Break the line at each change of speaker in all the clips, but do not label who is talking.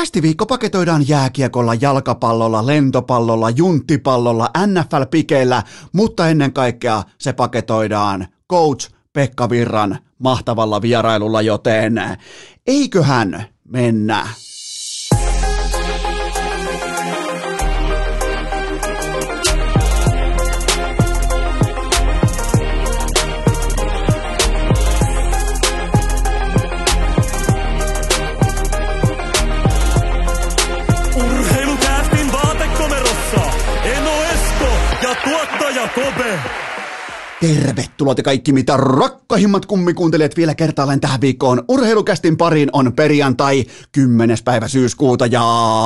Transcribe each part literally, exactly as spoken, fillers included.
Kästiviikko paketoidaan jääkiekolla, jalkapallolla, lentopallolla, junttipallolla, N F L-pikeillä, mutta ennen kaikkea se paketoidaan coach Pekka Virran mahtavalla vierailulla, joten eiköhän mennä.
Tuottaja Kope.
Tervetuloa te kaikki mitä rakkahimmat kummikuuntelijat vielä kertaalleen tähän viikkoon. Urheilukästin pariin on perjantai kymmenes päivä syyskuuta ja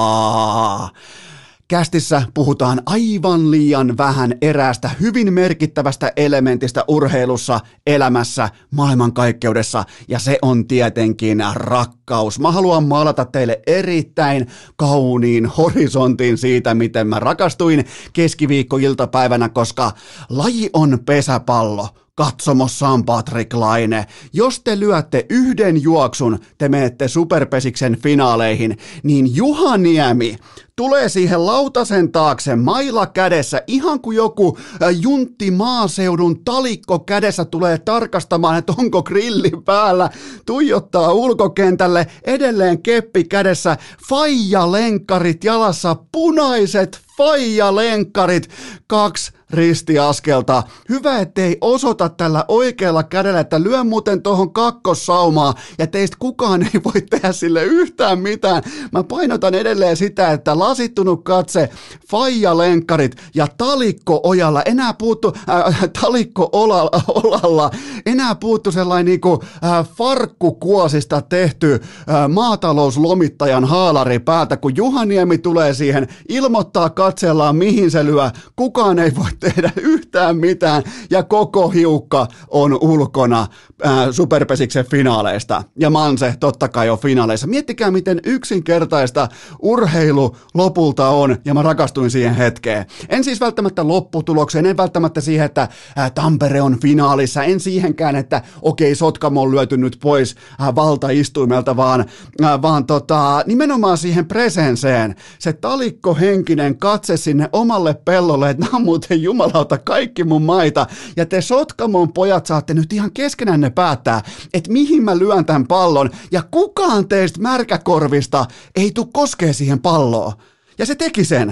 kästissä puhutaan aivan liian vähän eräästä hyvin merkittävästä elementistä urheilussa, elämässä, maailmankaikkeudessa ja se on tietenkin rakkaus. Mä haluan maalata teille erittäin kauniin horisontin siitä, miten mä rakastuin keskiviikkoiltapäivänä, koska laji on pesäpallo. Katsomossa on Patrik Laine. Jos te lyötte yhden juoksun, te menette Superpesiksen finaaleihin, niin Juha Niemi tulee siihen lautasen taakse maila kädessä, ihan kuin joku juntti maaseudun talikko kädessä tulee tarkastamaan, että onko grilli päällä, tuijottaa ulkokentälle, edelleen keppi kädessä, faijalenkkarit jalassa, punaiset faijalenkkarit, kaksi ristiaskelta. Hyvä, ettei osoita tällä oikealla kädellä, että lyö muuten tuohon kakkossaumaa ja teistä kukaan ei voi tehdä sille yhtään mitään. Mä painotan edelleen sitä, että lasittunut katse, faijalenkkarit ja talikko ojalla, enää puuttu, äh, talikko olalla, olalla, enää puuttu sellainen niinku äh, farkkukuosista tehty äh, maatalouslomittajan haalari päältä, kun Juha Niemi tulee siihen, ilmoittaa katsellaan mihin se lyö, kukaan ei voi tehdä yhtään mitään ja koko hiukka on ulkona ää, Superpesiksen finaaleista ja Manse totta kai on finaaleissa. Miettikää miten yksinkertaista urheilu lopulta on ja mä rakastuin siihen hetkeen. En siis välttämättä lopputulokseen, en välttämättä siihen, että ää, Tampere on finaalissa, en siihenkään, että okei Sotkamo on lyöty nyt pois ää, valtaistuimelta, vaan, ää, vaan tota, nimenomaan siihen presenseen, se talikkohenkinen katse sinne omalle pellolle, että nämä on muuten jumalauta kaikki mun maita, ja te Sotkamon pojat saatte nyt ihan keskenänne päättää, että mihin mä lyön tämän pallon, ja kukaan teistä märkäkorvista ei tuu koskee siihen palloon. Ja se teki sen.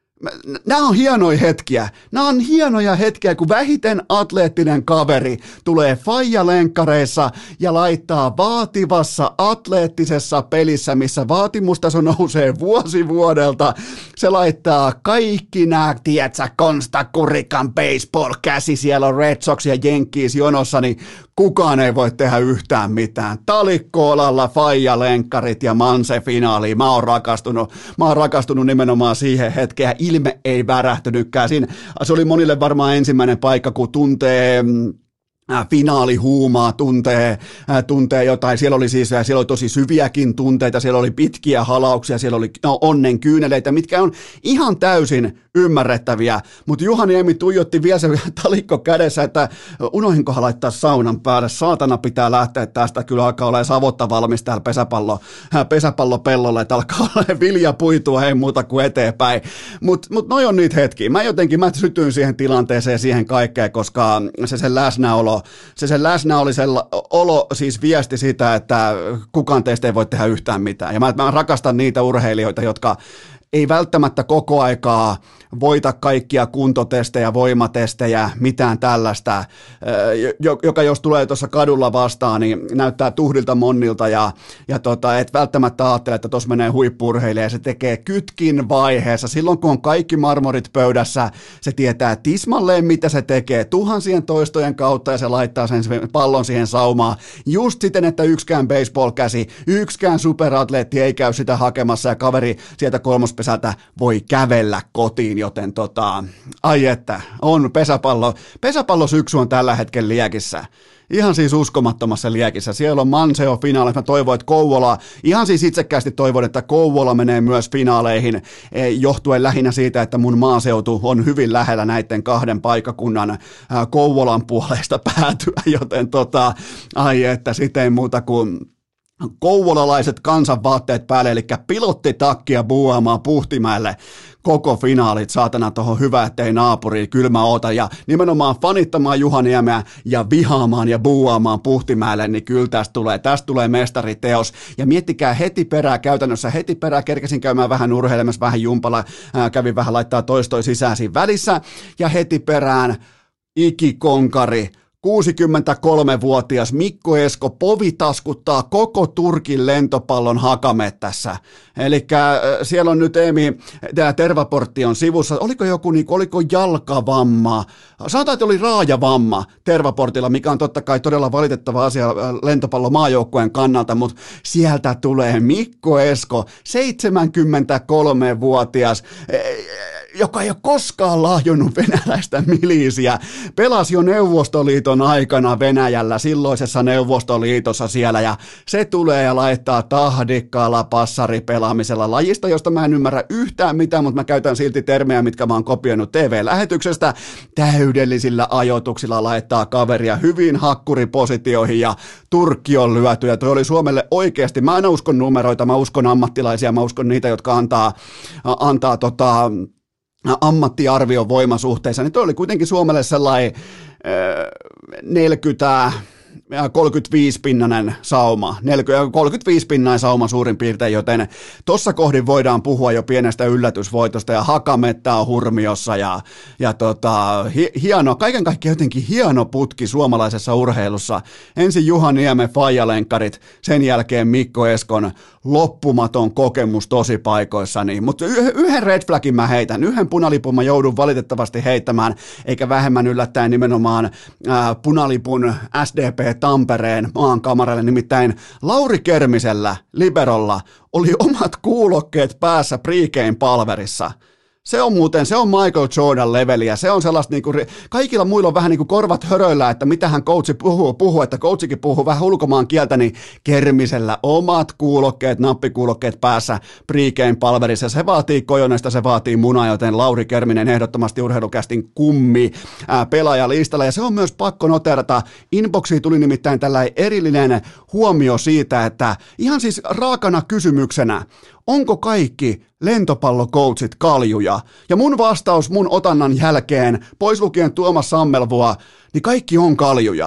Nämä on hienoja hetkiä. Nämä on hienoja hetkiä, kun vähiten atleettinen kaveri tulee faijalenkkareissa ja laittaa vaativassa atleettisessa pelissä, missä vaatimustaso nousee vuosi vuodelta. Se laittaa kaikki nämä, tiedätkö, Konsta Kurikan baseball-käsi, siellä on Red Sox ja Yankees jonossa, niin kukaan ei voi tehdä yhtään mitään. Talikko-olalla, faijalenkkarit ja Manse-finaaliin. Mä oon rakastunut. Mä oon rakastunut nimenomaan siihen hetkeen. Ilme ei värähtynytkään. Siinä, se oli monille varmaan ensimmäinen paikka, kun tuntee finaalihuumaa, tuntee, tuntee jotain. Siellä oli siis siellä oli tosi syviäkin tunteita, siellä oli pitkiä halauksia, siellä oli no, onnen kyyneleitä, mitkä on ihan täysin ymmärrettäviä. Mutta Juha Niemi tuijotti vielä se talikko kädessä, että unohinkohan laittaa saunan päälle. Saatana pitää lähteä tästä. Kyllä alkaa olla savotta valmis täällä pesäpallo, pesäpallopellolla, että alkaa olla viljapuitua, ei muuta kuin eteenpäin. Mutta mut noi on niitä hetkiä. Mä jotenkin, mä sytyin siihen tilanteeseen, siihen kaikkeen, koska se sen läsnäolo Se sen läsnäolo siis viesti sitä, että kukaan teistä ei voi tehdä yhtään mitään. Ja mä, mä rakastan niitä urheilijoita, jotka ei välttämättä koko aikaa voita kaikkia kuntotestejä, voimatestejä, mitään tällaista, joka jos tulee tuossa kadulla vastaan, niin näyttää tuhdilta monnilta ja, ja tota, et välttämättä ajattele, että tuossa menee huippu-urheilija ja se tekee kytkin vaiheessa. Silloin kun on kaikki marmorit pöydässä, se tietää tismalleen mitä se tekee tuhansien toistojen kautta ja se laittaa sen pallon siihen saumaan just siten, että yksikään baseball-käsi, yksikään superatleetti ei käy sitä hakemassa ja kaveri sieltä kolmospesältä voi kävellä kotiin, joten tota, ai että, on pesäpallo, pesäpallosyksy on tällä hetkellä liekissä. Ihan siis uskomattomassa liekissä. Siellä on Manseo finaalissa. Mä toivon, että Kouvola, ihan siis itsekkäästi toivon, että Kouvola menee myös finaaleihin, johtuen lähinnä siitä, että mun maaseutu on hyvin lähellä näiden kahden paikkakunnan Kouvolan puolesta päätyä, joten tota, ai että, sit ei muuta kuin kouvolalaiset kansanvaatteet päälle, eli pilottitakkia buuaamaan Puhtimäelle koko finaalit, saatana tohon hyvä, ettei naapuri kylmä oota, ja nimenomaan fanittamaan Juhaniemeä ja vihaamaan ja buuaamaan Puhtimäelle, niin kyllä tästä tulee, tästä tulee mestariteos, ja miettikää heti perää, käytännössä heti perää, kerkesin käymään vähän urheilemassa, vähän jumpalla, ää, kävin vähän laittaa toistoi sisään siinä välissä, ja heti perään ikikonkari, kuusikymmentäkolmevuotias Mikko Esko povitaskuttaa koko Turkin lentopallon Hakamettässä. Eli siellä on nyt Eemi, tämä Tervaportti on sivussa. Oliko joku, niin, oliko jalkavamma? Sanotaan, että oli raajavamma Tervaportilla, mikä on totta kai todella valitettava asia lentopallomaajoukkueen kannalta, mutta sieltä tulee Mikko Esko, seitsemänkymmentäkolmevuotias, joka ei ole koskaan lahjonnut venäläistä miliisiä, pelasi jo Neuvostoliiton aikana Venäjällä, silloisessa Neuvostoliitossa siellä, ja se tulee ja laittaa tahdikkaalla passaripelaamisella lajista, josta mä en ymmärrä yhtään mitään, mutta mä käytän silti termejä, mitkä mä oon kopioinut T V-lähetyksestä, täydellisillä ajoituksilla laittaa kaveria hyvin hakkuripositioihin, ja Turkki on lyöty, ja toi oli Suomelle oikeasti, mä en uskon numeroita, mä uskon ammattilaisia, mä uskon niitä, jotka antaa, antaa tota, ammattiarvion voimasuhteissa, niin toi oli kuitenkin Suomelle sellainen neljäkymmentä kolmekymmentäviisi pinnanen sauma, neljäkymmentä kolmekymmentäviisi pinnanen sauma suurin piirtein, joten tossa kohdin voidaan puhua jo pienestä yllätysvoitosta, ja Hakametta on hurmiossa, ja, ja tota, hi, hieno, kaiken kaikkiaan jotenkin hieno putki suomalaisessa urheilussa. Ensin Juha Niemen faijalenkkarit, sen jälkeen Mikko Eskon loppumaton kokemus tosi paikoissa, niin, mutta yhden red flagin mä heitän, yhden punalipun mä joudun valitettavasti heittämään, eikä vähemmän yllättäen nimenomaan ää, punalipun S D P Tampereen maankamaralle, nimittäin Lauri Kermisellä, liberolla, oli omat kuulokkeet päässä pregame-palverissa. Se on muuten, se on Michael Jordan leveliä, se on sellaista, niinku, kaikilla muilla on vähän niin kuin korvat höröillä, että mitä hän coachi puhuu, puhuu, että coachikin puhuu vähän ulkomaan kieltä, niin Kermisellä omat kuulokkeet, nappikuulokkeet päässä pregame-palverissa. Se vaatii kojonesta, se vaatii munaa, joten Lauri Kerminen ehdottomasti urheilukästin kummi ää, pelaajalistalla, ja se on myös pakko noterata. Inboxiin tuli nimittäin tällainen erillinen huomio siitä, että ihan siis raakana kysymyksenä, onko kaikki lentopallocoachit kaljuja? Ja mun vastaus mun otannan jälkeen, pois lukien Tuomas Sammelvoa, niin kaikki on kaljuja.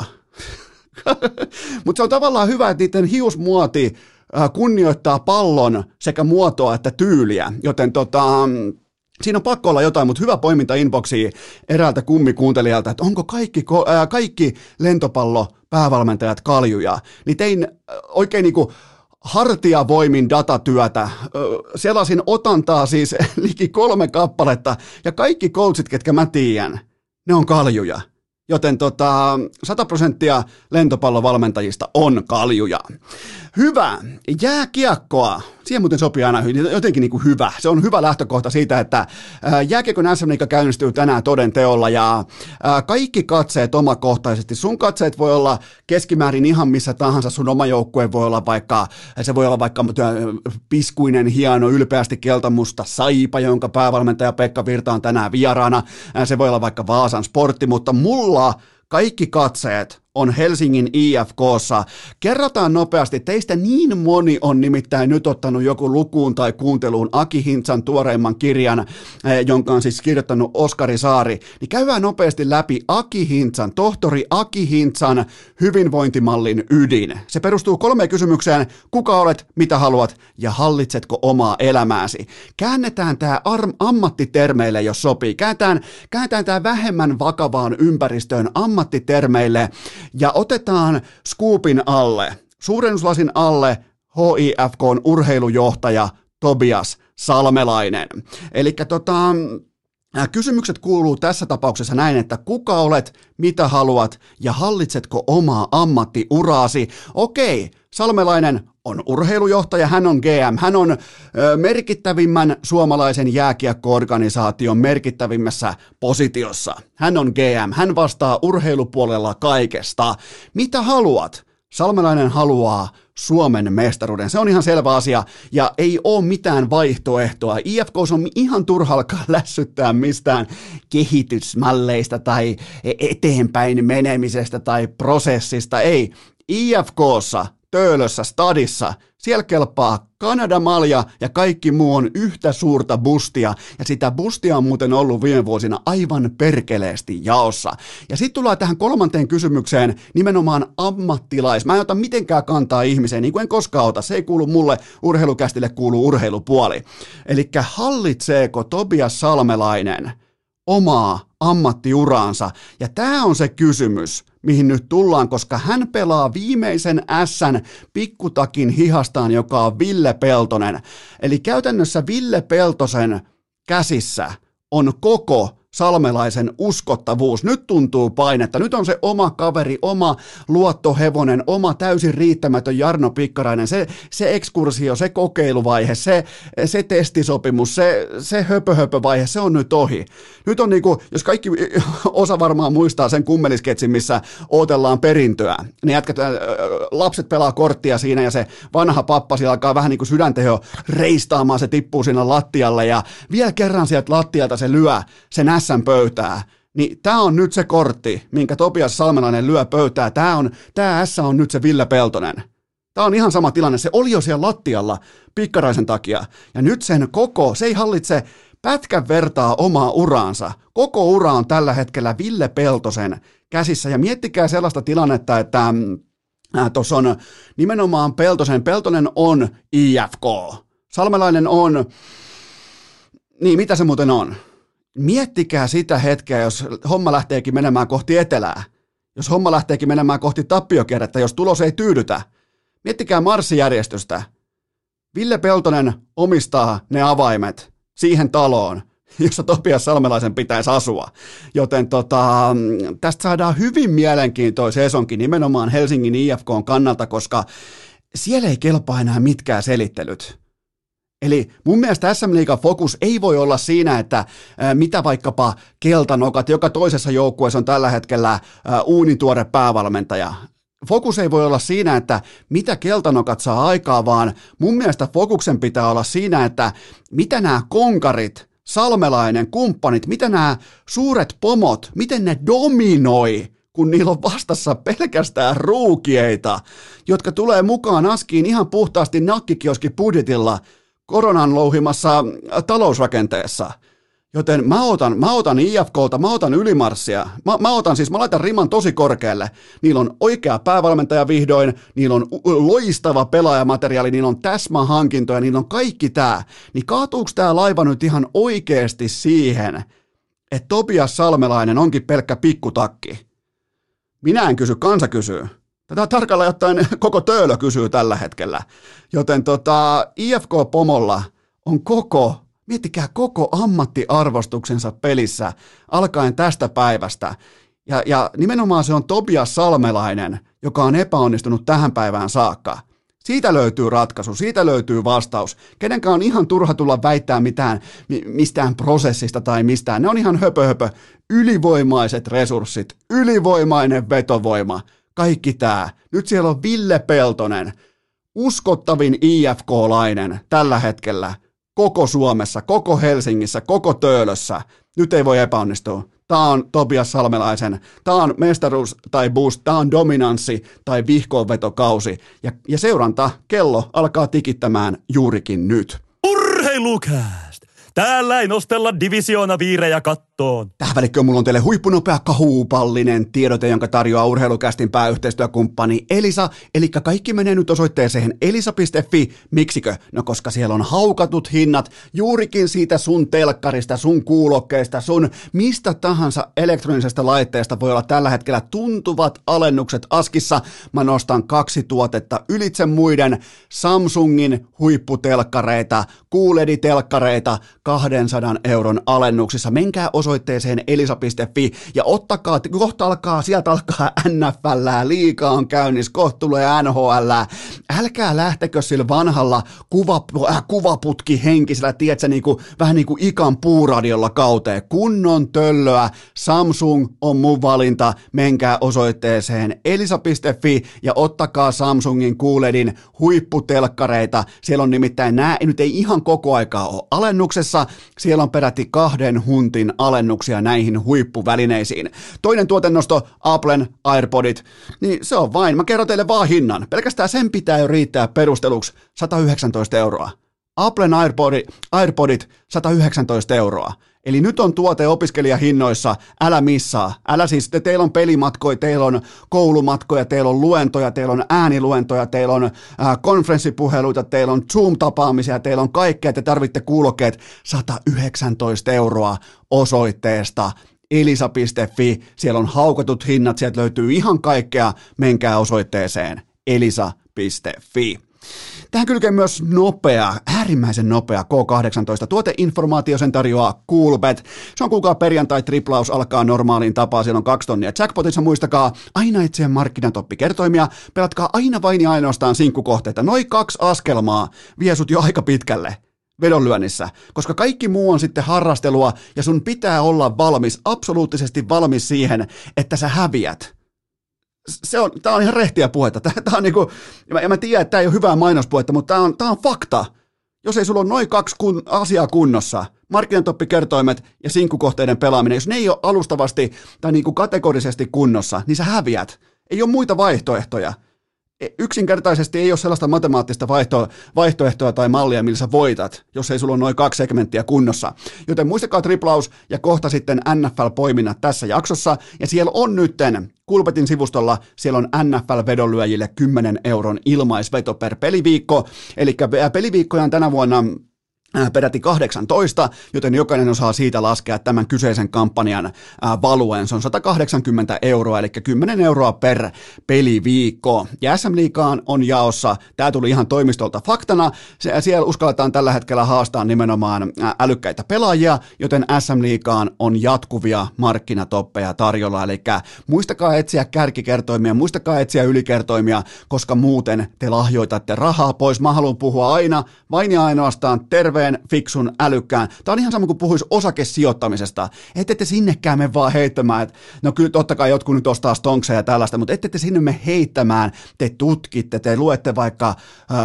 Mutta se on tavallaan hyvä, että niiden hiusmuoti kunnioittaa pallon sekä muotoa että tyyliä, joten tota... Siinä on pakko olla jotain, mutta hyvä poiminta inboxiin eräältä kummikuuntelijalta, että onko kaikki, ää, kaikki lentopallo päävalmentajat kaljuja. Niin tein oikein niinku hartiavoimin datatyötä. Selasin otantaa siis liki kolme kappaletta, ja kaikki coachit, ketkä mä tiedän, ne on kaljuja. Joten tota, sata prosenttia lentopallovalmentajista on kaljuja. Hyvä. Jääkiekkoa. Siihen muuten sopii aina jotenkin niin kuin hyvä. Se on hyvä lähtökohta siitä, että jääkiekon S M-liiga käynnistyy tänään toden teolla, ja kaikki katseet omakohtaisesti. Sun katseet voi olla keskimäärin ihan missä tahansa. Sun oma joukkue voi olla vaikka, se voi olla vaikka piskuinen, hieno, ylpeästi keltamusta Saipa, jonka päävalmentaja Pekka Virta on tänään vieraana. Se voi olla vaikka Vaasan Sportti, mutta mulla kaikki katseet on Helsingin I F K:ssa. Kerrataan nopeasti, teistä niin moni on nimittäin nyt ottanut joku lukuun tai kuunteluun Aki Hintsan tuoreimman kirjan, jonka on siis kirjoittanut Oskari Saari, niin käydään nopeasti läpi Aki Hintsan, tohtori Aki Hintsan hyvinvointimallin ydin. Se perustuu kolmeen kysymykseen: kuka olet, mitä haluat ja hallitsetko omaa elämääsi. Käännetään tämä ammattitermeille, jos sopii. Käännetään, käännetään tämä vähemmän vakavaan ympäristöön ammattitermeille, ja otetaan scoopin alle, suurennuslasin alle H I F K:n urheilujohtaja Tobias Salmelainen. Eli tota, kysymykset kuuluu tässä tapauksessa näin, että kuka olet, mitä haluat ja hallitsetko omaa ammattiuraasi. Okei, Salmelainen on urheilujohtaja, hän on G M, hän on ö, merkittävimmän suomalaisen jääkiekko-organisaation merkittävimmässä positiossa. Hän on G M, hän vastaa urheilupuolella kaikesta. Mitä haluat? Salmelainen haluaa Suomen mestaruuden. Se on ihan selvä asia, ja ei ole mitään vaihtoehtoa. I F K:ssa on ihan turha alkaa lässyttää mistään kehitysmalleista tai eteenpäin menemisestä tai prosessista. Ei, I F K:ssa Töölössä, stadissa, siellä kelpaa Kanada-malja ja kaikki muu on yhtä suurta bustia, ja sitä bustia on muuten ollut viime vuosina aivan perkeleesti jaossa. Ja sitten tullaan tähän kolmanteen kysymykseen, nimenomaan ammattilais. Mä en ota mitenkään kantaa ihmiseen, niin kuin en koskaan ota, se ei kuulu mulle, urheilukästille kuuluu urheilupuoli. Elikkä hallitseeko Tobias Salmelainen omaa ammattiuraansa? Ja tämä on se kysymys, mihin nyt tullaan, koska hän pelaa viimeisen ässän pikkutakin hihastaan, joka on Ville Peltonen. Eli käytännössä Ville Peltosen käsissä on koko Salmelaisen uskottavuus. Nyt tuntuu painetta. Nyt on se oma kaveri, oma luottohevonen, oma täysin riittämätön Jarno Pikkarainen. Se, se ekskursio, se kokeiluvaihe, se, se testisopimus, se, se höpö-höpö-vaihe, se on nyt ohi. Nyt on niinku, jos kaikki osa varmaan muistaa sen kummelisketsin, missä odotellaan perintöä. Ne jätkät, lapset pelaa korttia siinä ja se vanha pappa siellä alkaa vähän niin kuin sydänteho reistaamaan, se tippuu siinä lattialle ja vielä kerran sieltä lattialta se lyö sen ässän pöytää. Niin tää on nyt se kortti, minkä Tobias Salmelainen lyö pöytää. Tää on, tää ässä on nyt se Ville Peltonen. Tää on ihan sama tilanne. Se oli jo siellä lattialla Pikkaraisen takia. Ja nyt sen koko, se ei hallitse pätkän vertaa omaa uraansa. Koko ura on tällä hetkellä Ville Peltosen käsissä. Ja miettikää sellaista tilannetta, että äh, tuossa on nimenomaan Peltosen. Peltonen on I F K. Salmelainen on, niin mitä se muuten on? Miettikää sitä hetkeä, jos homma lähteekin menemään kohti etelää, jos homma lähteekin menemään kohti tappiokierrettä, jos tulos ei tyydytä. Miettikää marssijärjestystä. Ville Peltonen omistaa ne avaimet siihen taloon, jossa Tobias Salmelaisen pitäisi asua. Joten tota, tästä saadaan hyvin mielenkiintoinen sesonkin nimenomaan Helsingin I F K:n kannalta, koska siellä ei kelpaa enää mitkään selittelyt. Eli mun mielestä S M-liigan fokus ei voi olla siinä, että ää, mitä vaikkapa keltanokat, joka toisessa joukkueessa on tällä hetkellä ää, uunituore päävalmentaja. Fokus ei voi olla siinä, että mitä keltanokat saa aikaa, vaan mun mielestä fokuksen pitää olla siinä, että mitä nämä konkarit, Salmelainen, kumppanit, mitä nämä suuret pomot, miten ne dominoi, kun niillä on vastassa pelkästään ruukieita, jotka tulee mukaan askiin ihan puhtaasti nakkikioski budjetilla, koronan louhimassa talousrakenteessa. Joten mä otan, mä otan I F K:lta, mä otan ylimarssia, mä, mä otan siis, mä laitan riman tosi korkealle. Niillä on oikea päävalmentaja vihdoin, niillä on loistava pelaajamateriaali, niillä on täsmähankintoja, niillä on kaikki tää. Niin kaatuuko tää laiva nyt ihan oikeesti siihen, että Tobias Salmelainen onkin pelkkä pikkutakki? Minä en kysy, kansa kysyy. Tätä tarkalleen ottaen koko Töölö kysyy tällä hetkellä. Joten tota, I F K-pomolla on koko, miettikää koko ammattiarvostuksensa pelissä alkaen tästä päivästä. Ja, ja nimenomaan se on Tobias Salmelainen, joka on epäonnistunut tähän päivään saakka. Siitä löytyy ratkaisu, siitä löytyy vastaus. Kenenkään on ihan turha tulla väittää mitään, mistään prosessista tai mistään. Ne on ihan höpö höpö. Ylivoimaiset resurssit, ylivoimainen vetovoima. Kaikki tää. Nyt siellä on Ville Peltonen, uskottavin I F K-lainen tällä hetkellä, koko Suomessa, koko Helsingissä, koko Töölössä. Nyt ei voi epäonnistua. Tää on Tobias Salmelaisen, tää on mestaruus tai boost, tää on dominanssi tai vihkoonvetokausi. Ja, ja seuranta, kello alkaa tikittämään juurikin nyt.
Urheilukääst! Täällä ei nostella divisioona viirejä kattoon.
Tähän välikköön mulla on teille huippunopea kahuupallinen tiedote, jonka tarjoaa Urheilukästin pääyhteistyökumppani Elisa. Eli kaikki menee nyt osoitteeseen elisa piste fi. Miksikö? No koska siellä on haukatut hinnat juurikin siitä sun telkkarista, sun kuulokkeista, sun mistä tahansa elektronisesta laitteesta voi olla tällä hetkellä tuntuvat alennukset askissa. Mä nostan kaksi tuotetta ylitse muiden, Samsungin huipputelkkareita, Q L E D-telkkareita, kahdensadan euron alennuksissa. Menkää osoitteeseen elisa piste fi ja ottakaa, kohta alkaa, sieltä alkaa N F L, liiga on käynnissä, kohta tulee N H L. Älkää lähtekö sillä vanhalla kuva, äh, kuvaputki henkisellä, tiedätkö, niinku, vähän niin kuin Ikan puuradiolla kauteen. Kunnon töllöä, Samsung on mun valinta, menkää osoitteeseen elisa piste fi ja ottakaa Samsungin Q L E D:n huipputelkkareita. Siellä on nimittäin nämä, nyt ei ihan koko aikaa ole alennuksessa, siellä on peräti kahden huntin alennus alennuksia näihin huippuvälineisiin. Toinen tuotennosto, Applen AirPodit, niin se on vain, mä kerron teille vaan hinnan. Pelkästään sen pitää jo riittää perusteluksi sata yhdeksäntoista euroa. Applen AirPodit, AirPodit sata yhdeksäntoista euroa. Eli nyt on tuote opiskelijahinnoissa, älä missaa. Älä siis, te, teillä on pelimatkoja, teillä on koulumatkoja, teillä on luentoja, teillä on ääniluentoja, teillä on äh, konferenssipuheluita, teillä on Zoom-tapaamisia, teillä on kaikkea, te tarvitte kuulokkeet sata yhdeksäntoista euroa osoitteesta elisa piste fi. Siellä on haukatut hinnat, sieltä löytyy ihan kaikkea, menkää osoitteeseen elisa piste fi. Tähän kylkee myös nopea, äärimmäisen nopea K kahdeksantoista tuoteinformaatio, sen tarjoaa Coolbet. Se on kuulkaa perjantai, triplaus alkaa normaaliin tapaan, siellä on kaksi tonnia jackpotissa, muistakaa aina etsien markkinatoppikertoimia, pelatkaa aina vain ja ainoastaan sinkkukohteita, noin kaksi askelmaa vie sut jo aika pitkälle vedonlyönnissä, koska kaikki muu on sitten harrastelua ja sun pitää olla valmis, absoluuttisesti valmis siihen, että sä häviät. Se on, tää on ihan rehtiä puhetta. Tää, tää on niinku, ja mä tiedän, että tää ei ole hyvää mainospuhetta, mutta tää on, tää on fakta. Jos ei sulla ole noin kaksi kun, asiaa kunnossa, markkinatoppikertoimet ja sinkkukohteiden pelaaminen, jos ne ei ole alustavasti tai niinku kategorisesti kunnossa, niin sä häviät. Ei ole muita vaihtoehtoja. Yksinkertaisesti ei ole sellaista matemaattista vaihto, vaihtoehtoa tai mallia, millä sä voitat, jos ei sulla ole noin kaksi segmenttiä kunnossa. Joten muistakaa triplaus ja kohta sitten N F L-poiminnat tässä jaksossa. Ja siellä on nytten Coolbetin sivustolla, siellä on N F L-vedonlyöjille kymmenen euron ilmaisveto per peliviikko. Eli peliviikkoja on tänä vuonna peräti kahdeksantoista, joten jokainen osaa siitä laskea tämän kyseisen kampanjan valueen. Se on sata kahdeksankymmentä euroa, eli kymmenen euroa per peliviikko. Ja S M-liigaan on jaossa, tämä tuli ihan toimistolta faktana, siellä uskalletaan tällä hetkellä haastaa nimenomaan älykkäitä pelaajia, joten S M-liigaan on jatkuvia markkinatoppeja tarjolla, eli muistakaa etsiä kärkikertoimia, muistakaa etsiä ylikertoimia, koska muuten te lahjoitatte rahaa pois. Mä haluan puhua aina, vain ja ainoastaan terveen, fiksun, älykkään. Tämä on ihan sama kuin puhuisi osakesijoittamisesta. Ette te sinnekään me vaan heittämään, että no kyllä totta kai jotkut nyt ostaa stonkseja ja tällaista, mutta ette te sinne me heittämään. Te tutkitte, te luette vaikka äh,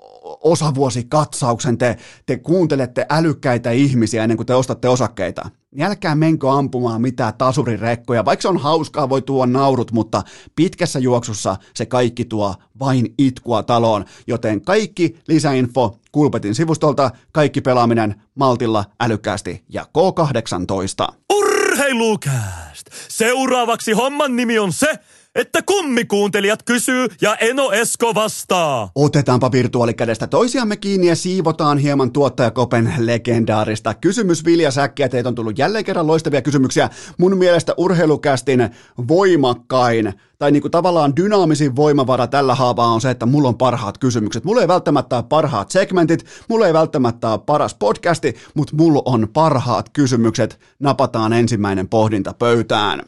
osavuosikatsauksen, te, te kuuntelette älykkäitä ihmisiä ennen kuin te ostatte osakkeita. Älkää menkö ampumaan mitään tasurirekkoja, vaikka se on hauskaa, voi tuoda naurut, mutta pitkässä juoksussa se kaikki tuo vain itkua taloon, joten kaikki lisäinfo Coolbetin sivustolta, kaikki pelaaminen maltilla, älykkäästi ja K kahdeksantoista.
Urheilukääst! Seuraavaksi homman nimi on se, että kummikuuntelijat kysyy ja Eno Esko vastaa.
Otetaanpa virtuaalikädestä toisiamme kiinni ja siivotaan hieman tuottajakopen legendaarista kysymysviljasäkkiä. Teitä on tullut jälleen kerran loistavia kysymyksiä. Mun mielestä urheilukästin voimakkain tai niinku tavallaan dynaamisin voimavara tällä haavaa on se, että mulla on parhaat kysymykset. Mulla ei välttämättä ole parhaat segmentit, mulla ei välttämättä ole paras podcasti, mutta mulla on parhaat kysymykset. Napataan ensimmäinen pohdinta pöytään.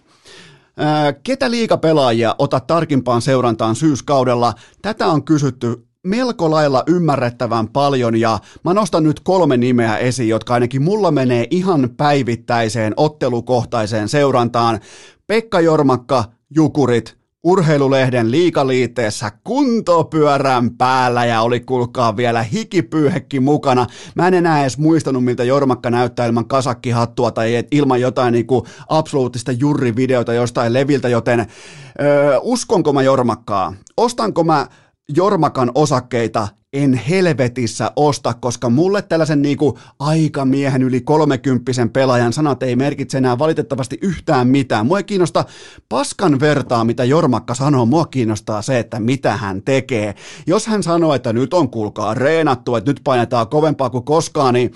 Ketä liigapelaajia otat tarkimpaan seurantaan syyskaudella? Tätä on kysytty melko lailla ymmärrettävän paljon ja mä nostan nyt kolme nimeä esiin, jotka ainakin mulla menee ihan päivittäiseen ottelukohtaiseen seurantaan. Pekka Jormakka, Jukurit, Urheilulehden liigaliitteessä kuntopyörän päällä ja oli kuulkaa vielä hikipyyhekki mukana. Mä en enää edes muistanut, miltä Jormakka näyttää ilman kasakkihattua tai ilman jotain niinku absoluuttista jurrivideota jostain leviltä, joten öö, uskonko mä Jormakkaa? Ostanko mä Jormakan osakkeita? En helvetissä osta, koska mulle tällaisen niinku aikamiehen yli kolmekymppisen pelaajan sanat ei merkitse enää valitettavasti yhtään mitään. Mua ei kiinnosta paskan vertaa, mitä Jormakka sanoo, mua kiinnostaa se, että mitä hän tekee. Jos hän sanoo, että nyt on kuulkaa reenattu, että nyt painetaan kovempaa kuin koskaan, niin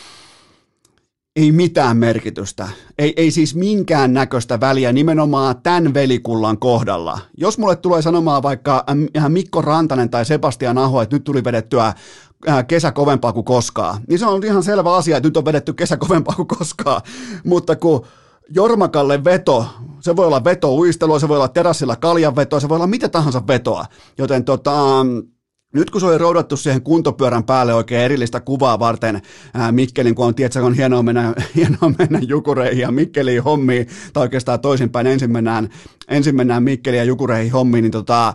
ei mitään merkitystä. Ei, ei siis minkään näköistä väliä nimenomaan tämän velikullan kohdalla. Jos mulle tulee sanomaan vaikka Mikko Rantanen tai Sebastian Aho, että nyt tuli vedettyä kesä kovempaa kuin koskaan, niin se on ihan selvä asia, että nyt on vedetty kesä kovempaa kuin koskaan. Mutta kun Jormakalle veto, se voi olla veto uistelua, se voi olla terassilla kaljanvetoa, se voi olla mitä tahansa vetoa. Joten tota... Nyt kun se oli roudattu siihen kuntopyörän päälle oikein erillistä kuvaa varten ää, Mikkelin, kun on, tiedätkö, on hienoa mennä, hienoa mennä Jukureihin ja Mikkeliin hommiin, tai oikeastaan toisinpäin, ensin mennään, ensin mennään Mikkeliin ja Jukureihin hommiin, niin tota,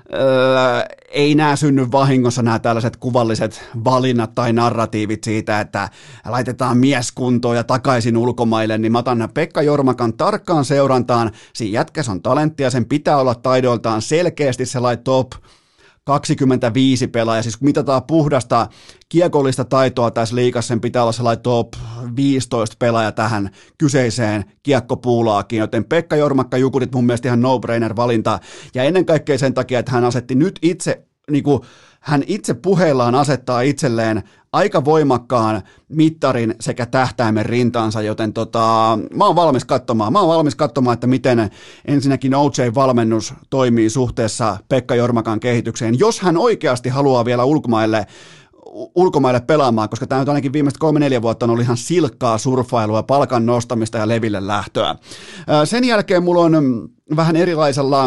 ää, ei nämä synny vahingossa nämä tällaiset kuvalliset valinnat tai narratiivit siitä, että laitetaan mies kuntoon ja takaisin ulkomaille, niin mä otan Pekka Jormakan tarkkaan seurantaan, siinä jätkäs on talenttia, sen pitää olla taidoiltaan selkeästi sellainen top kaksikymmentäviisi pelaaja, siis kun mitataan puhdasta kiekollista taitoa tässä liigassa, sen pitää olla sellainen top viisitoista pelaaja tähän kyseiseen kiekkopuulaakin, joten Pekka Jormakka Jukurit mun mielestä ihan no-brainer valinta, ja ennen kaikkea sen takia, että hän asetti nyt itse, niin kuin hän itse puheillaan asettaa itselleen aika voimakkaan mittarin sekä tähtäimen rintaansa, joten tota, mä oon valmis katsomaan. Mä oon valmis katsomaan, että miten ensinnäkin O J-valmennus toimii suhteessa Pekka Jormakan kehitykseen, jos hän oikeasti haluaa vielä ulkomaille ulkomaille pelaamaan, koska tämä nyt ainakin viimeiset kolme neljä vuotta on ollut ihan silkkaa surfailua, palkan nostamista ja leville lähtöä. Sen jälkeen mulla on vähän erilaisella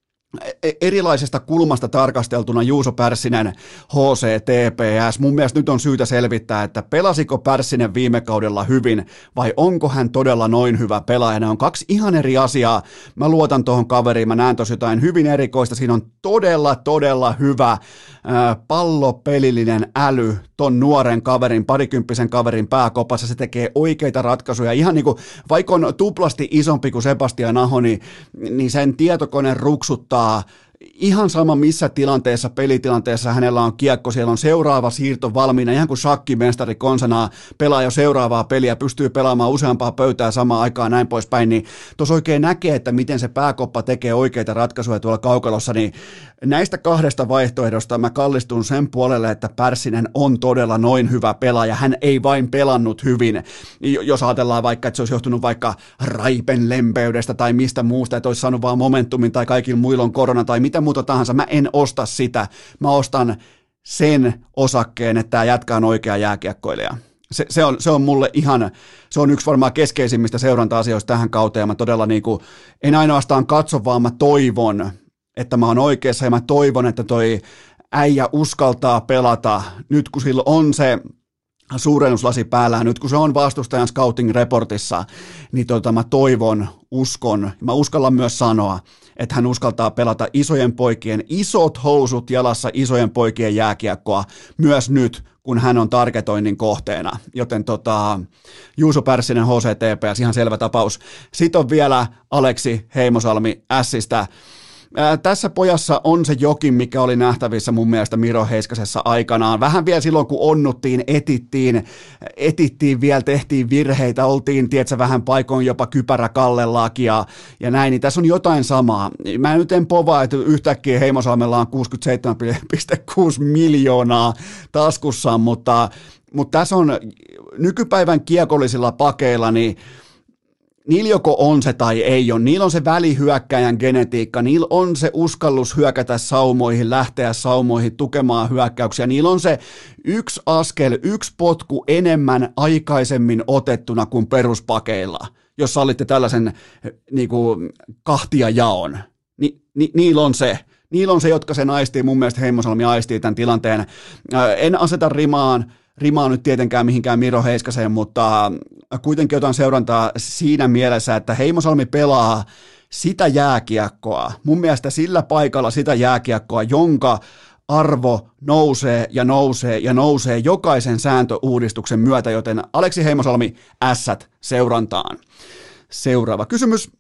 erilaisesta kulmasta tarkasteltuna Juuso Pärssinen H C T P S. Mun mielestä nyt on syytä selvittää, että pelasiko Pärssinen viime kaudella hyvin vai onko hän todella noin hyvä pelaaja. Ne on kaksi ihan eri asiaa. Mä luotan tuohon kaveriin, mä näen tossa jotain hyvin erikoista. Siinä on todella, todella hyvä ää, pallopelillinen äly ton nuoren kaverin, parikymppisen kaverin pääkopassa. Se tekee oikeita ratkaisuja. Ihan niin kuin, vaikka on tuplasti isompi kuin Sebastian Aho, niin, niin sen tietokone ruksuttaa ihan sama missä tilanteessa, pelitilanteessa hänellä on kiekko, siellä on seuraava siirto valmiina, ihan kuin shakkimestari konsanaa pelaa jo seuraavaa peliä, pystyy pelaamaan useampaa pöytää samaan aikaan näin poispäin, niin tuossa oikein näkee, että miten se pääkoppa tekee oikeita ratkaisuja tuolla kaukalossa, niin näistä kahdesta vaihtoehdosta mä kallistun sen puolelle, että Pärssinen on todella noin hyvä pelaaja, hän ei vain pelannut hyvin, jos ajatellaan vaikka, että se olisi johtunut vaikka Raipen lempeydestä tai mistä muusta, että olisi saanut vaan momentumin tai kaikilla muilla on korona tai mitä muuta tahansa, mä en osta sitä, mä ostan sen osakkeen, että tämä jätkä on oikea jääkiekkoilija. Se, se, on, se on mulle ihan, se on yksi varmaan keskeisimmistä seuranta-asioista tähän kauteen, mä todella niin kuin, en ainoastaan katso, vaan mä toivon, että mä oon oikeassa ja mä toivon, että toi äijä uskaltaa pelata, nyt kun sillä on se suurennuslasi päällään, nyt kun se on vastustajan scouting-reportissa, niin tota mä toivon, uskon, mä uskallan myös sanoa, että hän uskaltaa pelata isojen poikien, isot housut jalassa isojen poikien jääkiekkoa myös nyt, kun hän on targetoinnin kohteena. Joten tota, Juuso Pärssinen H C T P S, ihan selvä tapaus. Sitten on vielä Aleksi Heimosalmi Ässistä. Ää, tässä pojassa on se jokin, mikä oli nähtävissä mun mielestä Miro Heiskasessa aikanaan. Vähän vielä silloin, kun onnuttiin, etittiin, etittiin vielä, tehtiin virheitä, oltiin, tiedätkö, vähän paikoin jopa kypärä kallellaakin ja, ja näin, niin tässä on jotain samaa. Mä nyt en povaa, että yhtäkkiä Heimosalmella on kuusikymmentäseitsemän pilkku kuusi miljoonaa taskussaan, mutta, mutta tässä on nykypäivän kiekollisilla pakeilla, niin niillä joko on se tai ei ole, niillä on se välihyökkäjän genetiikka, niillä on se uskallus hyökätä saumoihin, lähteä saumoihin, tukemaan hyökkäyksiä, niillä on se yksi askel, yksi potku enemmän aikaisemmin otettuna kuin peruspakeilla, jos sallitte tällaisen niin kuin, kahtia jaon, Ni, ni, niillä on se. Niillä on se, jotka sen aistii, mun mielestä Heimosalmi aistii tämän tilanteen. En aseta rimaan, rimaa nyt tietenkään mihinkään Miro Heiskaseen, mutta kuitenkin otan seurantaa siinä mielessä, että Heimosalmi pelaa sitä jääkiekkoa, mun mielestä sillä paikalla sitä jääkiekkoa, jonka arvo nousee ja nousee ja nousee jokaisen sääntöuudistuksen myötä, joten Aleksi Heimosalmi ässät seurantaan. Seuraava kysymys.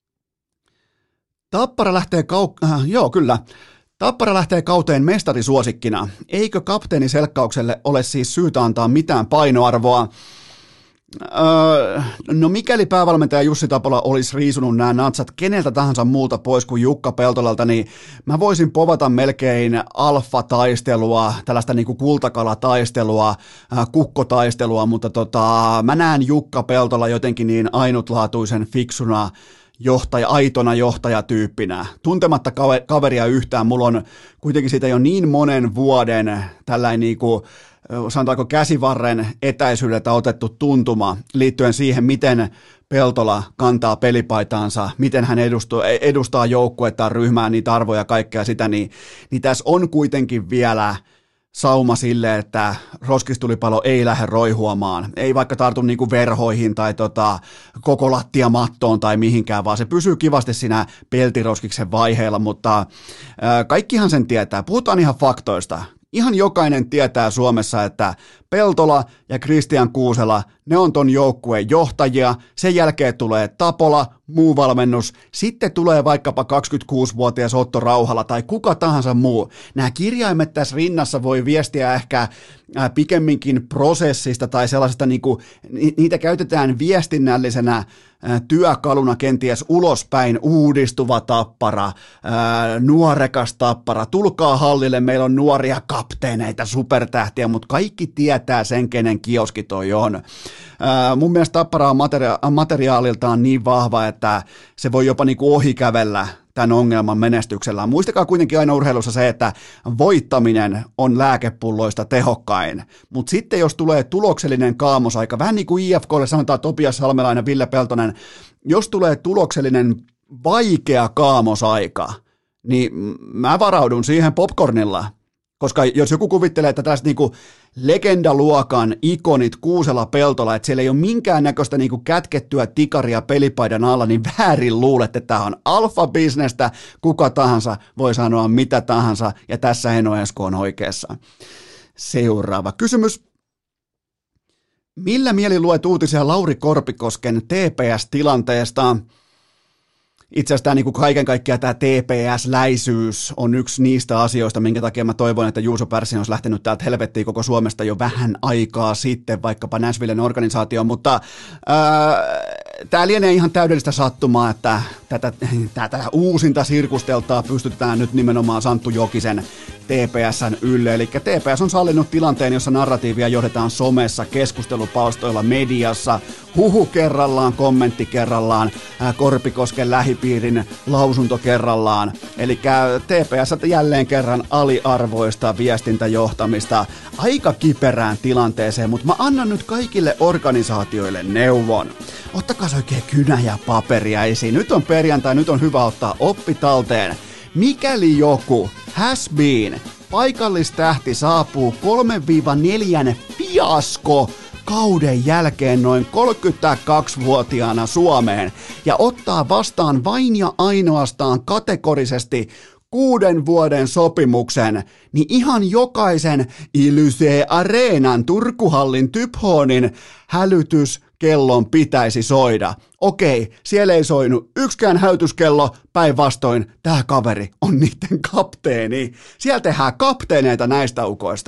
Tappara lähtee kau... Äh, joo, kyllä. Tappara lähtee kauteen mestarisuosikkina. Eikö kapteeni selkkaukselle ole siis syytä antaa mitään painoarvoa? Öö, no mikäli päävalmentaja Jussi Tapola olisi riisunut nämä natsat keneltä tahansa muuta pois kuin Jukka Peltolalta, niin mä voisin povata melkein alfa-taistelua, tällaista niinku kultakalataistelua, äh, kukkotaistelua, mutta tota, mä näen Jukka Peltola jotenkin niin ainutlaatuisen fiksuna, johtaja, aitona johtajatyyppinä. Tuntematta kaveria yhtään, mulla on kuitenkin siitä jo niin monen vuoden tällainen niin kuin, sanotaanko käsivarren etäisyydeltä otettu tuntuma liittyen siihen, miten Peltola kantaa pelipaitaansa, miten hän edustaa, edustaa joukkuettaan, ryhmää, niitä arvoja ja kaikkea sitä, niin, niin tässä on kuitenkin vielä sauma sille, että roskistulipalo ei lähde roihuamaan, ei vaikka tartu niinku verhoihin tai tota, koko lattiamattoon tai mihinkään, vaan se pysyy kivasti siinä peltiroskiksen vaiheella, mutta ää, kaikkihan sen tietää. Puhutaan ihan faktoista. Ihan jokainen tietää Suomessa, että Peltola ja Kristian Kuusela, ne on ton joukkueen johtajia, sen jälkeen tulee Tapola, muu valmennus, sitten tulee vaikkapa kaksikymmentäkuusivuotias Otto Rauhala tai kuka tahansa muu. Nämä kirjaimet tässä rinnassa voi viestiä ehkä pikemminkin prosessista tai sellaisesta, niin kuin, niitä käytetään viestinnällisenä työkaluna kenties ulospäin, uudistuva Tappara, ää, nuorekas Tappara, tulkaa hallille, meillä on nuoria kapteeneita, supertähtiä, mutta kaikki tietää sen, kenen kioski toi on. Ää, mun mielestä Tappara on materia- materiaaliltaan niin vahva, että se voi jopa niinku ohikävellä tämän ongelman menestyksellä. Muistakaa kuitenkin aina urheilussa se, että voittaminen on lääkepulloista tehokkain, mutta sitten jos tulee tuloksellinen kaamosaika, vähän niin kuin I F K:lle sanotaan Topias Salmelainen, Ville Peltonen, jos tulee tuloksellinen vaikea kaamosaika, niin mä varaudun siihen popcornilla, koska jos joku kuvittelee, että tästä niinku legendaluokan ikonit Kuusela Peltola, että siellä ei ole minkäännäköistä niinku kätkettyä tikaria pelipaidan alla, niin väärin luulet, että tämä on alfa-bisnestä, kuka tahansa voi sanoa mitä tahansa, ja tässä Eno Esko on oikeassa. Seuraava kysymys. Millä mieli luet uutisia Lauri Korpikosken T P S-tilanteesta? Itse asiassa tämä niin kuin kaiken kaikkiaan tämä T P S-läisyys on yksi niistä asioista, minkä takia mä toivon, että Juuso Pärssinen olisi lähtenyt täältä helvettiin koko Suomesta jo vähän aikaa sitten, vaikkapa Nashvillen organisaatioon, mutta tämä lienee ihan täydellistä sattumaa, että tätä, tätä uusinta sirkusteltaa pystytään nyt nimenomaan Santtu Jokisen T P S:n ylle, eli T P S on sallinut tilanteen, jossa narratiivia johdetaan somessa, keskustelupalstoilla, mediassa, huhu kerrallaan, kommentti kerrallaan, Korpikosken lähipiirin lausunto kerrallaan, eli T P S jälleen kerran aliarvoista viestintäjohtamista aika kiperään tilanteeseen, mutta mä annan nyt kaikille organisaatioille neuvon. Ottakaa se oikein kynä ja paperia esiin. Nyt on perjantai, nyt on hyvä ottaa oppi talteen. Mikäli joku has been paikallistähti saapuu kolmesta neljään fiasko kauden jälkeen noin kolmekymmentäkaksivuotiaana Suomeen ja ottaa vastaan vain ja ainoastaan kategorisesti kuuden vuoden sopimuksen, niin ihan jokaisen Ilysee Areenan Turkuhallin Typhonin hälytyskellon pitäisi soida. Okei, siellä ei soinut yksikään hälytyskello, päinvastoin tämä kaveri on niiden kapteeni. Siellä tehdään kapteeneita näistä ukoista.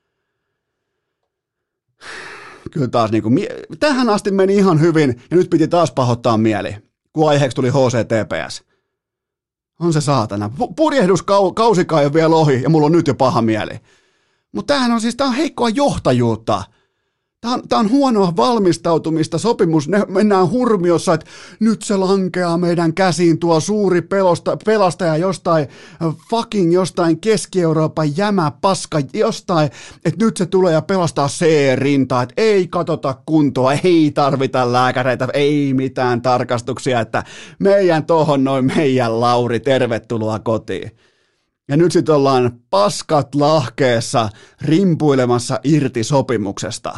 Kyllä taas niin kuin, tähän asti meni ihan hyvin ja nyt piti taas pahoittaa mieli, kun aiheeksi tuli H C T P S. On se saatana. Purjehduskausikaan ei ole vielä ohi ja mulla on nyt jo paha mieli. Mutta tämähän on siis, tää on heikkoa johtajuutta. Tämä on, tää on huonoa valmistautumista, sopimus, ne mennään hurmiossa, että nyt se lankeaa meidän käsiin tuo suuri pelosta, pelastaja jostain fucking jostain Keski-Euroopan jämä paska jostain, että nyt se tulee ja pelastaa C-rintaa, että ei katota kuntoa, ei tarvita lääkäreitä, ei mitään tarkastuksia, että meidän tohon noin meidän Lauri, tervetuloa kotiin. Ja nyt sitten ollaan paskat lahkeessa rimpuilemassa irti sopimuksesta.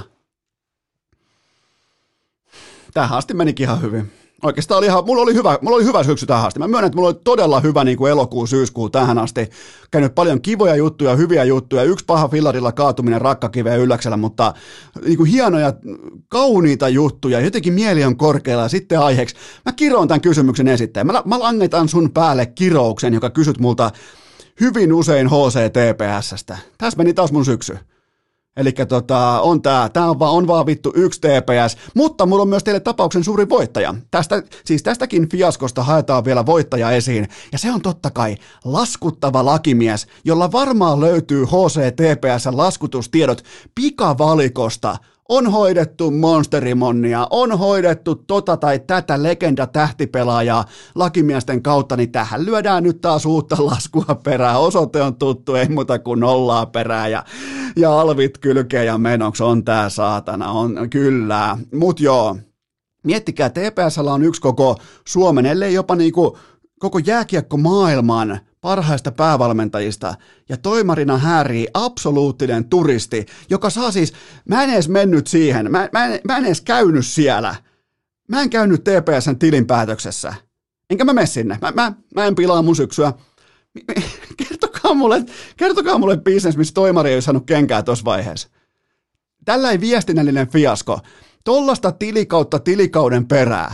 Tähän asti menikin ihan hyvin. Oikeastaan oli ihan, mulla oli hyvä, mulla oli hyvä syksy tähän asti. Mä myönnän, että mulla oli todella hyvä niin kuin elokuu, syyskuu tähän asti. Käynyt paljon kivoja juttuja, hyviä juttuja. Yksi paha fillarilla kaatuminen rakkakiveen ylläksellä, mutta niin kuin hienoja, kauniita juttuja. Jotenkin mieli on korkealla ja sitten aiheeksi. Mä kiroon tämän kysymyksen esittäjän. Mä, mä langetan sun päälle kirouksen, joka kysyt multa hyvin usein H C T P S:stä. Tässä meni taas mun syksy. Eli tota, on tää, tää on vaan, on vaan vittu yksi T P S, mutta mulla on myös teille tapauksen suuri voittaja. Tästä, siis tästäkin fiaskosta haetaan vielä voittaja esiin, ja se on totta kai laskuttava lakimies, jolla varmaan löytyy H C T P S:n laskutustiedot pikavalikosta. On hoidettu Monsterimonnia, on hoidettu tota tai tätä legenda-tähtipelaajaa lakimiesten kautta, niin tähän lyödään nyt taas uutta laskua perään. Osoite on tuttu, ei muuta kuin nollaa perään ja, ja alvit kylkeä ja menoksi on tää saatana, on kyllä. Mut joo, Miettikää, T P S:llä on yksi koko Suomen, ellei jopa niinku koko jääkiekko-maailman parhaista päävalmentajista, ja toimarina häärii absoluuttinen turisti, joka saa siis, mä en edes mennyt siihen, mä, mä, en, mä en edes käynyt siellä, mä en käynyt T P S:n tilinpäätöksessä, enkä mä mene sinne, mä, mä, mä en pilaa mun syksyä. Kertokaa mulle, kertokaa mulle business, missä toimari ei saanut kenkää tuossa vaiheessa. Tällä ei viestinnällinen fiasko, tollasta tilikautta tilikauden perää.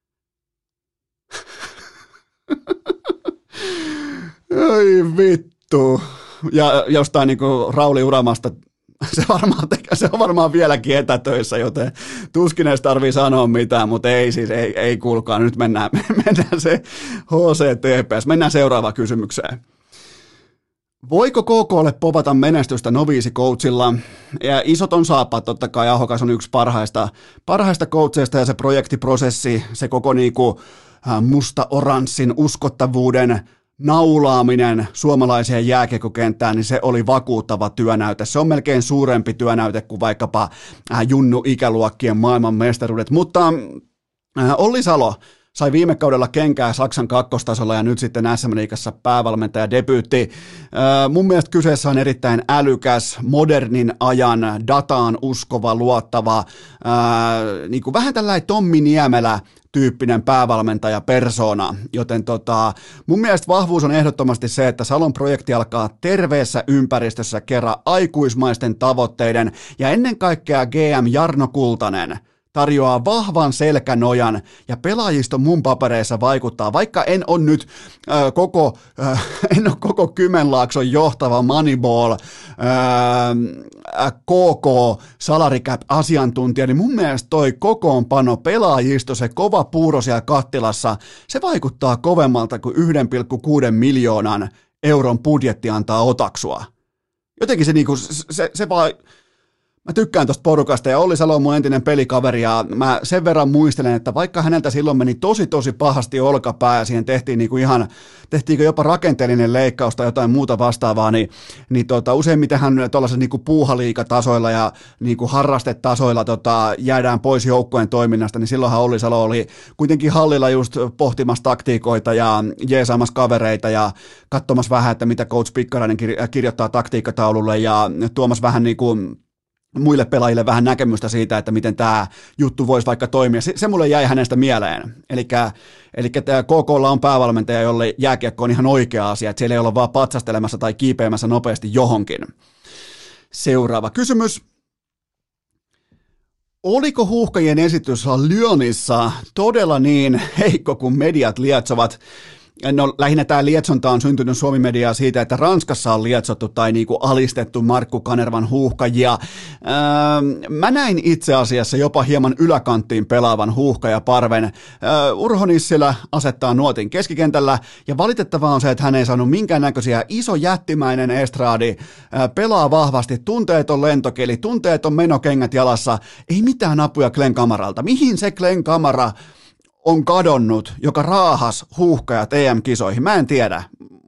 Oi vittu. Ja jostain niinku Rauli Uramasta, se, varmaan tekee, se on varmaan vieläkin etätöissä, joten tuskin edes tarvii sanoa mitään, mutta ei siis, ei, ei kuulkaa, nyt mennään, mennään se H C T P S. Mennään seuraavaan kysymykseen. Voiko K K:lle povata menestystä noviisikoutsilla? Ja isot on saappaat, totta kai Ahokas on yksi parhaista, parhaista coacheista ja se projektiprosessi, se koko niinku musta-oranssin uskottavuuden naulaaminen suomalaiseen jääkiekkokenttään, niin se oli vakuuttava työnäyte. Se on melkein suurempi työnäyte kuin vaikkapa junnu-ikäluokkien maailmanmestaruudet, mutta Olli Salo sai viime kaudella kenkää Saksan kakkostasolla ja nyt sitten S M-liigassa päävalmentaja debyytti. Mun mielestä kyseessä on erittäin älykäs, modernin ajan, dataan uskova, luottava, ää, niin kuin vähän tällainen Tommi Niemelä tyyppinen päävalmentaja persona, joten tota, mun mielestä vahvuus on ehdottomasti se, että Salon projekti alkaa terveessä ympäristössä kerran aikuismaisten tavoitteiden ja ennen kaikkea G M Jarno Kultanen tarjoaa vahvan selkänojan ja pelaajisto mun papereissa vaikuttaa, vaikka en ole nyt äh, koko, äh, en ole koko Kymenlaakson johtava Moneyball, äh, K K, salary cap asiantuntija, niin mun mielestä toi kokoonpano, pelaajisto, se kova puuro siellä kattilassa, se vaikuttaa kovemmalta kuin yksi pilkku kuusi miljoonan euron budjetti antaa otaksua. Jotenkin se niinku, se, se vaan... Mä tykkään tosta porukasta ja Olli Salo on mun entinen pelikaveri ja mä sen verran muistelen, että vaikka häneltä silloin meni tosi tosi pahasti olkapää ja siihen tehtiin niinku ihan, tehtiinkö jopa rakenteellinen leikkaus tai jotain muuta vastaavaa, niin, niin tota, useimmiten hän tuollaisella niinku puuhaliikatasoilla ja niinku harrastetasoilla tota, jäädään pois joukkojen toiminnasta, niin silloinhan Olli Salo oli kuitenkin hallilla just pohtimassa taktiikoita ja jeesaamassa kavereita ja katsomassa vähän, että mitä coach Pikkarainen kirjoittaa taktiikkataululle ja tuomassa vähän niinku muille pelaajille vähän näkemystä siitä, että miten tämä juttu voisi vaikka toimia. Se, se mulle jäi hänestä mieleen. Eli tämä K K:lla on päävalmentaja, jolle jääkiekko on ihan oikea asia, että siellä ei olla vaan patsastelemassa tai kiipeämässä nopeasti johonkin. Seuraava kysymys. Oliko Huuhkajien esitys Lyonissa todella niin heikko, kun mediat lietsovat? No lähinnä tämä lietsonta on syntynyt Suomi-mediaa siitä, että Ranskassa on lietsottu tai niinku alistettu Markku Kanervan Huuhkajia. Öö, mä näin itse asiassa jopa hieman yläkanttiin pelaavan Huuhkajaparven. Öö, Urho Nissilä asettaa nuotin keskikentällä ja valitettavaa on se, että hän ei saanut minkäännäköisiä iso jättimäinen estraadi, öö, pelaa vahvasti, tunteeton lentokeli, tunteeton menokengät jalassa, ei mitään apuja Glenn Kamaralta. Mihin se Glenn Kamara on kadonnut, joka raahas Huuhkajat E M-kisoihin? Mä en tiedä.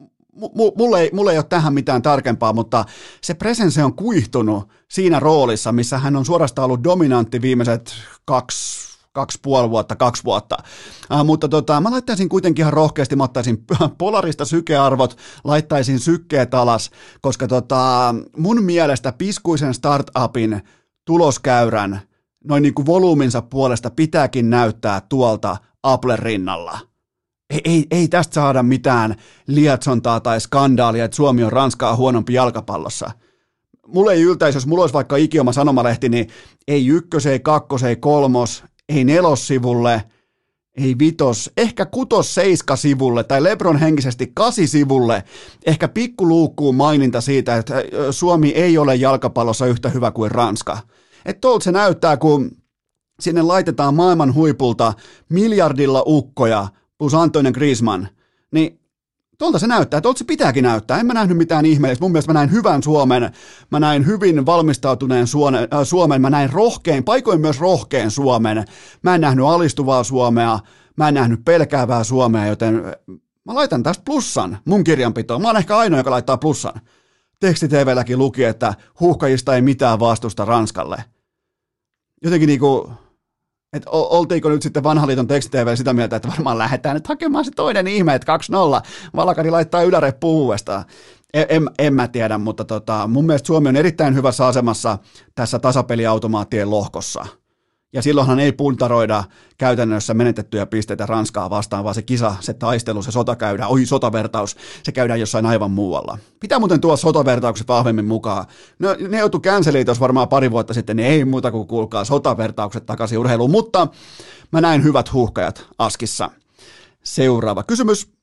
M- mulle, ei, mulle ei ole tähän mitään tarkempaa, mutta se presence on kuihtunut siinä roolissa, missä hän on suorastaan ollut dominantti viimeiset kaksi, kaksi puoli vuotta, kaksi vuotta. Uh, mutta tota, mä laittaisin kuitenkin ihan rohkeasti, mä ottaisin Polarista sykearvot, laittaisin sykkeet alas, koska tota, mun mielestä piskuisen startupin tuloskäyrän noin niin kuin volyyminsa puolesta pitääkin näyttää tuolta Applen rinnalla. Ei, ei, ei tästä saada mitään lietsontaa tai skandaalia, että Suomi on Ranskaa huonompi jalkapallossa. Mulle ei yltäisi, jos mulla olisi vaikka ikioma sanomalehti, niin ei ykkös, ei kakkos, ei kolmos, ei nelossivulle, ei vitos, ehkä kutos seiska sivulle tai Lebron henkisesti kasi sivulle, ehkä pikkuluukkuun maininta siitä, että Suomi ei ole jalkapallossa yhtä hyvä kuin Ranska. Että tuolta se näyttää, kun sinne laitetaan maailman huipulta miljardilla ukkoja plus Antoine Griezmann, niin tuolta se näyttää, tuolta se pitääkin näyttää. En mä nähnyt mitään ihmeellistä. Mun mielestä mä näin hyvän Suomen, mä näin hyvin valmistautuneen Suomen, mä näin rohkein, paikoin myös rohkein Suomen. Mä en nähnyt alistuvaa Suomea, mä en nähnyt pelkäävää Suomea, joten mä laitan tästä plussan mun kirjanpitoon. Mä oon ehkä ainoa, joka laittaa plussan. Teksti-TVlläkin luki, että Huuhkajista ei mitään vastusta Ranskalle. Jotenkin niinku, että oltiinko nyt sitten vanhan liiton teksti-tv sitä mieltä, että varmaan lähdetään nyt hakemaan se toinen ihme, että kaksi nolla, Valkari laittaa yläreppu uudestaan. En, en, en mä tiedä, mutta tota, mun mielestä Suomi on erittäin hyvässä asemassa tässä tasapeliautomaattien lohkossa. Ja silloinhan ei puntaroida käytännössä menetettyjä pisteitä Ranskaa vastaan, vaan se kisa, se taistelu, se sota käydään, oi sotavertaus, se käydään jossain aivan muualla. Pitää muuten tuoda sotavertaukset vahvemmin mukaan. No, ne joutui canceliin tuossa varmaan pari vuotta sitten, niin ei muuta kuin kuulkaa sotavertaukset takaisin urheiluun, mutta mä näin hyvät huuhkajat Askissa. Seuraava kysymys.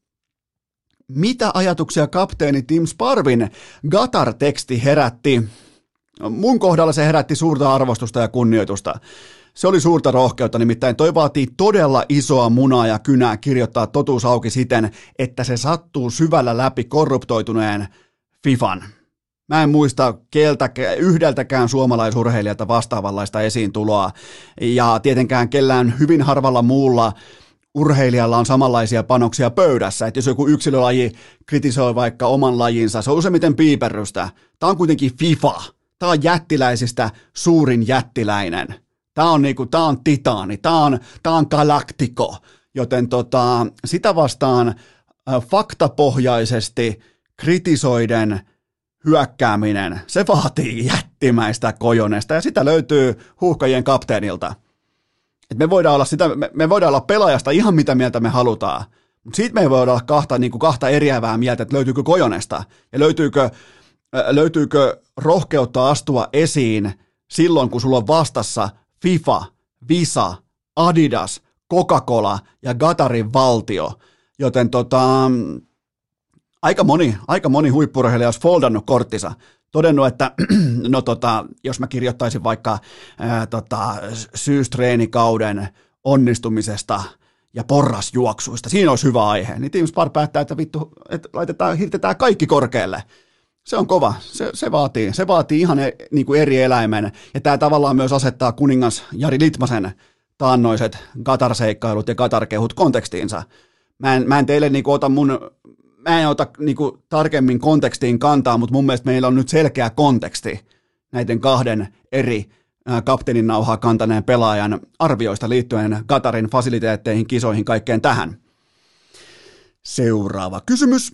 Mitä ajatuksia kapteeni Tim Sparvin Gatar-teksti herätti? Mun kohdalla se herätti suurta arvostusta ja kunnioitusta. Se oli suurta rohkeutta, nimittäin toi vaatii todella isoa munaa ja kynää kirjoittaa totuus auki siten, että se sattuu syvällä läpi korruptoituneen FIFAn. Mä en muista keltäkään, yhdeltäkään suomalaisurheilijalta vastaavanlaista esiintuloa, ja tietenkään kellään hyvin harvalla muulla urheilijalla on samanlaisia panoksia pöydässä, että jos joku yksilölaji kritisoi vaikka oman lajinsa, se on useimmiten piiperrystä. Tämä on kuitenkin FIFA. Tämä on jättiläisistä suurin jättiläinen. Tämä on, niinku, tämä on titaani, tämä on, tämä on galaktiko, joten tota, sitä vastaan äh, faktapohjaisesti kritisoiden hyökkääminen, se vaatii jättimäistä kojonesta ja sitä löytyy huuhkajien kapteenilta. Et me, voidaan olla sitä, me, me voidaan olla pelaajasta ihan mitä mieltä me halutaan, mutta siitä me ei voida olla kahta, niinku kahta eriävää mieltä, että löytyykö kojonesta ja löytyykö, äh, löytyykö rohkeutta astua esiin silloin, kun sulla on vastassa FIFA, Visa, Adidas, Coca-Cola ja Qatarin valtio, joten tota, aika moni, aika moni huippu-urheilija olisi foldannut korttinsa, todennut, että no tota, jos mä kirjoittaisin vaikka ää, tota, syystreenikauden onnistumisesta ja porrasjuoksuista, siinä olisi hyvä aihe, niin Team Spar päättää, että vittu, että laitetaan, hirtetään kaikki korkealle. Se on kova, se, se vaatii, se vaatii ihan e, niin kuin eri eläimen, ja tämä tavallaan myös asettaa kuningas Jari Litmasen taannoiset Qatar-seikkailut ja Qatar-kehut kontekstiinsa. Mä en, mä en teille niin kuin ota mun, mä en ota niin kuin tarkemmin kontekstiin kantaa, mutta mun mielestä meillä on nyt selkeä konteksti näiden kahden eri ä, kapteenin nauhaa kantaneen pelaajan arvioista liittyen Qatarin fasiliteetteihin, kisoihin, kaikkeen tähän. Seuraava kysymys.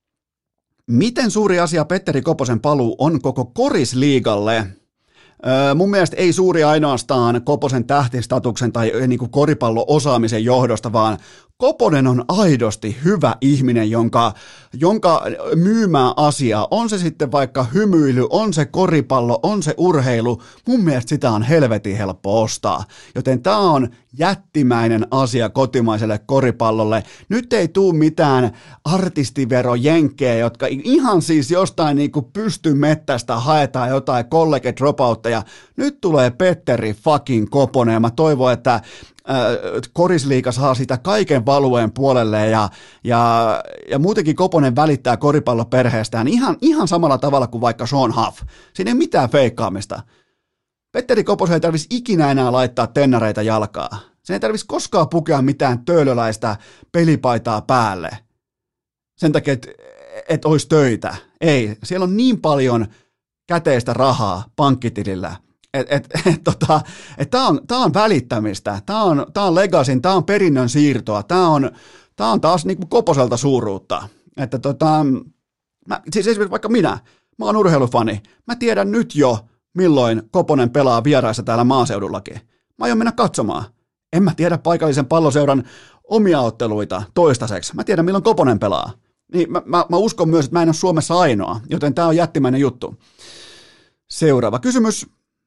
Miten suuri asia Petteri Koposen paluu on koko korisliigalle? Öö, mun mielestä ei suuri ainoastaan Koposen tähtistatuksen tai niin kuin koripallo-osaamisen johdosta, vaan Koponen on aidosti hyvä ihminen, jonka, jonka myymää asiaa, on se sitten vaikka hymyily, on se koripallo, on se urheilu, mun mielestä sitä on helvetin helppo ostaa. Joten tämä on jättimäinen asia kotimaiselle koripallolle. Nyt ei tule mitään artistiverojenkkejä, jotka ihan siis jostain niin kuin pystymettästä haetaan jotain college dropoutteja. Nyt tulee Petteri fucking Koponen ja mä toivon, että korisliiga saa sitä kaiken valueen puolelle ja, ja, ja muutenkin Koponen välittää koripalloperheestään ihan, ihan samalla tavalla kuin vaikka Sean Huff. Siinä ei mitään feikkaamista. Petteri Koposen ei tarvitsisi ikinä enää laittaa tennareita jalkaa. Sen ei tarvitsisi koskaan pukea mitään töölöläistä pelipaitaa päälle. Sen takia, että et olisi töitä. Ei, siellä on niin paljon käteistä rahaa pankkitilillä. Että et, et, tota, et tämä on, on välittämistä, tämä on, on legacyn, tämä on perinnön siirtoa, tämä on, on taas niinku Koposelta suuruutta. Että tota, mä, siis esimerkiksi vaikka minä, mä oon urheilufani, mä tiedän nyt jo, milloin Koponen pelaa vieraissa täällä maaseudullakin. Mä aion mennä katsomaan. En mä tiedä paikallisen palloseuran omia otteluita toistaiseksi. Mä tiedän, milloin Koponen pelaa. Niin mä, mä, mä uskon myös, että mä en ole Suomessa ainoa, joten tämä on jättimäinen juttu. Seuraava kysymys.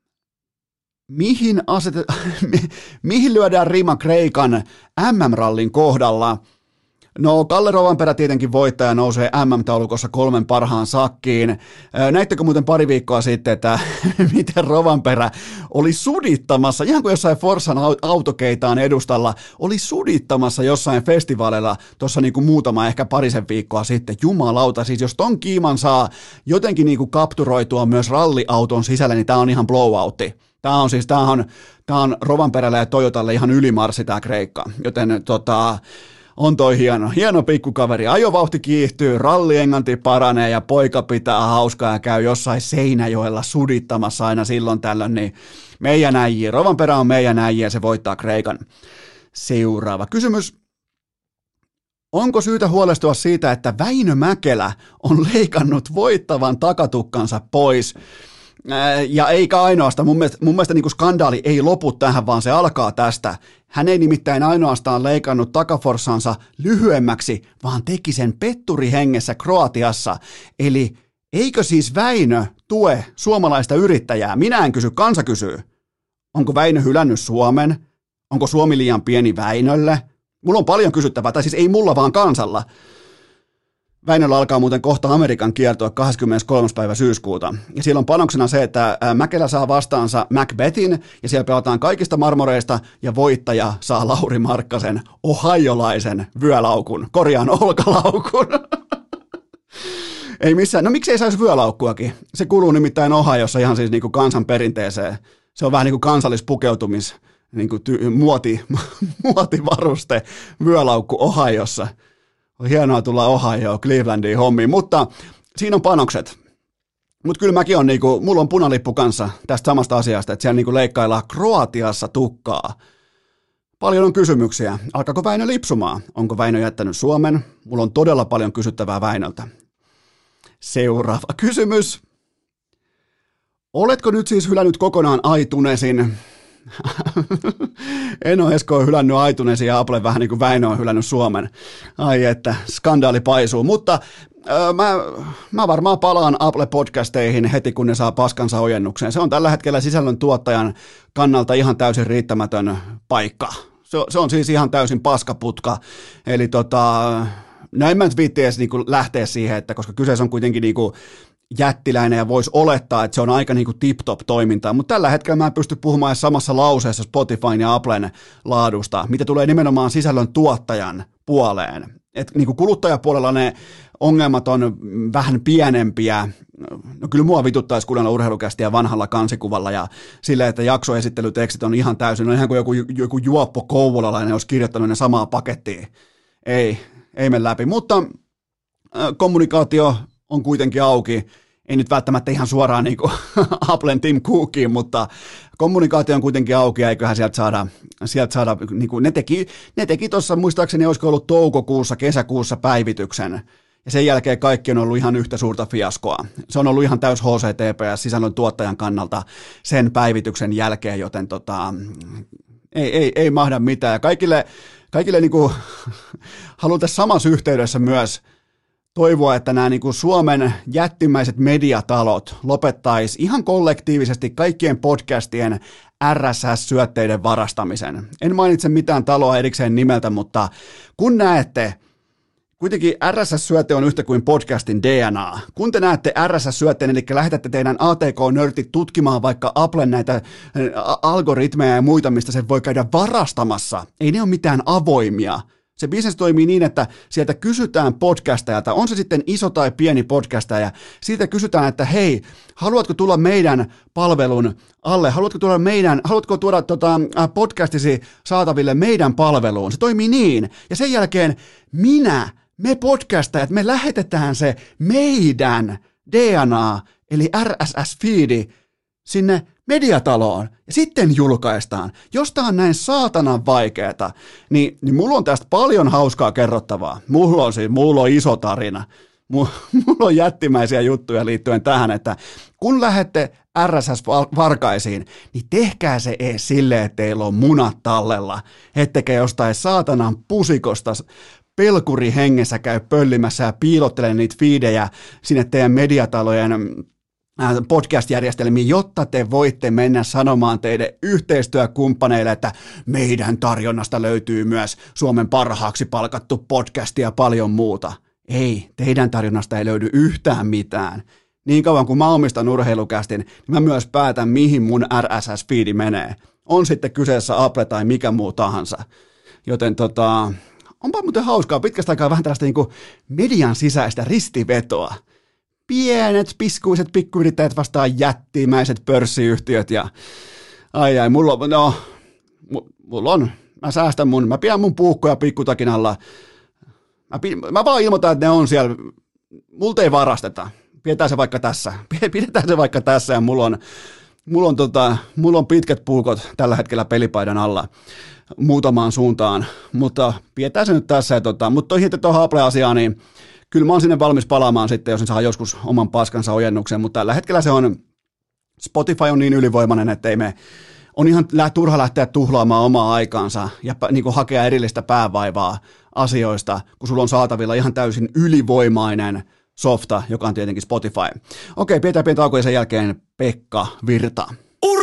Mihin, asetet, mihin lyödään rima Kreikan M M-rallin kohdalla? No, Kalle Rovanperä tietenkin voittaja nousee M M-taulukossa kolmen parhaan sakkiin. Näittekö muuten pari viikkoa sitten, että miten Rovanperä oli sudittamassa, ihan kuin jossain Forsan autokeitaan edustalla, oli sudittamassa jossain festivaaleilla tuossa niin kuin muutama, ehkä parisen viikkoa sitten. Jumalauta, siis jos ton kiiman saa jotenkin niin kuin kapturoitua myös ralliauton sisälle, niin tää on ihan blowoutti. Tämä on siis, tämä on, tämä on Rovanperälle ja Toyotalle ihan ylimarssi tämä Kreikka, joten tota, On toi hieno, hieno pikkukaveri. Ajovauhti kiihtyy, rallienganti paranee ja poika pitää hauskaa ja käy jossain Seinäjoella sudittamassa aina silloin tällöin. Niin meidän äijä, Rovanperä on meidän äijä ja se voittaa Kreikan. Seuraava kysymys. Onko syytä huolestua siitä, että Väinö Mäkelä on leikannut voittavan takatukkansa pois? Ja eikä ainoastaan, mun mielestä, mun mielestä niin kuin skandaali ei lopu tähän, vaan se alkaa tästä. Hän ei nimittäin ainoastaan leikannut takaforssansa lyhyemmäksi, vaan teki sen petturihengessä Kroatiassa. Eli eikö siis Väinö tue suomalaista yrittäjää? Minä en kysy, kansa kysyy. Onko Väinö hylännyt Suomen? Onko Suomi liian pieni Väinölle? Mulla on paljon kysyttävää, tai siis ei mulla vaan kansalla. Väinöllä alkaa muuten kohta Amerikan kiertoa kahdeskymmeneskolmas päivä syyskuuta. Ja siellä on panoksena se, että Mäkelä saa vastaansa Macbethin, ja siellä pelataan kaikista marmoreista, ja voittaja saa Lauri Markkasen ohiolaisen vyölaukun, korjaan olkalaukun. Ei missään, no miksi ei saisi vyölaukkuakin? Se kuuluu nimittäin Ohiossa ihan siis niin kuin kansan perinteeseen. Se on vähän niin kuin kansallispukeutumis, niin kuin ty- muoti, muotivaruste, vyölaukku Ohiossa. On hienoa tulla Ohioon, Clevelandiin hommiin, mutta siinä on panokset. Mutta kyllä mäkin on, niinku, mulla on punalippu kanssa tästä samasta asiasta, että siellä niinku leikkaillaan Kroatiassa tukkaa. Paljon on kysymyksiä. Alkaako Väinö lipsumaan? Onko Väinö jättänyt Suomen? Mulla on todella paljon kysyttävää Väinöltä. Seuraava kysymys. Oletko nyt siis hylännyt kokonaan iTunesin? Eno Esko on hylännyt iTunesin ja Apple vähän niin kuin Väinö on hylännyt Suomen. Ai että, skandaali paisuu. Mutta öö, mä, mä varmaan palaan Apple-podcasteihin heti, kun ne saa paskansa ojennukseen. Se on tällä hetkellä sisällön tuottajan kannalta ihan täysin riittämätön paikka. Se, se on siis ihan täysin paskaputka. Eli tota, no en mä nyt viitti edes niin kuin lähteä siihen, että koska kyseessä on kuitenkin niin kuin jättiläinen ja voisi olettaa, että se on aika niin kuin tip-top toimintaa, mutta tällä hetkellä mä en pysty puhumaan samassa lauseessa Spotifyn ja Applen laadusta, mitä tulee nimenomaan sisällön tuottajan puoleen. Et niin kuin kuluttajapuolella ne ongelmat on vähän pienempiä. No kyllä mua vituttaisi kuunnella urheilukästiä vanhalla kansikuvalla ja silleen, että jaksoesittelytekstit on ihan täysin, on ihan kuin joku, joku juoppo kouvolalainen olisi kirjoittanut ne samaa pakettia. Ei, ei mene läpi, mutta äh, kommunikaatio on kuitenkin auki, ei nyt välttämättä ihan suoraan niin kuin Applen Tim Cookiin, mutta kommunikaatio on kuitenkin auki, ja eiköhän sieltä saada, sieltä saada niin kuin ne teki, ne teki tuossa, muistaakseni olisiko ollut toukokuussa, kesäkuussa päivityksen, ja sen jälkeen kaikki on ollut ihan yhtä suurta fiaskoa. Se on ollut ihan täys H C T P S sisällön tuottajan kannalta sen päivityksen jälkeen, joten tota, ei, ei, ei mahda mitään. Kaikille, kaikille niin kuin, haluan tässä samassa yhteydessä myös toivoa, että nämä niin kuin Suomen jättimäiset mediatalot lopettaisi ihan kollektiivisesti kaikkien podcastien R S S-syötteiden varastamisen. En mainitse mitään taloa erikseen nimeltä, mutta kun näette, kuitenkin R S S-syöte on yhtä kuin podcastin D N A. Kun te näette R S S-syötteen, eli lähetätte teidän A T K-nörtit tutkimaan vaikka Applen näitä algoritmeja ja muita, mistä se voi käydä varastamassa, ei ne ole mitään avoimia. Se business toimii niin, että sieltä kysytään podcastajalta, on se sitten iso tai pieni podcastaja, siitä kysytään, että hei, haluatko tulla meidän palvelun alle, haluatko tulla meidän, haluatko tuoda tota, podcastisi saataville meidän palveluun, se toimii niin, ja sen jälkeen minä, me podcastajat, me lähetetään se meidän D N A, eli R S S-feedi, sinne mediataloon ja sitten julkaistaan. Jos tää on näin saatanan vaikeeta, niin, niin mulla on tästä paljon hauskaa kerrottavaa. Mulla on, siis, mulla on iso tarina. Mulla on jättimäisiä juttuja liittyen tähän, että kun lähette R S S-varkaisiin, niin tehkää se ees silleen, että teillä on munat tallella, ettekä jostain saatanan pusikosta pelkuri hengessä käy pöllimässä ja piilottele niitä fiidejä sinne teidän mediatalojen podcast-järjestelmiin, jotta te voitte mennä sanomaan teidän yhteistyökumppaneille, että meidän tarjonnasta löytyy myös Suomen parhaaksi palkattu podcast ja paljon muuta. Ei, teidän tarjonnasta ei löydy yhtään mitään. Niin kauan kuin mä omistan urheilukästin, niin mä myös päätän, mihin mun R S S-feedi menee. On sitten kyseessä Apple tai mikä muu tahansa. Joten tota, onpa muuten hauskaa, pitkästä aikaa vähän tällaista niin kuin median sisäistä ristivetoa. Pienet, piskuiset pikkuyrittäjät vastaan jättimäiset pörssiyhtiöt ja ai ai, mulla on, no, mulla on, Mä säästän mun, mä pidän mun puukkoja pikkutakin alla. Mä, mä vaan ilmoitan, että ne on siellä. Multa ei varasteta. Pidetään se vaikka tässä. Pidetään se vaikka tässä ja mulla on, mulla on, tota, mulla on pitkät puukot tällä hetkellä pelipaidan alla muutamaan suuntaan. Mutta pidetään se nyt tässä. Ja tota, mutta toi hitti tuohon Apple-asiaan, niin kyllä mä oon sinne valmis palaamaan sitten, jos ne saa joskus oman paskansa ojennuksen. Mutta tällä hetkellä se on, Spotify on niin ylivoimainen, että ei me, on ihan turha lähteä tuhlaamaan omaa aikaansa ja niin kuin hakea erillistä päävaivaa asioista, kun sulla on saatavilla ihan täysin ylivoimainen softa, joka on tietenkin Spotify. Okei, pidetään pieni tauko ja sen jälkeen Pekka Virta.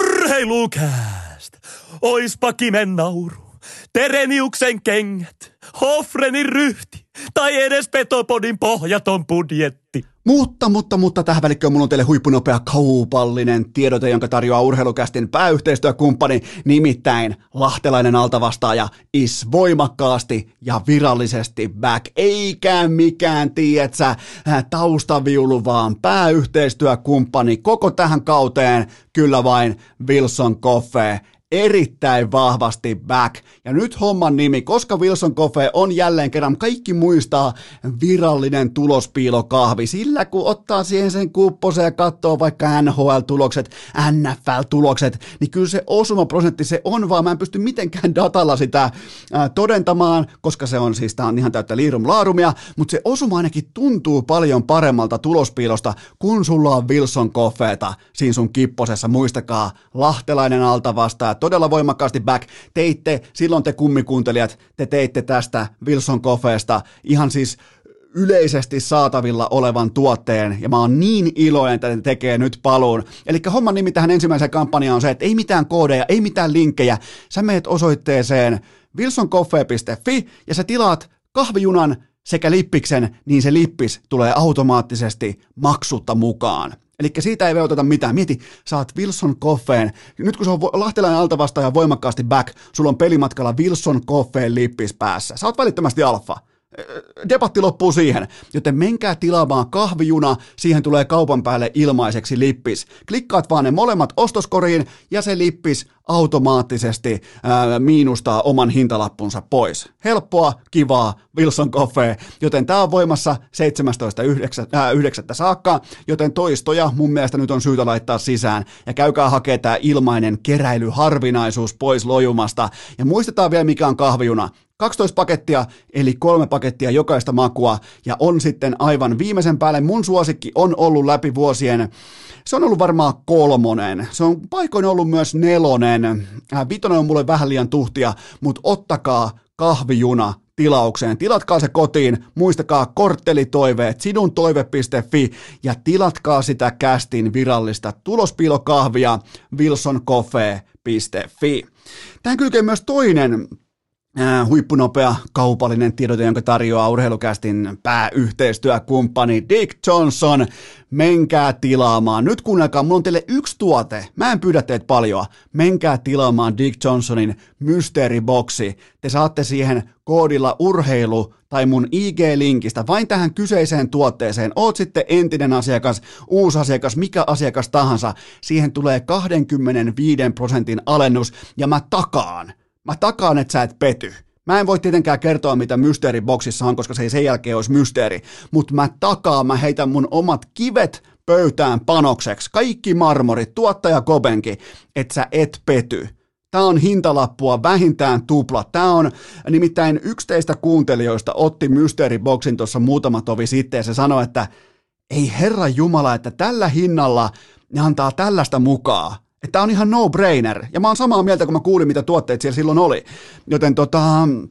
Urheilukääst! Oispa kimen nauru, Tereniuksen kengät, Hofrenin ryhti tai edes Petopodin pohjaton budjetti.
Mutta, mutta, mutta tähän välikköön mulla on teille huippunopea kaupallinen tiedote, jonka tarjoaa Urheilukästin pääyhteistyökumppani, nimittäin lahtelainen altavastaaja is voimakkaasti ja virallisesti back. Eikä mikään, tietsä, taustaviulu, vaan pääyhteistyökumppani koko tähän kauteen, kyllä vain Wilson Coffee. Erittäin vahvasti back. Ja nyt homman nimi, koska Wilson Coffee on jälleen kerran, kaikki muistaa, virallinen tulospiilokahvi. Sillä kun ottaa siihen sen kupposen ja katsoo vaikka N H L-tulokset, N F L-tulokset, niin kyllä se osumaprosentti se on, vaan mä en pysty mitenkään datalla sitä ää, todentamaan, koska se on siis, tää on ihan täyttä liirum laarumia, mutta se osuma ainakin tuntuu paljon paremmalta tulospiilosta, kun sulla on Wilson Coffeeta siinä sun kipposessa. Muistakaa, lahtelainen altavastaaja. Todella voimakkaasti back. Teitte, silloin te kummikuuntelijat, te teitte tästä Wilson Coffeesta ihan siis yleisesti saatavilla olevan tuotteen, ja mä oon niin iloinen, että te tekee nyt paluun. Eli homman nimi tähän ensimmäiseen kampanjaan on se, että ei mitään koodeja, ei mitään linkkejä. Sä meet osoitteeseen wilson coffee piste fi ja sä tilaat kahvijunan sekä lippiksen, niin se lippis tulee automaattisesti maksutta mukaan. Eli siitä ei veuteta mitään. Mieti, saat Wilson Coffeen. Nyt kun se on lahtelainen altavastaaja voimakkaasti back, sulla on pelimatkalla Wilson Coffeen lippis päässä. Sä oot välittömästi alfa. Debatti loppuu siihen, joten menkää tilaamaan kahvijuna, siihen tulee kaupan päälle ilmaiseksi lippis. Klikkaat vaan ne molemmat ostoskoriin ja se lippis automaattisesti ää, miinustaa oman hintalappunsa pois. Helppoa, kivaa, Wilson Coffee, joten tää on voimassa seitsemästoista yhdeksättä saakka, joten toistoja mun mielestä nyt on syytä laittaa sisään ja käykää hakee tää ilmainen keräilyharvinaisuus pois lojumasta ja muistetaan vielä mikä on kahvijuna. kaksitoista pakettia, eli kolme pakettia jokaista makua, ja on sitten aivan viimeisen päälle. Mun suosikki on ollut läpi vuosien, se on ollut varmaan kolmonen, se on paikoin ollut myös nelonen, äh, vitonen on mulle vähän liian tuhtia, mutta ottakaa kahvijuna tilaukseen. Tilatkaa se kotiin, muistakaa korttelitoiveet, siduntoive piste fi ja tilatkaa sitä kästin virallista tulospiilokahvia wilson coffee piste fi. Tähän kylkee myös toinen Äh, huippunopea kaupallinen tiedote, jonka tarjoaa Urheilukästin pääyhteistyökumppani Dick Johnson. Menkää tilaamaan. Nyt kuunnelkaa, mulla on teille yksi tuote. Mä en pyydä teitä paljon. Menkää tilaamaan Dick Johnsonin mysteeriboksi. Te saatte siihen koodilla urheilu tai mun I G-linkistä vain tähän kyseiseen tuotteeseen. Oot sitten entinen asiakas, uusi asiakas, mikä asiakas tahansa. Siihen tulee kaksikymmentäviisi prosentin alennus ja mä takaan. Mä takaan, että sä et pety. Mä en voi tietenkään kertoa, mitä mysteeriboksissa on, koska se ei sen jälkeen olisi mysteeri. Mutta mä takaan, mä heitän mun omat kivet pöytään panokseksi. Kaikki marmorit, tuottaja Kobenki, että sä et pety. Tää on hintalappua vähintään tupla. Tää on nimittäin yksi teistä kuuntelijoista otti mysteeriboksin tuossa muutama tovi sitten ja se sanoi, että ei herra jumala, että tällä hinnalla ne antaa tällaista mukaan. Että on ihan no-brainer. Ja mä oon samaa mieltä, kun mä kuulin, mitä tuotteet siellä silloin oli. Joten tota,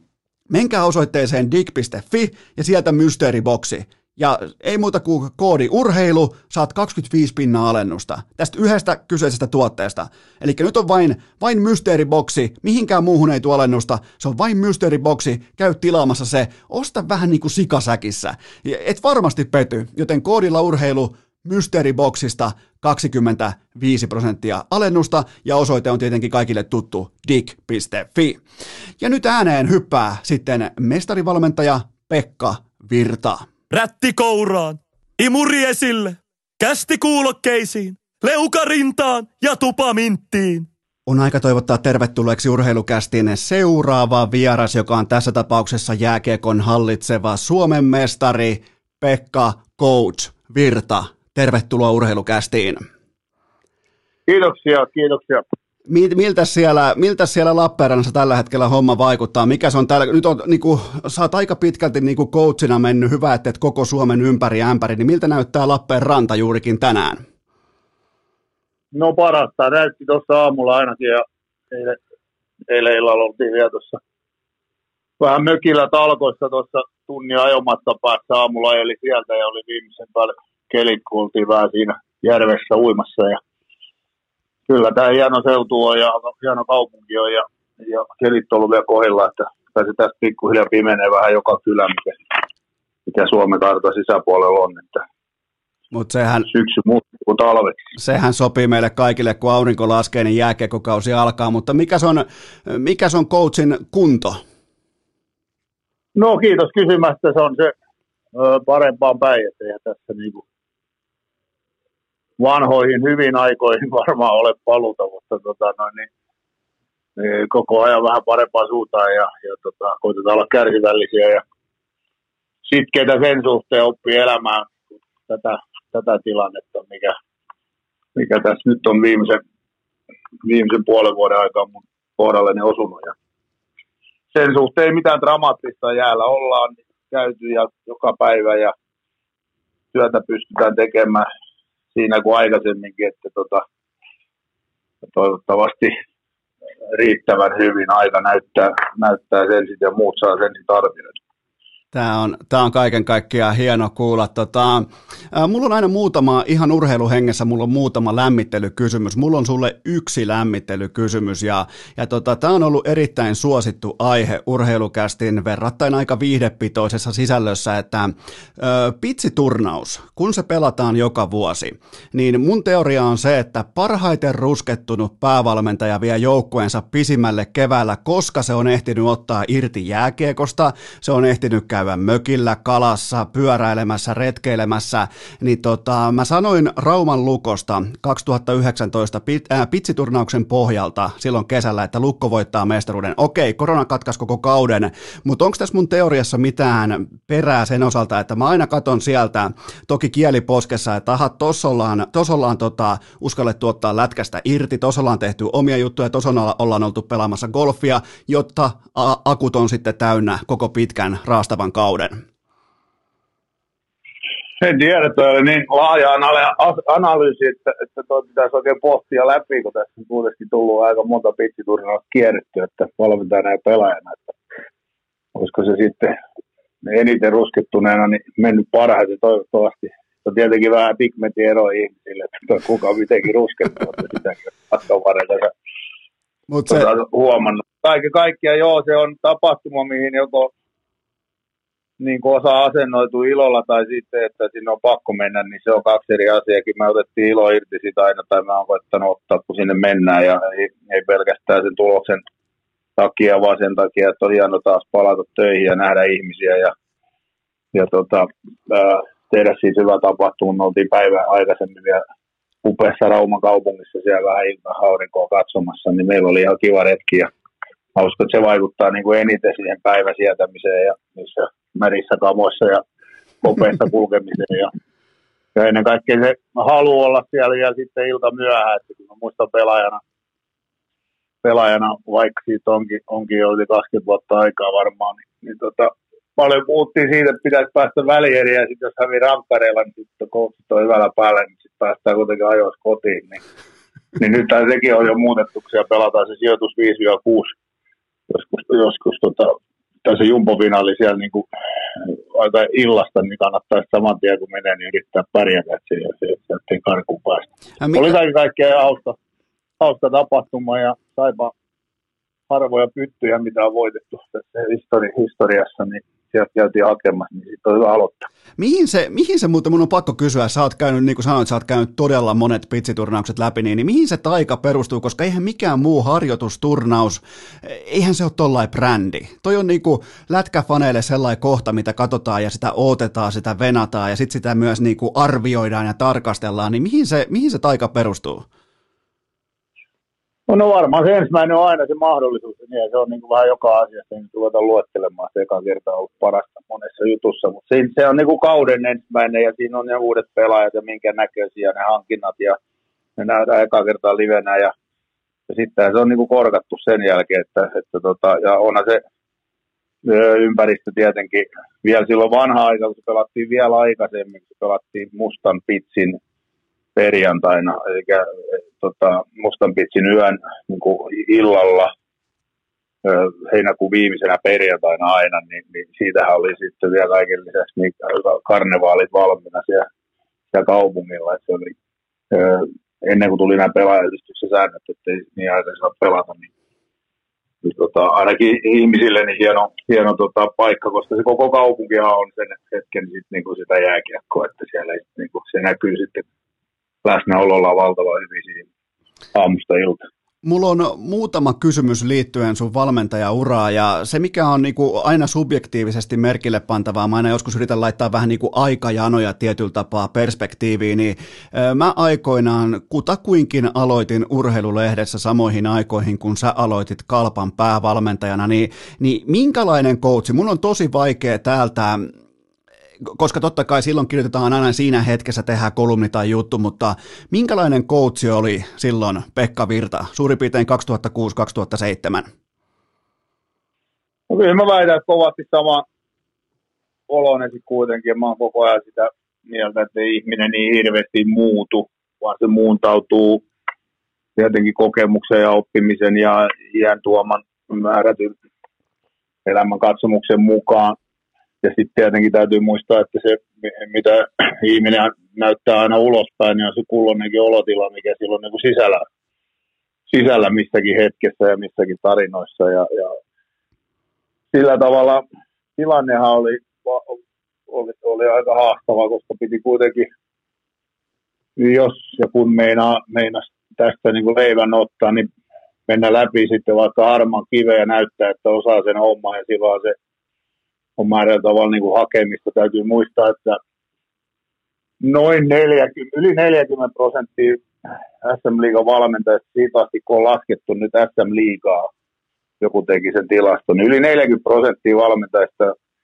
menkää osoitteeseen dig piste fi ja sieltä mysteeriboksi. Ja ei muuta kuin koodi urheilu, saat kaksikymmentäviisi pinnaa alennusta tästä yhdestä kyseisestä tuotteesta. Eli nyt on vain, vain mysteeriboksi, mihinkään muuhun ei tule alennusta, se on vain mysteeriboksi, käy tilaamassa se, osta vähän niin kuin sikasäkissä. Et varmasti pety, joten koodilla urheilu mysteeriboksista kaksikymmentäviisi prosenttia alennusta ja osoite on tietenkin kaikille tuttu dig piste fi. Ja nyt ääneen hyppää sitten mestarivalmentaja Pekka Virta.
Rätti kouraan, imuri esille, kästi kuulokkeisiin, leuka rintaan ja tupa minttiin.
On aika toivottaa tervetulleeksi Urheilukästin seuraava vieras, joka on tässä tapauksessa jääkiekon hallitseva Suomen mestari Pekka Coach Virta. Tervetuloa Urheilukästiin.
Kiitoksia, kiitoksia.
Miltä siellä, miltä siellä Lappeenrannassa tällä hetkellä homma vaikuttaa? Mikä se on täällä? Nyt on, niin kuin, sä oot aika pitkälti niin kuin coachina mennyt, hyvä, että et koko Suomen ympäri ämpäri, niin miltä näyttää Lappeenranta juurikin tänään?
No parasta, näytti tuossa aamulla ainakin ja eilen, eilen illalla oltiin vielä tuossa vähän mökillä talkoissa tuossa tunnin ajomatta päässä aamulla eli sieltä ja oli viimeisen päälle kelit, kun oltiin vähän siinä järvessä uimassa ja kyllä tämä hieno seutu on ja hieno kaupunki on ja, ja kelit on ollut vielä kohdilla, että se tästä pikkuhiljaa pimenee vähän joka kylä, mikä, mikä Suomen kartan sisäpuolella on, että
Mut sehän,
syksy muuttuu kuin talveksi.
Sehän sopii meille kaikille, kun aurinko laskee, niin jääkiekkokausi alkaa, mutta mikä on, mikä on coachin kunto?
No kiitos kysymästä, se on se ö, parempaan päin, että eihän tässä niinku vanhoihin hyvin aikoihin varmaan ole paluuta, mutta tota, no, niin, niin, koko ajan vähän parempaan suuntaan ja, ja tota, koitetaan olla kärsivällisiä ja sitkeitä sen suhteen oppii elämään tätä, tätä tilannetta, mikä, mikä tässä nyt on viimeisen, viimeisen puolen vuoden aikaa mun kohdalleni osunut. Ja sen suhteen ei mitään dramaattista jäällä ollaan käyty ja joka päivä ja työtä pystytään tekemään siinä kuin aikaisemminkin, että tota, toivottavasti riittävän hyvin aika näyttää, näyttää sen ja muut saa sen arvioida.
Tämä on, tämä on kaiken kaikkiaan hieno kuulla. Tota, ää, mulla on aina muutama, ihan urheiluhengessä, mulla on muutama lämmittelykysymys. Mulla on sulle yksi lämmittelykysymys ja, ja tota, tämä on ollut erittäin suosittu aihe Urheilukästin verrattain aika viihdepitoisessa sisällössä, että ää, pitsiturnaus, kun se pelataan joka vuosi, niin mun teoria on se, että parhaiten ruskettunut päävalmentaja vie joukkueensa pisimmälle keväällä, koska se on ehtinyt ottaa irti jääkiekosta, se on ehtinyt käydä mökillä, kalassa, pyöräilemässä, retkeilemässä, niin tota, mä sanoin Rauman Lukosta kaksituhattayhdeksäntoista äh, pitsiturnauksen pohjalta silloin kesällä, että Lukko voittaa mestaruuden. Okei, korona katkaisi koko kauden, mutta onko tässä mun teoriassa mitään perää sen osalta, että mä aina katon sieltä, toki kieli poskessa, että aha, tossa ollaan, tossa ollaan tota, uskallettu ottaa lätkästä irti, tossa ollaan tehty omia juttuja, tossa ollaan oltu pelaamassa golfia, jotta a- akut on sitten täynnä koko pitkän raastavan kauden?
En tiedä, toi oli niin laaja analyysi, että, että toi pitäisi oikein pohtia läpi, kun tässä on kuitenkin tullut aika monta pitsiturnausta kierretty, että valmentajana ja pelaajana, että olisiko se sitten eniten ruskettuneena niin mennyt parhaiten toivottavasti. Se on tietenkin vähän pigmentin ero ihmisille, että kuka mitenkin ruskettu, mutta sitäkin matkan varrella se... huomannut. Kaiken kaikkiaan joo, se on tapahtuma, mihin joko niin kuin osa asennoituu ilolla tai sitten, että sinne on pakko mennä, niin se on kaksi eri asiaakin. Me otettiin ilo irti sitä aina, tai mä oon koettanut ottaa, kun sinne mennään, ja ei, ei pelkästään sen tuloksen takia, vaan sen takia, että on hieno taas palata töihin ja nähdä ihmisiä ja, ja tota, ää, tehdä siitä hyvä tapahtuma. Me oltiin päivän aikaisemmin vielä upeassa Rauman kaupungissa siellä vähän ilman aurinkoa katsomassa, niin meillä oli ihan kiva retki ja mä uskon, että se vaikuttaa niin kuin eniten siihen päivän sietämiseen ja niissä märissä kamoissa ja kopeissa kulkemiseen. Ja, ja ennen kaikkea se halu olla siellä ja sitten ilta myöhään, että kun mä muistan pelaajana, pelaajana vaikka siitä onkin, onkin jo yli kaksikymmentä vuotta aikaa varmaan, niin, niin tota, paljon puhuttiin siitä, että pitäisi päästä välieriin ja sitten jos hävii rankkareilla, niin sitten coachit on hyvällä päällä, niin sitten päästään kuitenkin ajoissa kotiin. Niin, niin nyt sekin on jo muutettu, ja pelataan se sijoitus viisi kuusi. Joskus, joskus tota, tässä jumpovinaali siellä niin kuin, aika illasta, niin kannattaa saman tien kun menee, niin yrittää pärjätä, että sieltä karkuun päästä. Mikä... Oli kaiken kaikkiaan hauska, hauska tapahtuma ja saipa harvoja pyttyjä, mitä on voitettu tässä histori- historiassa, niin sieltä käytiin hakemassa, niin sitten on hyvä aloittaa.
Mihin se, mihin se muuten, mun on pakko kysyä, sä oot käynyt, niin kuin sanoit, sä oot käynyt todella monet pitsiturnaukset läpi, niin, niin mihin se taika perustuu, koska eihän mikään muu harjoitusturnaus, eihän se ole tollain brändi. Toi on niin kuin lätkäfaneille sellainen kohta, mitä katsotaan ja sitä odotetaan, sitä venataan ja sitten sitä myös niin kuin arvioidaan ja tarkastellaan, niin mihin se, mihin se taika perustuu?
No varmaan se ensimmäinen on aina se mahdollisuus, ja se on niin kuin vähän joka asiassa, niin ruvetaan luettelemaan, se eka kerta on ollut parasta monessa jutussa, mutta se, se on niin kuin kauden ensimmäinen, ja siinä on ne uudet pelaajat, ja minkä näköisiä ne hankinnat, ja ne nähdään eka kertaa livenä, ja, ja sitten se on niin kuin korkattu sen jälkeen, että, että tota, ja onhan se ympäristö tietenkin, vielä silloin vanha aika, kun se pelattiin vielä aikaisemmin, kun se pelattiin mustan pitsin perjantaina, eli tota, mustan pitsin yön niin kuin illalla, heinäkuun viimeisenä perjantaina aina, niin, niin siitähän oli sitten vielä kaiken lisäksi niin karnevaalit valmiina siellä, siellä kaupungilla, että se oli ennen kuin tuli nämä pelaajayhdistyksen säännöt, että ei niin aina saa pelata, niin, niin tota, ainakin ihmisille niin hieno, hieno tota, paikka, koska se koko kaupunkihan on sen hetken sit, niin kuin sitä jääkiekkoa, että siellä ei, niin kuin, se näkyy sitten läsnäololla valtava hyvin siinä aamusta ilta.
Mulla on muutama kysymys liittyen sun valmentajauraan, ja se mikä on niinku aina subjektiivisesti merkille pantavaa, mä aina joskus yritän laittaa vähän niinku aikajanoja tietyllä tapaa perspektiiviin, niin mä aikoinaan kutakuinkin aloitin Urheilulehdessä samoihin aikoihin, kun sä aloitit Kalpan päävalmentajana, niin, niin minkälainen coachi, mun on tosi vaikea täältä, koska totta kai silloin kirjoitetaan aina siinä hetkessä, tehdään kolumni tai juttu, mutta minkälainen coachi oli silloin Pekka Virta, suurin piirtein kaksituhattakuusi kaksituhattaseitsemän?
No kyllä mä väitän, että kovasti sama oloinen kuitenkin. Mä oon koko ajan sitä mieltä, että ei ihminen niin hirveästi muutu, vaan se muuntautuu tietenkin kokemuksen ja oppimisen ja iän tuoman määrätyn elämän katsomuksen mukaan. Ja sitten tietenkin täytyy muistaa, että se, mitä ihminen näyttää aina ulospäin, niin on se kulloinenkin olotila, mikä silloin niin kuin sisällä, sisällä missäkin hetkessä ja missäkin tarinoissa. Ja, ja sillä tavalla tilannehan oli, oli, oli aika haastava, koska piti kuitenkin, jos ja kun meinaa, meinas tästä niin kuin leivän ottaa, niin mennä läpi sitten vaikka harmaan kiveen ja näyttää, että osaa sen homman, ja silloin se on määrällä tavalla niin kuin hakemista. Täytyy muistaa, että noin neljäkymmentä, yli neljäkymmentä prosenttia S M-liigan valmentajista siitä asti, kun on laskettu nyt S M-liigaa, joku teki sen tilaston, niin yli neljäkymmentä prosenttia valmentajista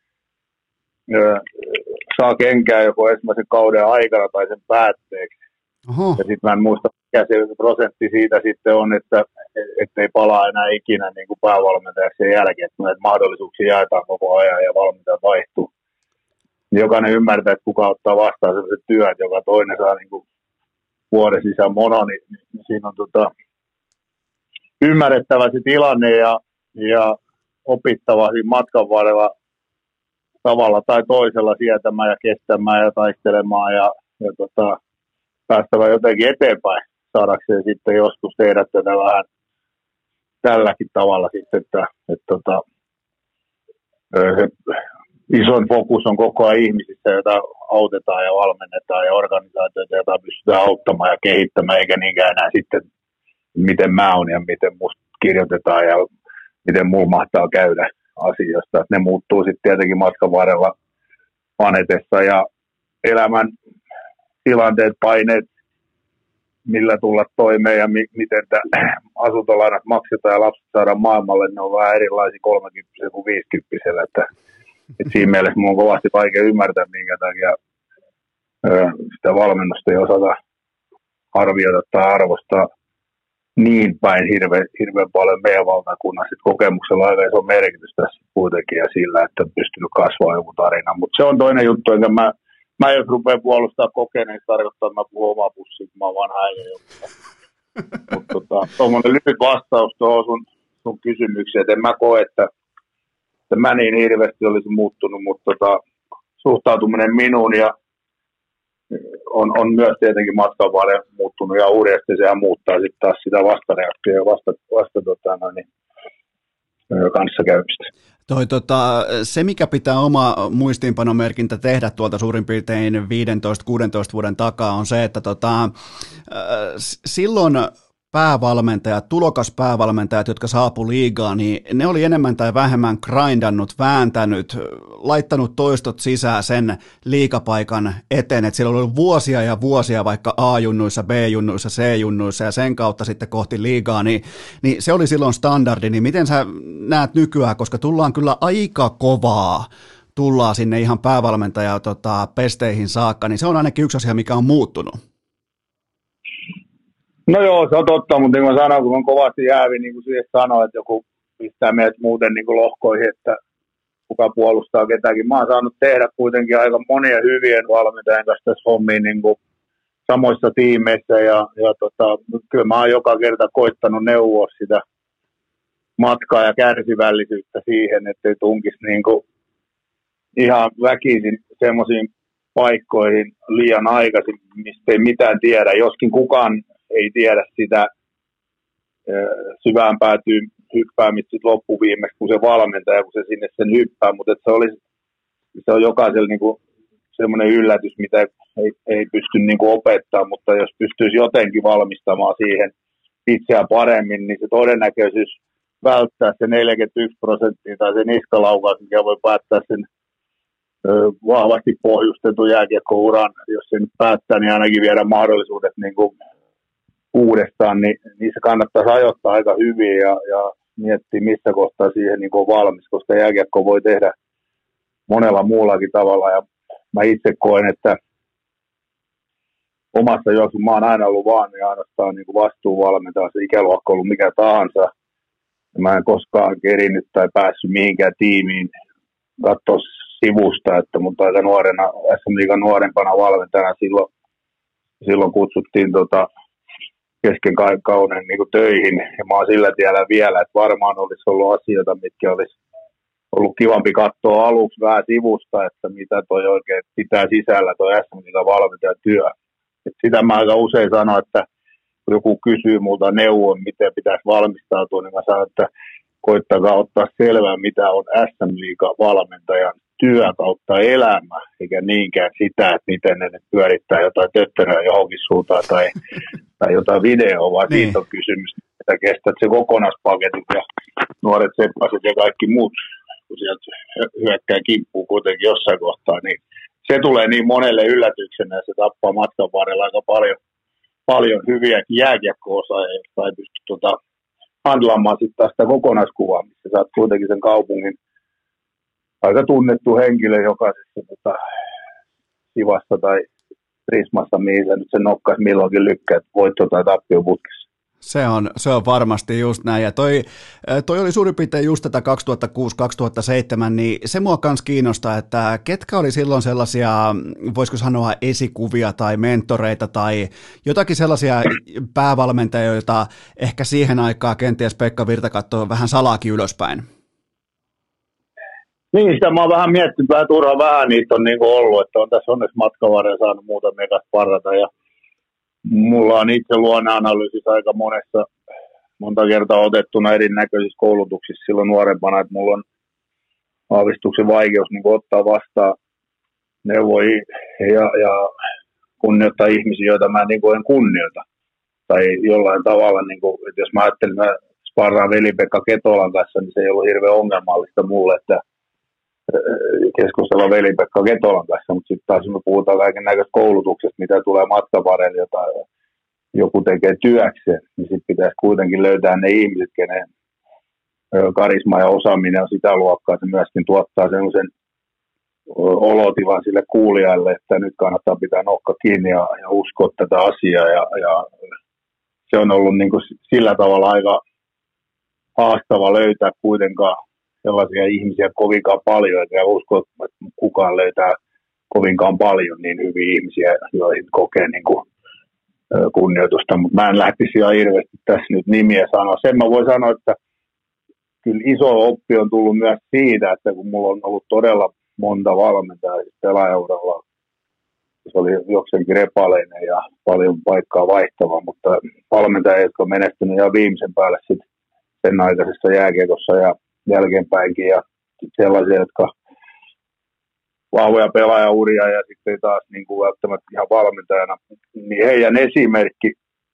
ö, saa kenkää joko ensimmäisen kauden aikana tai sen päätteeksi. Oho. Ja sitten mä en muista, mikä se prosentti siitä sitten on, että ei palaa enää ikinä niin kuin päävalmentajaksi sen jälkeen, että näitä mahdollisuuksia jaetaan koko ajan ja valmentaja vaihtuu. Jokainen ymmärtää, että kuka ottaa vastaan sellaiset työt, joka toinen saa niin kuin vuoden sisään mono, niin, niin siinä on tota, ymmärrettävä se tilanne ja, ja opittava siinä matkan varrella tavalla tai toisella sietämään ja kestämään ja taistelemaan ja, ja tota, päästävä jotenkin eteenpäin saadakseen sitten joskus tehdä tätä vähän tälläkin tavalla sitten, että, että, että se isoin fokus on koko ajan ihmisissä, joita autetaan ja valmennetaan ja organisaatioita, joita pystytään auttamaan ja kehittämään, eikä niinkään enää sitten, miten mä oon ja miten musta kirjoitetaan ja miten mulla mahtaa käydä asioista. Että ne muuttuu sitten tietenkin matkan varrella vanhetessa ja elämän tilanteet, paineet, millä tulla toimeen ja mi- miten asuntolainat maksetaan ja lapset saadaan maailmalle, ne on vähän erilaisia kolmekymppisiä kuin viisikymppisellä. Että, että siinä mielessä minun on kovasti vaikea ymmärtää, minkä takia ö, sitä valmennusta ei osata arvioida tai arvostaa niin päin hirveän, hirveän paljon meidän valtakunnassa. Kokemuksella on aika iso merkitys tässä kuitenkin ja sillä, että on pystynyt kasvaa joku tarina. Mutta se on toinen juttu, enkä mä Mä jos rupean puolustaa kokeneen, niin tarkoittaa, että mä puhun omaa pussiin, kun mä oon vanha äijä. Mutta tota, tuommoinen lyhyt vastaus tuohon sun, sun kysymykseen, että en mä koe, että, että mä niin hirveästi olisi muuttunut, mutta tota, suhtautuminen minuun ja on, on myös tietenkin matkan varrella muuttunut ja uudestaan sehän muuttaa sitten taas sitä vastareaktiota ja vasta, vasta tota, no niin, kanssakäymistä.
Toi, tota, se, mikä pitää oma muistiinpanomerkintä tehdä tuolta suurin piirtein viisitoista kuusitoista vuoden takaa, on se, että tota, silloin päävalmentajat, tulokaspäävalmentajat, jotka saapu liigaan, niin ne oli enemmän tai vähemmän grindannut, vääntänyt, laittanut toistot sisään sen liigapaikan eteen, että siellä oli ollut vuosia ja vuosia vaikka A-junnuissa, B-junnuissa, C-junnuissa ja sen kautta sitten kohti liigaa, niin, niin se oli silloin standardi, niin miten sä näet nykyään, koska tullaan kyllä aika kovaa, tullaan sinne ihan päävalmentaja tota, pesteihin saakka, niin se on ainakin yksi asia, mikä on muuttunut.
No joo, se on totta, mutta niin kuin sanoin, kun on kovasti jäävi, niin kuin siihen sanoi, että joku pistää meidät muuten niin kuin lohkoihin, että kuka puolustaa ketäkin. Mä oon saanut tehdä kuitenkin aika monia hyvien valmentajien kanssa tässä hommiin niin kuin samoissa tiimeissä, ja, ja tota, kyllä mä oon joka kerta koittanut neuvoa sitä matkaa ja kärsivällisyyttä siihen, ettei tunkisi niin kuin ihan väkisin semmoisiin paikkoihin liian aikaisin, mistä ei mitään tiedä, joskin kukaan ei tiedä sitä syvään päätyy hyppäämistä sit loppuviimeksi, kun se valmentaja, kun se sinne sen hyppää, mutta se, olisi, se on jokaisella niinku semmoinen yllätys, mitä ei, ei pysty niinku opettaa, mutta jos pystyisi jotenkin valmistamaan siihen itseään paremmin, niin se todennäköisyys välttää se neljäkymmentäyksi prosenttia tai se niskalaukaus, mikä voi päättää sen ö, vahvasti pohjustetun jääkiekkouran, jos se nyt päättää, niin ainakin viedä mahdollisuudet niinku uudestaan, niin, niin se kannattaisi ajoittaa aika hyvin ja, ja miettiä, missä kohtaa siihen niin on valmis, koska jääkiekko voi tehdä monella muullakin tavalla. Ja mä itse koen, että omassa juoksussa mä oon aina ollut vaan ja ainoastaan niin vastuuvalmentaja, se ikäluokka on ollut mikä tahansa. Ja mä en koskaan kerinyt tai päässyt mihinkään tiimiin katsoa sivusta, että mutta aika nuorena, S M-liigan nuorempana valmentajana silloin, silloin kutsuttiin tota, kesken kauden niin kuin töihin, ja mä oon sillä tiellä vielä, että varmaan olisi ollut asioita, mitkä olisi ollut kivampi katsoa aluksi vähän sivusta, että mitä toi oikein pitää sisällä toi S M-liigan valmentajatyö. Et sitä mä aika usein sanon, että kun joku kysyy multa neuvon, miten pitäisi valmistautua, niin mä sanon, että koittakaa ottaa selvää, mitä on S M-liigan valmentajan työ kautta elämä, eikä niinkään sitä, että miten ne pyörittää jotain töttönöä johonkin suuntaan tai, tai jotain videoa, vaan niin. Siitä on kysymys, että kestät se kokonaispaketit ja nuoret seppaset ja kaikki muut, kun sieltä hyökkää kimppuun kuitenkin jossain kohtaa, niin se tulee niin monelle yllätyksenä ja se tappaa matkan varrella aika paljon, paljon hyviäkin jääkiekko-osaajia, jotka ei pysty tota, handlaamaan sitten taas sitä kokonaiskuvaa, missä sä oot kuitenkin sen kaupungin aika tunnettu henkilö jokaisessa tota, Sivassa tai Prismassa, mihin se nyt se nokkas milloinkin lykkää, että voitto tai tappio putkessa.
Se on, se on varmasti just näin, ja toi, toi oli suurin piirtein just tätä kaksituhattakuusi kaksituhattaseitsemän, niin se mua kans kiinnostaa, että ketkä oli silloin sellaisia, voisiko sanoa esikuvia tai mentoreita tai jotakin sellaisia päävalmentajia, joita ehkä siihen aikaan kenties Pekka Virta katsoi vähän salaakin ylöspäin.
Niin, sitä mä oon vähän miettinyt, vähän turha vähän niitä on niin kuin ollut, että on tässä onneksi matkan varrella saanut muutamia kanssa parata, ja mulla on itse luonneanalyysissä aika monessa, monta kertaa otettuna erinäköisissä koulutuksissa silloin nuorempana, että mulla on aavistuksen vaikeus niin kuin ottaa vastaan neuvoja ja, ja kunnioittaa ihmisiä, joita mä niin kuin en kunnioita. Tai jollain tavalla, niin kuin, että jos mä ajattelin, että mä sparraan Veli-Pekka Ketolan kanssa, niin se ei ollut hirveän ongelmallista mulle, että keskustella Veli-Pekka Ketolan kanssa, mutta sitten taas me puhutaan kaiken näköistä koulutuksesta, mitä tulee matkan varrella, jota joku tekee työkseen, niin sitten pitäisi kuitenkin löytää ne ihmiset, kenen karisma ja osaaminen on sitä luokkaa, se myöskin tuottaa sellaisen olotilan sille kuulijalle, että nyt kannattaa pitää nokka kiinni ja, ja uskoa tätä asiaa, ja, ja se on ollut niin kuin sillä tavalla aika haastava löytää kuitenkaan sellaisia ihmisiä kovinkaan paljon, eikä usko, että kukaan löytää kovinkaan paljon niin hyviä ihmisiä, joihin kokee niin kuin kunnioitusta, mutta mä en lähtisi ihan hirveästi tässä nyt nimiä sanoa. Sen mä voin sanoa, että kyllä iso oppi on tullut myös siitä, että kun mulla on ollut todella monta valmentajaa pelaajauralla, se oli jokseenkin repaleinen ja paljon paikkaa vaihtava, mutta valmentajia, jotka on menestynyt ihan viimeisen päälle sitten sen aikaisessa jääkiekossa ja jälkeenpäinkin, ja sellaisia, jotka vahvoja pelaajauria ja sitten taas niin kuin välttämättä ihan valmentajana, niin heidän esimerkki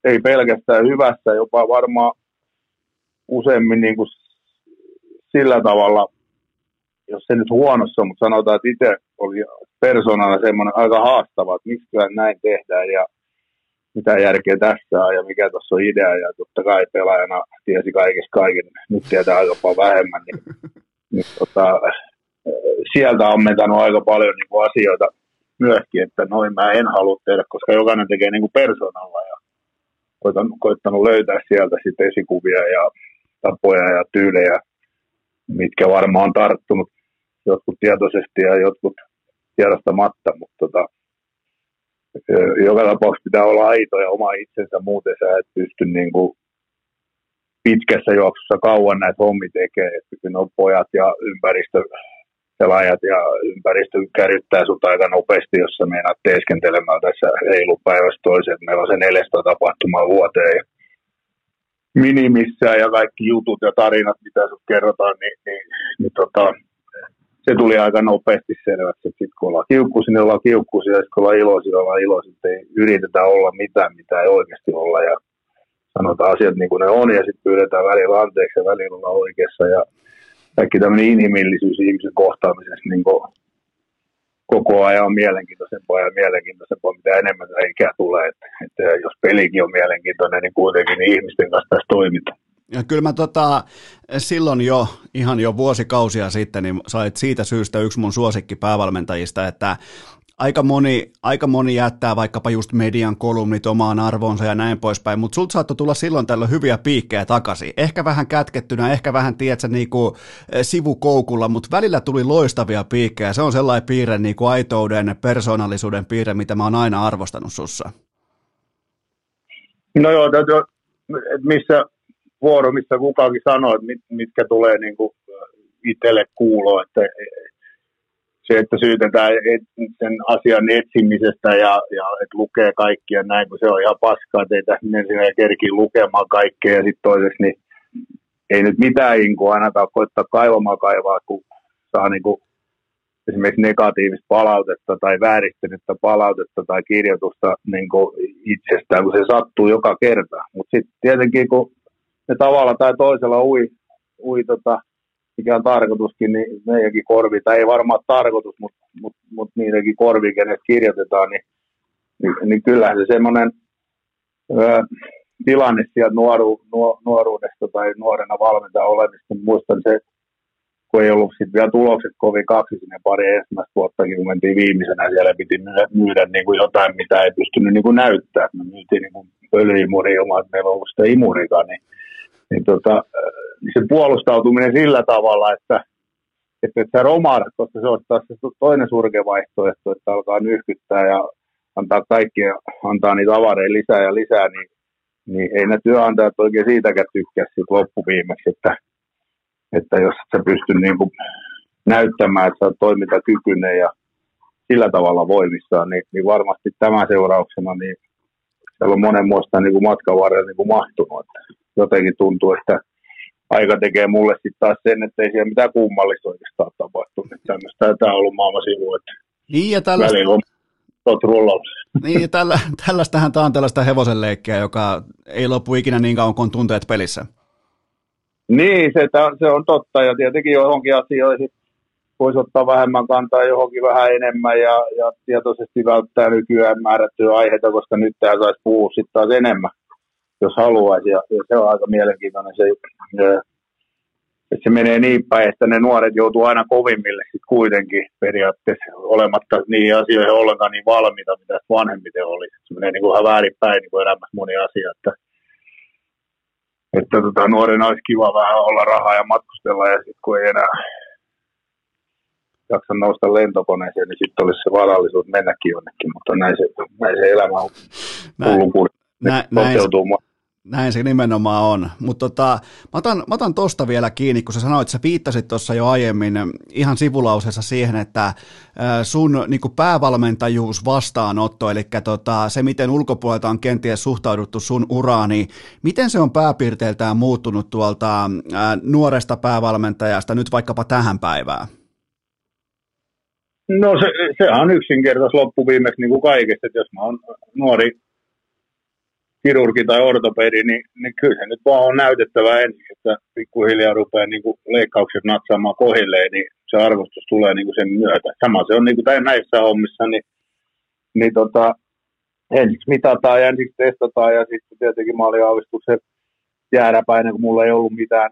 ei pelkästään hyvässä, jopa varmaan useammin niin kuin sillä tavalla, jos se nyt huonossa, mutta sanotaan, että itse oli persoonana semmoinen aika haastava, että miksi näin tehdään ja mitä järkeä tässä on ja mikä tuossa on idea. Ja totta kai pelaajana tiesi kaikista kaiken, nyt tietää aika paljon vähemmän. Niin, niin tota, sieltä on ammentanut aika paljon niin kuin asioita myöskin, että noin mä en halua tehdä, koska jokainen tekee niin kuin persoonalla. Ja koittanut, koittanut löytää sieltä sitten esikuvia ja tapoja ja tyylejä, mitkä varmaan on tarttunut jotkut tietoisesti ja jotkut tiedostamatta, mutta tota, joka tapauksessa pitää olla aito ja oma itsensä, muuten sä et pysty niin kuin pitkässä juoksussa kauan näitä hommia tekemään, että kun on pojat ja ympäristöpelaajat ja ympäristö kärryttää sut aika nopeasti, jos sä meinaat teeskentelemään tässä reilupäivästä toiseen, meillä on se neljäsataa tapahtumaa vuoteen ja minimissään ja kaikki jutut ja tarinat, mitä sut kerrotaan, niin, niin, niin tota, se tuli aika nopeasti selväksi, että sitten kun ollaan kiukkuisia, niin ollaan kiukkuisia, ja sitten kun ollaan iloisia, ollaan iloisia, että ei yritetä olla mitään, mitä ei oikeasti olla, ja sanotaan asiat niin kuin ne on, ja sitten pyydetään välillä anteeksi, ja välillä ollaan oikeassa, ja kaikki tämmöinen inhimillisyys ihmisen kohtaamisessa niin koko ajan on mielenkiintoisempaa ja mielenkiintoisempaa, mitä enemmän ikää tulee, että, että jos pelikin on mielenkiintoinen, niin kuitenkin niin ihmisten kanssa tässä toimitaan.
Ja kyllä mä tota, silloin jo, ihan jo vuosikausia sitten, niin sait siitä syystä yksi mun suosikki päävalmentajista, että aika moni, aika moni jättää vaikkapa just median kolumnit omaan arvoonsa ja näin poispäin, mutta sulta saattoi tulla silloin tällöin hyviä piikkejä takaisin. Ehkä vähän kätkettynä, ehkä vähän, tiedätkö, niinku sivukoukulla, mutta välillä tuli loistavia piikkejä. Se on sellainen piirre, niinku aitouden, persoonallisuuden piirre, mitä mä oon aina arvostanut sussa.
No joo, täytyy, että missä vuoro, missä kukaankin sanoo, että mit, mitkä tulee niin kuin itselle kuuloon, että se, että syytetään et, sen asian etsimisestä ja, ja että lukee kaikkia näin, kun se on ihan paskaa, että ei tässä ensin kerkiä lukemaan kaikkea ja sitten toiseksi, niin ei nyt mitään inkua ainakaan koittaa kaivamaan kaivaa, kun saa niin kuin esimerkiksi negatiivista palautetta tai vääristynyttä palautetta tai kirjoitusta niin kuin itsestään, kun se sattuu joka kerta. Mutta sitten tietenkin, kun ne tavalla tai toisella ui, ui tota, mikä on tarkoituskin, niin meidänkin korvi, tai ei varmaan tarkoitus, mutta mut, mut niidenkin korvi, kenestä kirjoitetaan, niin, niin, niin kyllähän se semmoinen ö, tilanne sieltä nuoru, nuor, nuoruudesta tai nuorena valmentaja olemista. Muistan se, kun ei ollut sitten vielä tulokset kovin kaksisinen pari ensimmäistä vuottakin, kun mentiin viimeisenä, siellä piti myydä, myydä niin kuin jotain, mitä ei pystynyt niin kuin näyttää. Me myytiin niin kuin pölyimuri ilman, että meillä on ollut sitä imurikaan, niin Niin tota, se puolustautuminen sillä tavalla, että, että et sä romahdat, koska se on taas se toinen surkea vaihtoehto, että alkaa nyhkyttää ja antaa kaikkia, antaa niitä avareja lisää ja lisää, niin, niin ei ne työnantajat oikein siitäkään tykkää siitä loppuviimeksi, että, että jos et sä pysty niin kuin näyttämään, että sä oot toimintakykyinen ja sillä tavalla voimissaan, niin, niin varmasti tämän seurauksena niin siellä on monen muista niin kuin matkan varrella niin kuin mahtunut, että jotenkin tuntuu, että aika tekee mulle sitten taas sen, että ei siellä mitään kummallista oikeastaan tapahtunut. Tämmöistä tämä on ollut maailman sivu, että
niin ja tällaista,
välillä on tot rullalla.
Niin, tällä, tällaistähän tämä on tällaista hevosenleikkiä, joka ei lopu ikinä niin kauan kuin tunteet pelissä.
Niin, se, se on totta, ja tietenkin johonkin asioihin voisi ottaa vähemmän kantaa, johonkin vähän enemmän, ja, ja tietoisesti välttää nykyään määrättyä aiheita, koska nyt tämä saisi puhua sitten taas enemmän, jos haluaisi, ja, ja se on aika mielenkiintoinen se, että se menee niin päin, että ne nuoret joutuu aina kovimmille sitten kuitenkin periaatteessa olematta niihin asioihin ollenkaan niin valmiita, mitä vanhemmiten oli. Se menee niin kuin ihan väärinpäin niin kuin elämässä moni asia, että, että tota, nuorena olisi kiva vähän olla rahaa ja matkustella, ja sitten kun ei enää jaksa nousta lentokoneeseen, niin sitten olisi se varallisuus mennäkin jonnekin, mutta näin se, näin se elämä on hullu puri.
Näin, näin, näin se nimenomaan on, mutta tota, mä otan, mä otan tosta vielä kiinni, kun sä sanoit, että sä viittasit tuossa jo aiemmin ihan sivulauseessa siihen, että sun niin kuin päävalmentajuus vastaanotto, eli tota, se miten ulkopuolelta on kenties suhtauduttu sun uraan, niin miten se on pääpiirteiltään muuttunut tuolta ää, nuoresta päävalmentajasta nyt vaikkapa tähän päivään?
No se, se on yksinkertaisesti loppuviimeksi niin kuin kaikesta, että jos mä oon nuori kirurgi tai ortopedi, niin, niin kyllä se nyt vaan on näytettävä ensin, että pikkuhiljaa rupeaa niin kuin leikkaukset natsaamaan kohilleen, niin se arvostus tulee niin kuin sen myötä. Sama se on niin kuin näissä hommissa, niin, niin tota, ensiksi mitataan ja ensiksi testataan ja sitten tietenkin mä olin aavistuksen jääräpäinen, kun mulla ei ollut mitään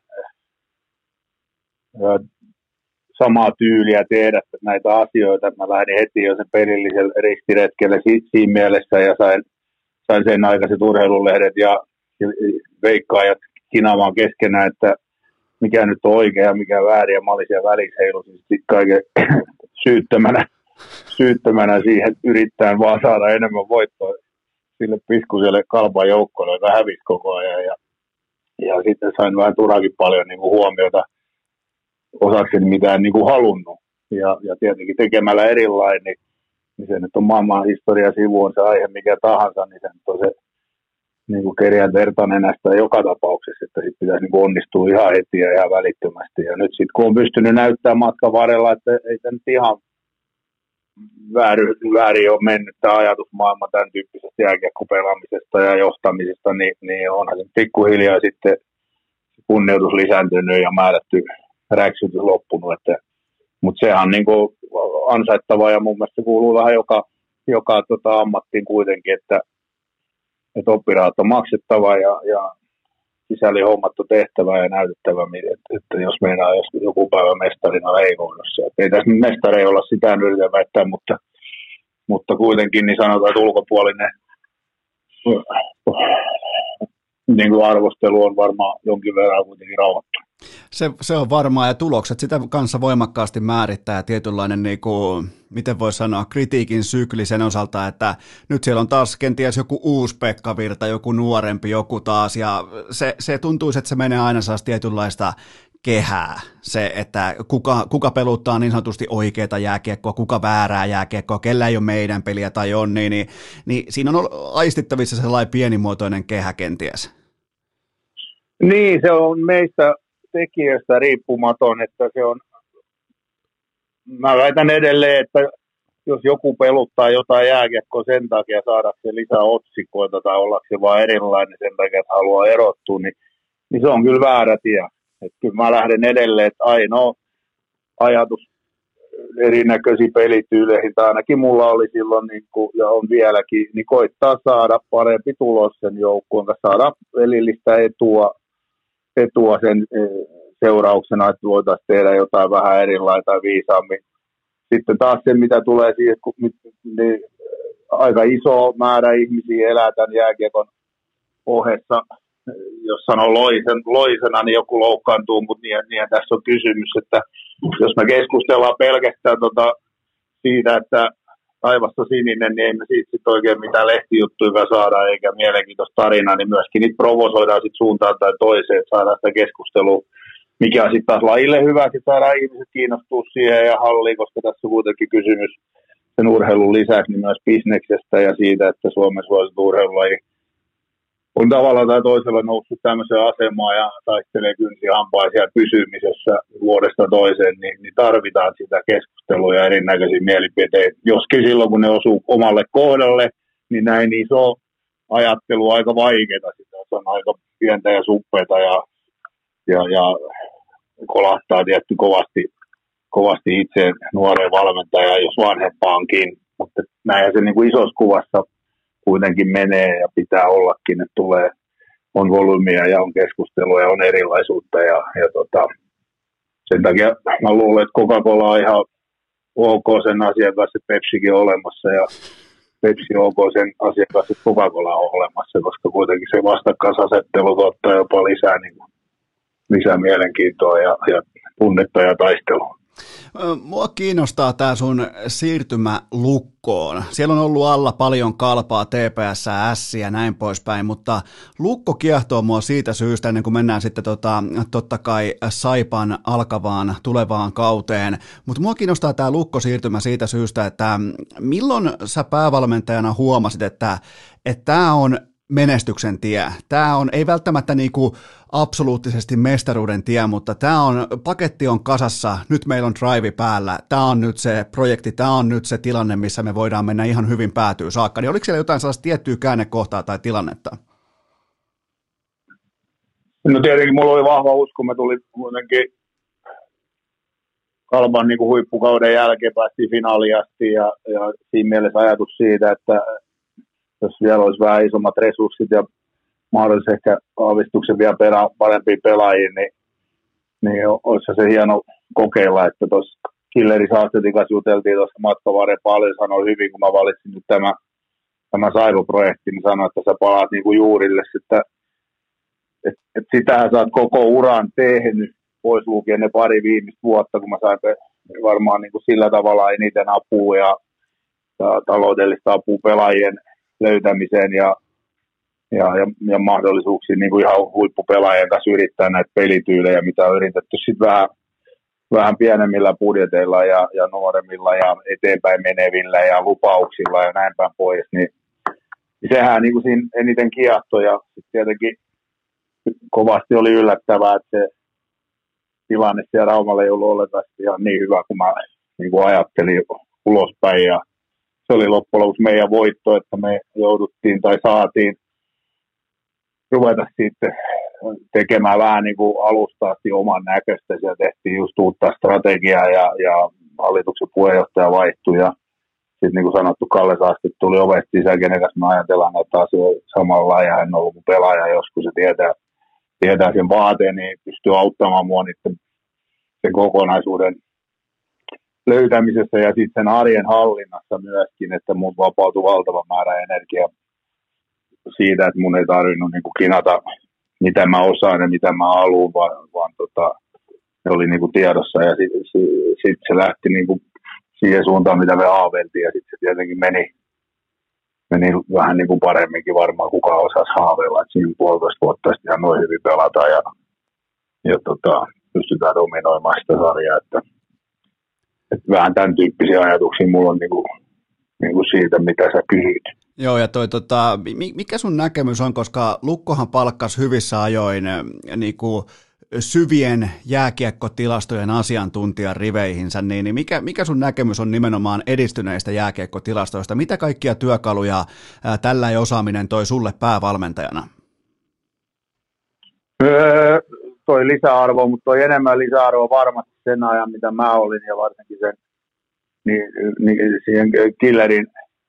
ö, samaa tyyliä tehdä näitä asioita. Mä lähdin heti jo sen pelilliselle ristiretkelle si- siinä mielessä ja sain, sain sen aikaiset urheilulehdet ja, ja veikkaajat kinaamaan keskenään, että mikä nyt on oikea ja mikä väärin, ja mä olin siellä välissä heilusin sitten kaiken syyttömänä, syyttömänä siihen yrittäen vaan saada enemmän voittoa sille piskuselle kalpan joukkoille, joka hävisi koko ajan, ja, ja sitten sain vähän turhakin paljon niin kuin huomiota osakseni mitään niin kuin halunnut, ja, ja tietenkin tekemällä erilainen, niin, niin se nyt on maailman historia sivu, on se aihe mikä tahansa, niin se nyt on se niin kuin kerjän vertanenästä joka tapauksessa, että sitten pitäisi niin kuin onnistua ihan heti ja ihan välittömästi. Ja nyt sitten kun on pystynyt näyttämään matkan varrella, että ei tämä nyt ihan väärin, väärin ole mennyt tämä ajatusmaailma tämän tyyppisestä jääkiekkopelaamisesta ja johtamisesta, niin, niin onhan se pikkuhiljaa sitten kunnioitus lisääntynyt ja määrätty räksytys loppunut. Että, mutta sehän on niin kuin ansaittava ja mun mielestä se kuuluu vähän joka, joka tota, ammattiin kuitenkin, että että oppirahat on maksettava ja, ja sisällä hommattu tehtävä ja näytettävä, että, että jos meinaa jos joku päivä mestarina ei hoidossa. Että ei tässä mestari olla sitä yritä väittää, mutta, mutta kuitenkin niin sanotaan, että ulkopuolinen niin kuin arvostelu on varmaan jonkin verran kuitenkin rauhoittu.
Se, se on varmaa, ja tulokset sitä kanssa voimakkaasti määrittää, ja tietynlainen, niin kuin, miten voi sanoa, kritiikin sykli sen osalta, että nyt siellä on taas kenties joku uusi Pekka Virta, joku nuorempi, joku taas, ja se, se tuntuu, että se menee aina saas tietynlaista kehää, se, että kuka, kuka peluttaa niin sanotusti oikeaa jääkiekkoa, kuka väärää jääkiekkoa, kellä ei ole meidän peliä tai on, niin, niin, niin siinä on aistittavissa sellainen pienimuotoinen kehä kenties.
Niin, se on meistä tekijöistä riippumaton, että se on, mä väitän edelleen, että jos joku peluttaa jotain jääkiekkoa sen takia saada se lisää otsikoita tai olla se vaan erilainen sen takia, että haluaa erottua, niin, niin se on kyllä väärä tie. Että kyllä mä lähden edelleen, että ainoa ajatus erinäköisiin pelityyleihin, tai ainakin mulla oli silloin niin kuin, ja on vieläkin, niin koittaa saada parempi tulos sen joukkueen kanssa, saada pelillistä etua, etua sen seurauksena, että voitaisiin tehdä jotain vähän erilaista tai viisaammin. Sitten taas se, mitä tulee siihen, kun niin aika iso määrä ihmisiä elää tämän jääkiekon ohessa, jos sanoo loisen, loisena, niin joku loukkaantuu, mutta niin, niin tässä on kysymys, että jos me keskustellaan pelkästään tota siitä, että taivasta sininen, niin ei me siitä sit oikein mitään lehtijuttuja saada, eikä mielenkiintoista tarinaa, niin myöskin niitä provosoidaan sit suuntaan tai toiseen, että saadaan sitä keskustelua, mikä on sitten taas lajille hyvä, että saadaan ihmiset kiinnostua siihen ja halliin, koska tässä on kuitenkin kysymys sen urheilun lisäksi niin myös bisneksestä ja siitä, että Suomen suosittu urheilulaji on tavallaan tai toisella noussut tämmöiseen asemaan ja taistelee kynsiä hampaisia pysymisessä vuodesta toiseen, niin, niin tarvitaan sitä keskustelua ja erinäköisiä mielipiteitä. Joskin silloin, kun ne osuu omalle kohdalle, niin näin iso ajattelu on aika vaikeaa. Sitä on aika pientä ja suppeita ja, ja, ja kolahtaa tietty kovasti, kovasti itse nuoreen valmentajaan, jos vanhempaankin. Mutta näinhän se niin kuin isossa kuvassa kuitenkin menee ja pitää ollakin, että tulee, on volyymia ja on keskustelua ja on erilaisuutta ja, ja tota, sen takia mä luulen, että Coca-Cola on ihan ok sen asian kanssa, että Pepsikin on olemassa ja Pepsi on ok sen asian kanssa, että Coca-Cola on olemassa, koska kuitenkin se vastakkaisasettelu tuottaa jopa lisää, niin kuin, lisää mielenkiintoa ja, ja tunnetta ja taistelua.
Mua kiinnostaa tämä sun siirtymä Lukkoon. Siellä on ollut alla paljon kalpaa, T P S, S ja näin poispäin, mutta Lukko kiehtoo mua siitä syystä, ennen kuin mennään sitten tota, totta kai Saipan alkavaan tulevaan kauteen. Mutta mua kiinnostaa tämä Lukko siirtymä siitä syystä, että milloin sä päävalmentajana huomasit, että tämä on menestyksen tie. Tämä on ei välttämättä niinku absoluuttisesti mestaruuden tie, mutta tämä on, paketti on kasassa, nyt meillä on drive päällä, tämä on nyt se projekti, tämä on nyt se tilanne, missä me voidaan mennä ihan hyvin päätyy saakka. Niin oliko siellä jotain sellaista tiettyä käännekohtaa tai tilannetta?
No tietenkin mulla oli vahva usko, me tuli muutenkin Kalpan niin kuin huippukauden jälkeen päästiin finaaliin asti ja, ja siinä mielessä ajatus siitä, että jos vielä olisi vähän isommat resurssit ja mahdollisesti ehkä aavistuksen vielä perä, parempia pelaajia, niin, niin olisi se hieno kokeilla, että tuossa Killeri Saastetin kanssa juteltiin tuossa matkan varrella paljon, sanoi hyvin, kun mä valitsin nyt tämä, tämä Saivo-projekti, niin sanoi, että sä palaat niin kuin juurille, että et, et sitähän sä oot koko uran tehnyt, pois lukien ne pari viimeistä vuotta, kun mä sain varmaan niin kuin sillä tavalla eniten apua ja, ja taloudellista apua pelaajien löytämiseen ja, ja, ja, ja mahdollisuuksia niin kuin ihan huippupelaajien kanssa yrittää näitä pelityylejä, mitä on yritetty sitten vähän, vähän pienemmillä budjeteilla ja, ja nuoremmilla ja eteenpäin menevillä ja lupauksilla ja näin päin pois, niin sehän niin kuin siinä eniten kiehtoi ja tietenkin kovasti oli yllättävää, että se tilanne siellä Raumalla ei ollut ollenkaan ihan niin hyvä kuin mä niin kuin ajattelin ulospäin ja se oli loppujen lopuksi meidän voitto, että me jouduttiin tai saatiin ruveta sitten tekemään vähän niin kuin alusta asti oman näköistä. Siellä tehtiin just uutta strategiaa ja, ja hallituksen puheenjohtaja vaihtui ja sitten niin kuin sanottu, Kalle Saasti tuli ovesta sisään, kenen kanssa me ajatellaan näitä asioita samalla lailla. Hän on ollut mun pelaaja, joskus se tietää, tietää sen vaateen, niin pystyy auttamaan mua niiden, sen kokonaisuuden löytämisessä ja sitten sen arjen hallinnassa myöskin, että mun vapautui valtava määrä energiaa siitä, että mun ei tarvinnut niin kuin kinata, mitä mä osaan ja mitä mä haluan, vaan, vaan tota, ne oli niin kuin tiedossa ja sitten sit se lähti niin kuin siihen suuntaan, mitä me haaveiltiin ja sitten se tietenkin meni, meni vähän niin kuin paremminkin varmaan kukaan osasi haaveilla, että siinä puolitoista vuotta sitten ihan noin hyvin pelataan ja, ja tota, pystytään dominoimaan sitä sarjaa, että että vähän tämän tyyppisiä ajatuksia mulla on niinku, niinku siitä, mitä sä kysyit.
Joo, ja toi, tota, mikä sun näkemys on, koska Lukkohan palkkasi hyvissä ajoin niinku, syvien jääkiekkotilastojen asiantuntijan riveihinsä, niin mikä, mikä sun näkemys on nimenomaan edistyneistä jääkiekkotilastoista? Mitä kaikkia työkaluja ää, tällä osaaminen toi sulle päävalmentajana?
Öö, toi lisäarvo, mutta toi enemmän lisäarvo varmasti sen ajan, mitä mä olin, ja varsinkin sen niin, niin siihen Killerin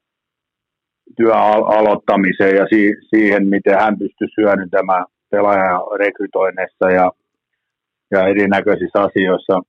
työn aloittamiseen ja si, siihen, miten hän pystyi hyödyntämään pelaajan rekrytoinneissa ja, ja erinäköisissä asioissa,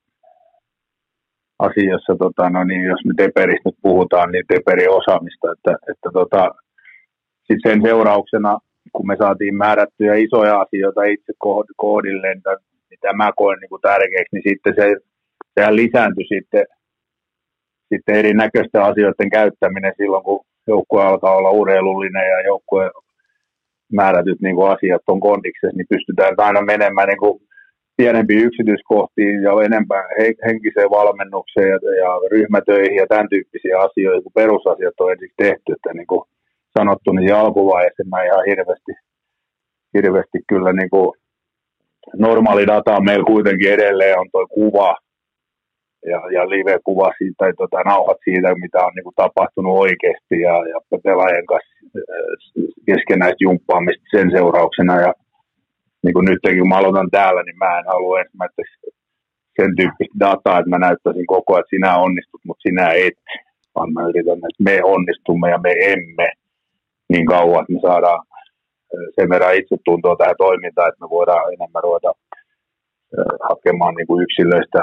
asioissa tota, no niin, jos me Teperistä nyt puhutaan, niin Teperin osaamista, että, että tota, sit sen seurauksena, kun me saatiin määrättyjä isoja asioita itse koodilleen, mitä mä koen niin kuin tärkeäksi, niin sitten se, sehän lisääntyi sitten, sitten erinäköisten asioiden käyttäminen silloin, kun joukkue alkaa olla urheilullinen ja joukkue määrätyt niin kuin asiat on kondiksessa, niin pystytään aina menemään niin kuin pienempiin yksityiskohtiin ja enemmän henkiseen valmennukseen ja, ja ryhmätöihin ja tämän tyyppisiä asioita, kun perusasiat on ensiksi tehty, että niin kuin sanottu, niin alkuvaiheessa mä ihan hirveästi, hirveästi kyllä niin kuin normaali data on meillä kuitenkin edelleen on tuo kuva ja, ja live-kuva siitä, tai tota, nauhat siitä, mitä on niin kuin tapahtunut oikeasti ja, ja pelaajien kanssa keskenäistä jumppaamista sen seurauksena. Ja niin kuin nytkin, kun mä aloitan täällä, niin mä en halua ensimmäiseksi sen tyyppistä dataa, että mä näyttäisin koko ajan, että sinä onnistut, mutta sinä et. Vaan mä yritän, että me onnistumme ja me emme niin kauan, että me saadaan sen verran itsetuntoa tähän toimintaan, että me voidaan enemmän ruveta hakemaan niin kuin yksilöistä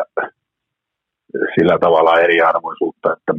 sillä tavalla eriarvoisuutta, että,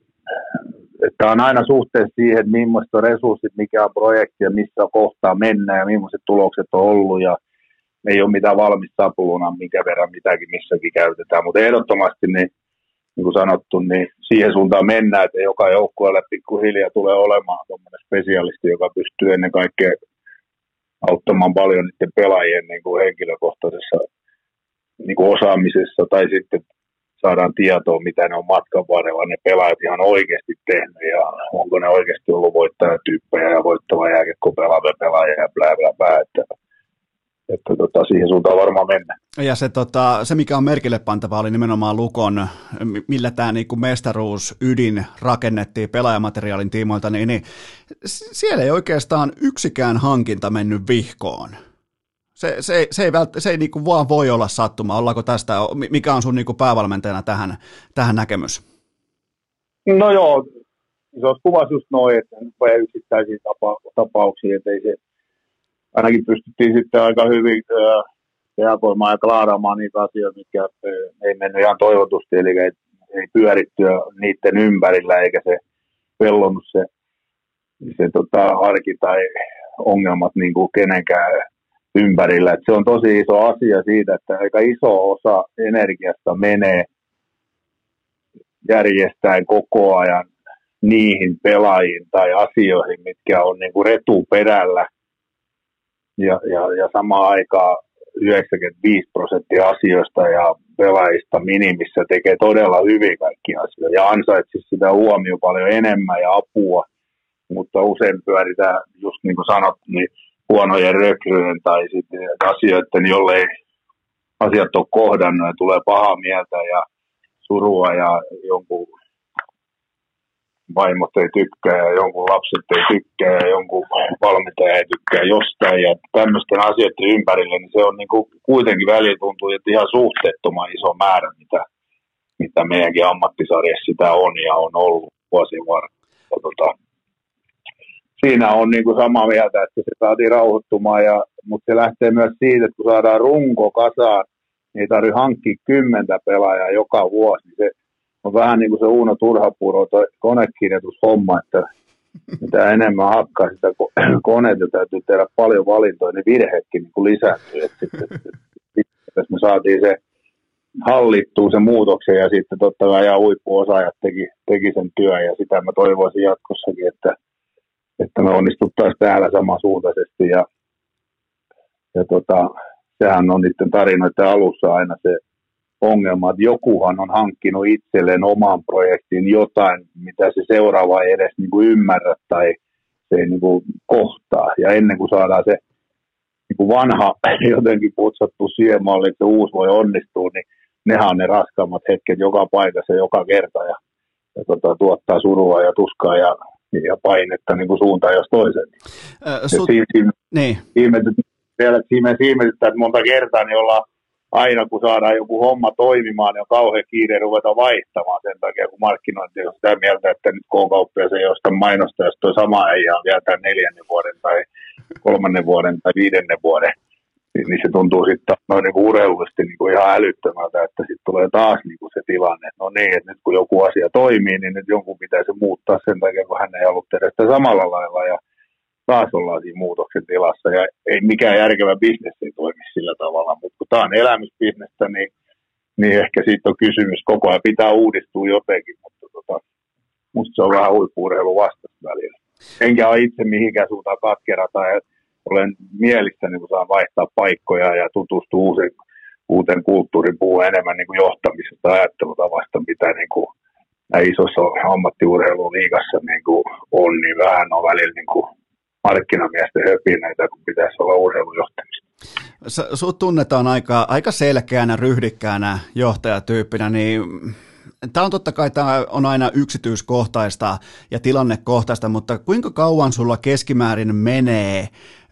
että on aina suhteessa siihen, että millaiset on resurssit, mikä on projekti ja missä kohtaa mennään ja millaiset tulokset on ollut ja ei ole mitään valmista sapuluna, minkä verran mitäkin missäkin käytetään, mutta ehdottomasti niin, niin kuin sanottu, niin siihen suuntaan mennään, että joka joukkueelle pikkuhiljaa tulee olemaan tuommoinen spesialisti, joka pystyy ennen kaikkea auttamaan paljon niiden pelaajien niin kuin henkilökohtaisessa niin kuin osaamisessa tai sitten saadaan tietoa, mitä ne on matkan varrella ne pelaajat ihan oikeasti tehnyt ja onko ne oikeasti ollut voittajatyyppejä ja voittava jääkiekko pelaavia pelaajia ja blää blää blää, että, että tota, siihen suuntaan varmaan mennään.
Ja se, tota, se, mikä on merkille pantavaa, oli nimenomaan Lukon, millä tämä niinku mestaruusydin rakennettiin pelaajamateriaalin tiimoilta, niin, niin siellä ei oikeastaan yksikään hankinta mennyt vihkoon. Se, se, se ei, vält, se ei niinku vaan voi olla sattuma. Ollaanko tästä, mikä on sun niinku päävalmentajana tähän, tähän näkemys?
No joo, se olisi kuvas just noin, että nyt yksittäisiä tapa, tapauksia, että ei se, ainakin pystyttiin sitten aika hyvin äh, reagoimaan ja klaaraamaan niitä asioita, mitkä ei mennyt ihan toivotusti, eli ei, ei pyörittyä niiden ympärillä, eikä se pellonnut se, se tota, arki tai ongelmat niin kuin kenenkään ympärillä. Et se on tosi iso asia siitä, että aika iso osa energiasta menee järjestäen koko ajan niihin pelaajiin tai asioihin, mitkä on niin kuin retuperällä. Ja, ja, ja samaan aikaan yhdeksänkymmentäviisi prosenttia asioista ja pelaajista minimissä tekee todella hyvin kaikki asioita ja ansaitsisi sitä huomioon paljon enemmän ja apua, mutta usein pyöritään, just niin kuin sanot, niin huonojen rekryjen tai sitten asioiden, jollei asiat ole kohdannut ja tulee pahaa mieltä ja surua ja jonkun vaimot ei tykkää ja jonkun lapset ei tykkää ja jonkun valmentaja ei tykkää jostain ja tämmöisten asioiden ympärille, niin se on niin kuin kuitenkin väliin tuntuu, että ihan suhteettoman iso määrä, mitä, mitä meidänkin ammattisarjassa sitä on ja on ollut vuosien varrella. Tota, siinä on niin kuin samaa mieltä, että se saatiin rauhoittumaan, ja, mutta se lähtee myös siitä, että kun saadaan runko kasaan, niin ei tarvitse hankkia kymmentä pelaajaa joka vuosi, niin se on vähän niin kuin se Uuno Turhapuro, toi konekirjoitushomma, että mitä enemmän hakkaa sitä koneita, täytyy tehdä paljon valintoja, niin virheetkin niin kuin lisääntyy. Että sitten, että me saatiin se hallittua se muutoksen ja sitten totta kai ja huippuosaajat teki, teki sen työn ja sitä mä toivoisin jatkossakin, että, että me onnistuttaisiin täällä samansuuntaisesti ja, ja tota, sehän on niiden tarinoiden alussa aina se ongelma, että jokuhan on hankkinut itselleen oman projektin jotain, mitä se seuraava ei edes niin kuin ymmärrä tai se ei niin kuin kohtaa. Ja ennen kuin saadaan se niin kuin vanha jotenkin putsattu siihen malliin, että se uusi voi onnistua, niin nehän on ne raskaammat hetket joka paikassa joka kerta ja, ja tota, tuottaa surua ja tuskaa ja, ja painetta niin kuin suuntaan jos toiseen. Äh, sut... Siinä, siinä, niin. Vielä ihmetyttää, että monta kertaa niin ollaan aina kun saadaan joku homma toimimaan, niin on kauhean kiire ruveta vaihtamaan sen takia, kun markkinointi on sitä mieltä, että nyt K-kauppias ei osta mainosta, jos tuo sama ei ole vielä tämän neljännen vuoden tai kolmannen vuoden tai viidennen vuoden, niin se tuntuu sitten noin niin urheilullisesti niin kuin ihan älyttömältä, että sitten tulee taas niin kuin se tilanne, no niin, että nyt kun joku asia toimii, niin nyt jonkun pitäisi muuttaa sen takia, kun hän ei halua tehdä sitä samalla lailla ja taas ollaan siinä muutoksen tilassa ja ei mikään järkevä bisnes ei toimi sillä tavalla, mutta kun tämä on elämysbisnestä, niin, niin ehkä siitä on kysymys koko ajan, pitää uudistua jotenkin, mutta tota, musta se on vähän huippu-urheilu vastasta välillä. Enkä ole itse mihinkään suuntaan katkera tai olen mielissäni, kun saan vaihtaa paikkoja ja tutustua uuteen, uuteen kulttuuriin, puhua enemmän niin kuin johtamisesta ajattelutavasta, mitä niin kuin isossa ammattiurheiluliigassa niin kuin on, niin vähän on välillä niin kuin markkinamiesten höpineitä, kun pitäisi olla urheilujohtamista.
Sut tunnetaan aika, aika selkeänä, ryhdikkäänä johtajatyyppinä, niin tämä on totta kai tämä on aina yksityiskohtaista ja tilannekohtaista, mutta kuinka kauan sulla keskimäärin menee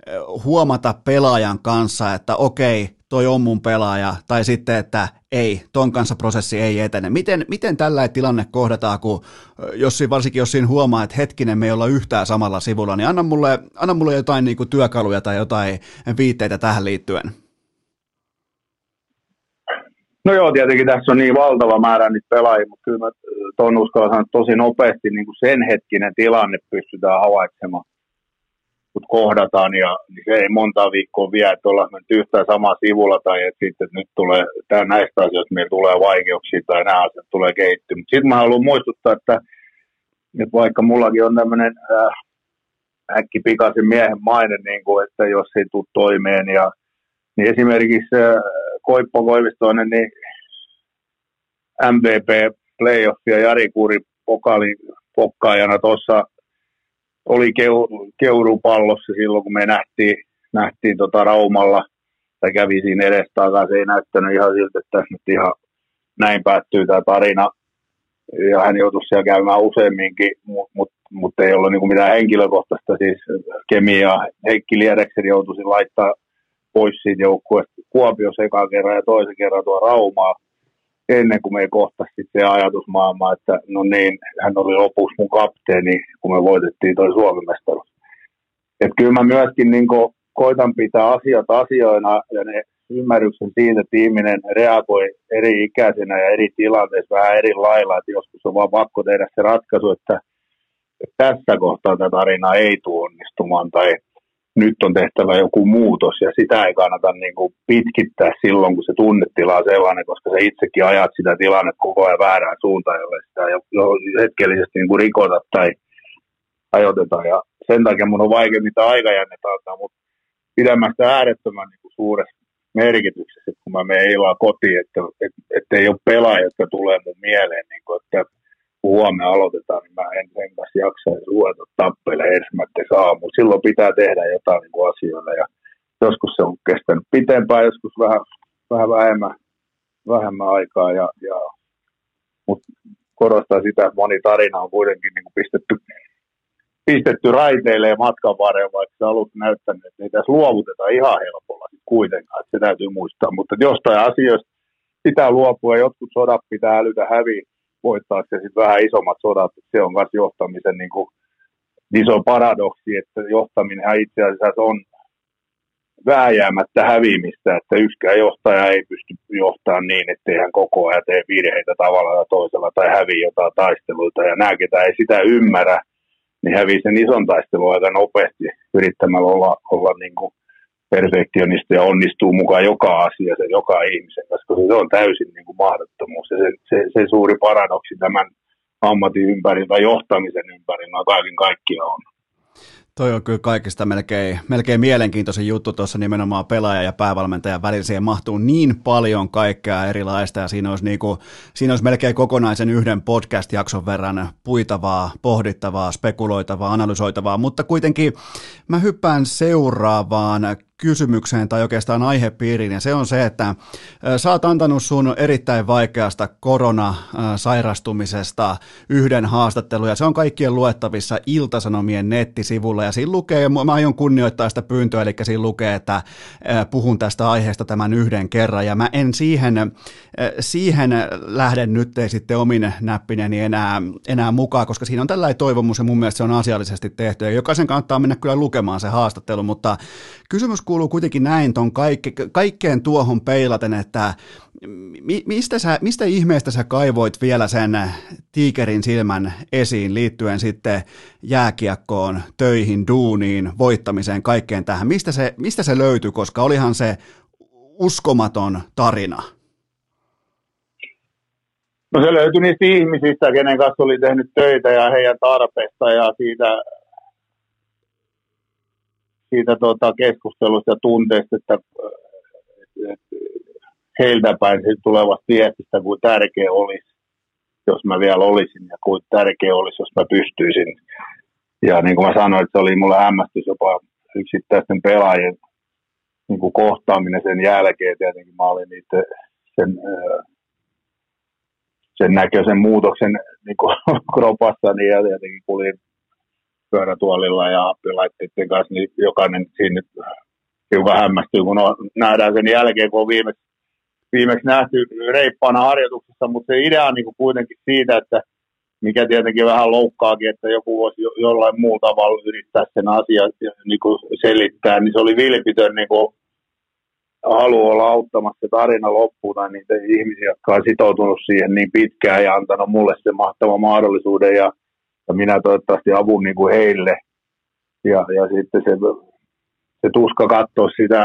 huomata pelaajan kanssa, että okei, toi on mun pelaaja, tai sitten, että ei, ton kanssa prosessi ei etene. Miten, miten tällainen tilanne kohdataan, kun jos, varsinkin jos siinä huomaa, että hetkinen, me ei olla yhtään samalla sivulla, niin anna mulle, anna mulle jotain niin kuin työkaluja tai jotain viitteitä tähän liittyen.
No joo, tietenkin tässä on niin valtava määrä niitä pelaajia, mutta kyllä mä tuon uskallan sanoa, että tosi nopeasti niin kuin sen hetkinen tilanne pystytään havaitsemaan, kun kohdataan, ja niin se ei monta viikkoa vie, että ollaan mennyt yhtään samaa sivulla, tai että sitten että nyt tulee, tämä näistä asioista meillä tulee vaikeuksia, tai nämä asiat tulee kehittyä. Mutta sitten mä haluan muistuttaa, että, että vaikka mullakin on tämmöinen äh, äkkipikaisen miehen maine, niin kuin, että jos ei tule toimeen, ja niin esimerkiksi äh, Koippo Koivistoinen, niin M V P playoff ja Jari Kuri pokaali pokkaajana tuossa oli keurupallossa silloin, kun me nähtiin, nähtiin tota Raumalla, tai kävi siinä edestaan, se ei näyttänyt ihan siltä, että tässä nyt ihan näin päättyy tämä tarina. Ja hän joutui siellä käymään useamminkin, mutta mut, mut ei ollut niinku mitään henkilökohtaista, siis kemiaa. Heikki Liedeksen joutuisi laittaa pois siitä joukkueesta Kuopiossa ekan kerran ja toisen kerran tuo Raumaa, ennen kuin me kohtasi se ajatusmaailma, että no niin, hän oli lopuksi mun kapteeni, kun me voitettiin toi Suomi-mestaruus. Että kyllä mä myöskin niin koitan pitää asiat asioina ja ne ymmärryksen siitä, että ihminen reagoi eri ikäisenä ja eri tilanteissa vähän eri lailla, että joskus on vaan pakko tehdä se ratkaisu, että tässä kohtaa tätä tarinaa ei tule onnistumaan tai nyt on tehtävä joku muutos ja sitä ei kannata niin kuin pitkittää silloin, kun se tunnetila on sellainen, koska sä itsekin ajat sitä tilannetta koko ajan väärään suuntaan, jolle sitä jo hetkellisesti niin kuin rikota tai ajoitetaan. Ja sen takia mun on vaikea mitä aikajännettä antaa, mutta pidemmästä äärettömän niin kuin suuressa merkityksessä, että kun mä menen illalla kotiin, että, että, että ei ole pelaajia, jotka tulee mun mieleen, niin kuin, että kun huomenna aloitetaan, niin mä en sen kanssa jaksaisi ruveta tappelemaan ensimmäisessä aamulla. Silloin pitää tehdä jotain niin kuin asioilla ja joskus se on kestänyt pitempään, joskus vähän, vähän vähemmän, vähemmän aikaa. Ja, ja, mutta korostaa sitä, että moni tarina on kuitenkin niin kuin pistetty, pistetty raiteille ja matkan varrella, vaikka se alussa näyttänyt, että ei tässä luovuteta ihan helpolla kuitenkaan, että se täytyy muistaa. Mutta jostain asioista pitää luopua ja jotkut sodat pitää älytä häviä. Voittaa se sitten vähän isommat sodat, se on myös johtamisen niin kuin iso paradoksi, että johtaminen itse asiassa on vääjäämättä häviämistä, että yksikään johtaja ei pysty johtamaan niin, ettei hän koko ajan tee virheitä tavalla ja toisella tai häviä jotain taisteluita ja nämä, ketä ei sitä ymmärrä, niin hävii sen ison taistelun aika nopeasti yrittämällä olla, olla niin kuin perfektionista ja onnistuu mukaan joka asia, se joka ihmisen, koska se on täysin niin kuin mahdottomuus. Ja se, se, se suuri paradoksi tämän ammatin ympärillä tai johtamisen ympärillä kaiken kaikkiaan on.
Toi on kyllä kaikista melkein, melkein mielenkiintoisin juttu tuossa nimenomaan pelaaja ja päävalmentajan välillä. Siihen mahtuu niin paljon kaikkea erilaista ja siinä olisi, niinku, siinä olisi melkein kokonaisen yhden podcast-jakson verran puitavaa, pohdittavaa, spekuloitavaa, analysoitavaa, mutta kuitenkin mä hyppään seuraavaan kysymykseen tai oikeastaan aihepiiriin, ja se on se, että sä oot antanut sun erittäin vaikeasta koronasairastumisesta yhden haastattelun, ja se on kaikkien luettavissa Ilta-Sanomien nettisivulla, ja siinä lukee, mä aion kunnioittaa sitä pyyntöä, eli siinä lukee, että puhun tästä aiheesta tämän yhden kerran, ja mä en siihen, siihen lähden nyt ei sitten omin näppineni enää, enää mukaan, koska siinä on tällainen toivomus, ja mun mielestä se on asiallisesti tehty, ja jokaisen kannattaa mennä kyllä lukemaan se haastattelu, mutta kysymys kuuluu kuitenkin näin ton kaikke, kaikkeen tuohon peilaten, että mi, mistä, sä, mistä ihmeestä sä kaivoit vielä sen tiikerin silmän esiin liittyen sitten jääkiekkoon, töihin, duuniin, voittamiseen, kaikkeen tähän. Mistä se, mistä se löytyi, koska olihan se uskomaton tarina?
No se löytyi niistä ihmisistä, kenen kanssa oli tehnyt töitä ja heidän tarpeesta ja siitä siitä tuota, keskustelusta ja tunteesta, että, että heiltä päin tulevasta viestistä, kuin tärkeä olisi, jos mä vielä olisin, ja kuin tärkeä olisi, jos mä pystyisin. Ja niin kuin mä sanoin, että se oli mulle hämmästys jopa yksittäisten pelaajien niin kuin kohtaaminen sen jälkeen. Tietenkin mä olin niitä sen, sen näköisen muutoksen niin kuin kropassani ja tietenkin kulin pyörätuolilla ja laitteiden kanssa, niin jokainen siinä hiukan hämmästyy, kun on, nähdään sen jälkeen, kun on viimeksi, viimeksi nähty reippaana harjoituksessa, mutta se idea on niin kuin kuitenkin siitä, että mikä tietenkin vähän loukkaakin, että joku voisi jo, jollain muulla tavalla yrittää sen asian niin kuin selittää, niin se oli vilpitön niin kuin halu olla auttamassa tarina loppuun, tai niitä ihmisiä, jotka on sitoutunut siihen niin pitkään ja antanut mulle sen mahtavan mahdollisuuden, ja ja minä toivottavasti avun niin kuin heille. Ja, ja sitten se, se tuska katsoa sitä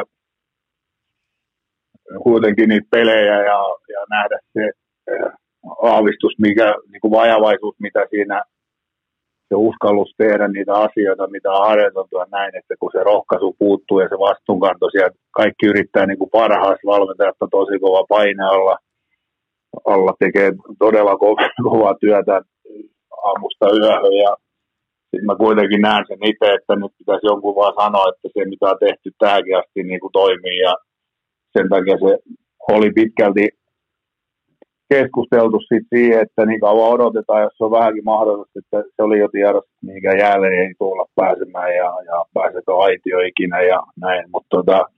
kuitenkin niitä pelejä ja, ja nähdä se aavistus, mikä, niin kuin vajavaisuus, mitä siinä se uskallus tehdä niitä asioita, mitä on harjoiteltu ja näin, että kun se rohkaisu puuttuu ja se vastuunkanto siellä, kaikki yrittää niin kuin parhaassa valmentajasta tosi kova paine alla, alla tekee todella kovaa, kovaa työtä aamusta yöhön ja sitten mä kuitenkin näen sen itse, että nyt pitäisi jonkun vaan sanoa, että se mitä on tehty tähänkin asti niin kuin toimii ja sen takia se oli pitkälti keskusteltu sit siihen, että niin kauan odotetaan, jos se on vähänkin mahdollista, että se oli jo tiedossa, että mihinkään jälleen ei tulla pääsemään ja, ja pääsekö aitio ikinä ja näin, mutta tota,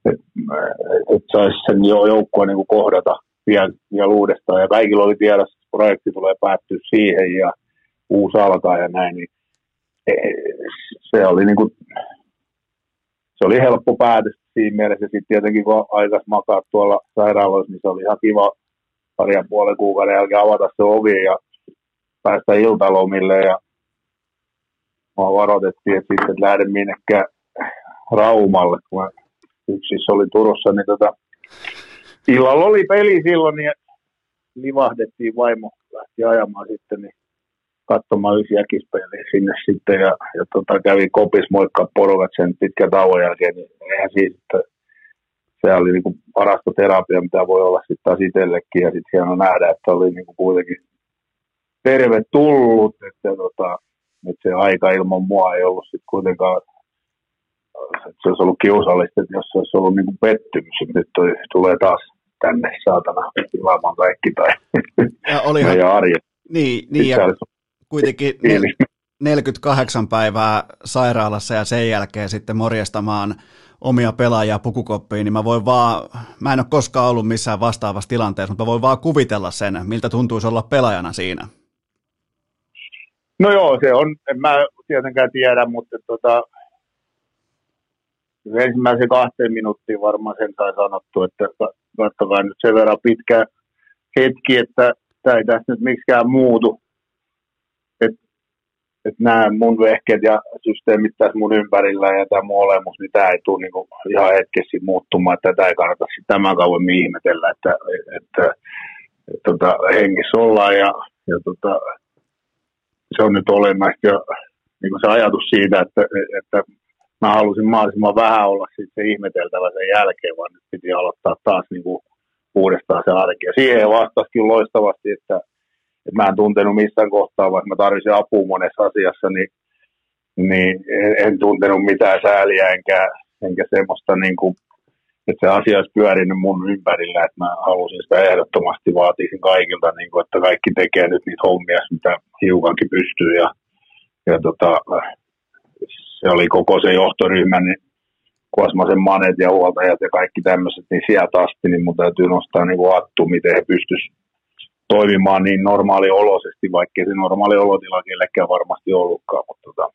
että et saisi sen jo joukkueen niin kohdata vielä, vielä uudestaan. Ja kaikilla oli tiedossa, että projekti tulee päättyä siihen ja uusi alkaa ja näin. Niin se oli niin kuin, se oli helppo päätös siinä mielessä. Sitten tietenkin kun aikas makaa tuolla sairaaloissa, niin se oli ihan kiva pari ja puolen kuukauden jälkeen avata se ovi ja päästä iltalomille. Ja mua varoitettiin, että sitten et lähde minnekään Raumalle, kun mä yksissä oli Turussa, niin tota, illalla oli peli silloin, niin livahdettiin, vaimo lähti ajamaan sitten, niin katsomaan yksi jäkispeliä sinne sitten, ja, ja tota, kävi kopis moikkaa porukat sen pitkän tauon jälkeen, niin eihän siitä, että se oli niinku parasta terapia, mitä voi olla sitten taas itsellekin, ja sitten hieno nähdä, että oli niinku kuitenkin tervetullut, että tota, nyt se aika ilman mua ei ollut sitten kuitenkaan, että se olisi ollut kiusallista, että jos se olisi ollut niin kuin pettymys, että nyt toi, tulee taas tänne saatana tilaamaan kaikki tai meidän arjen.
Niin, niin ja kuitenkin neljäkymmentäkahdeksan päivää sairaalassa ja sen jälkeen sitten morjestamaan omia pelaajia pukukoppiin, niin mä voin vaan, mä en ole koskaan ollut missään vastaavassa tilanteessa, mutta mä voin vaan kuvitella sen, miltä tuntuisi olla pelaajana siinä.
No joo, se on, en mä tietenkään tiedä, mutta tota, ensimmäisen kahteen minuuttiin varmaan sen sai sanottu, että katsokaa nyt sen verran pitkä hetki, että tämä ei tässä nyt miksikään muutu. Että et nämä mun vehkeet ja systeemit tässä mun ympärillä ja tämä mun olemus, niin tämä ei tule niinku ihan hetkessä muuttumaan, että tätä ei kannata sitten tämän kauan ihmetellä, että, että, että, että tota, hengissä ollaan ja, ja tota, se on nyt olennaista ja niin se ajatus siitä, että, että mä halusin mahdollisimman vähän olla sitten se ihmeteltävä sen jälkeen, vaan nyt piti aloittaa taas niin kuin uudestaan se arki. Ja siihen vastasikin loistavasti, että, että mä en tuntenut missään kohtaa, vaikka mä tarvitsin apua monessa asiassa, niin, niin en tuntenut mitään sääliä enkä, enkä semmoista, niin kuin, että se asia olisi pyörinyt mun ympärillä, että mä halusin sitä ehdottomasti, vaatisin kaikilta, niin kuin, että kaikki tekee nyt niitä hommia, mitä hiukankin pystyy ja, ja tota, se oli koko se johtoryhmä, niin Kuosmasen manet ja huoltajat ja kaikki tämmöiset, niin sieltä asti, niin mun täytyy nostaa niin kuin hattu, miten he pystyisivät toimimaan niin normaalioloisesti, vaikkei se normaali olotila kellekään varmasti ollutkaan. Mutta tota,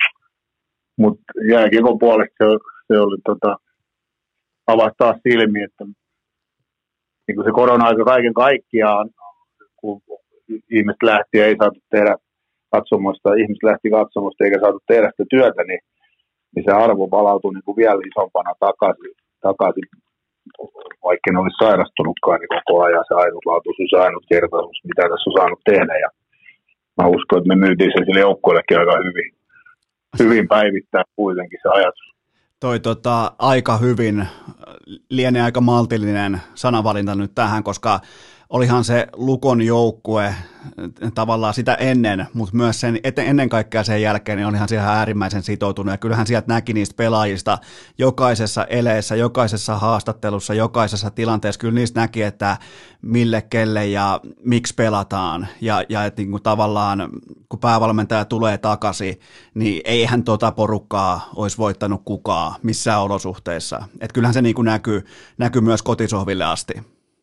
mut jääkiekon puolesta se, se oli tota, avasi taas silmiä, että niin kuin se korona-aika kaiken kaikkiaan, kun ihmiset lähti ja ei saatu tehdä katsomusta, ihmiset lähti katsomusta eikä saatu tehdä sitä työtä, niin, niin se arvo palautui niin kuin vielä isompana takaisin, takaisin, vaikka ne olisi sairastunutkaan niin koko ajan se ainutlaatuisuus ja ainutkertaisuus, mitä tässä on saanut tehdä. Ja mä uskon, että me myytiin se sille joukkueellekin aika hyvin, hyvin päivittää kuitenkin se ajatus.
Toi tota, aika hyvin, lienee aika maltillinen sanavalinta nyt tähän, koska olihan se Lukon joukkue tavallaan sitä ennen, mutta myös sen, ennen kaikkea sen jälkeen, niin olihan siihen äärimmäisen sitoutunut. Ja kyllähän sieltä näki niistä pelaajista jokaisessa eleessä, jokaisessa haastattelussa, jokaisessa tilanteessa. Kyllä niistä näki, että mille, kelle ja miksi pelataan. Ja, ja että niin kuin tavallaan, kun päävalmentaja tulee takaisin, niin eihän tota porukkaa olisi voittanut kukaan missään olosuhteissa. Että kyllähän se niin kuin näkyy, näkyy myös kotisohville asti.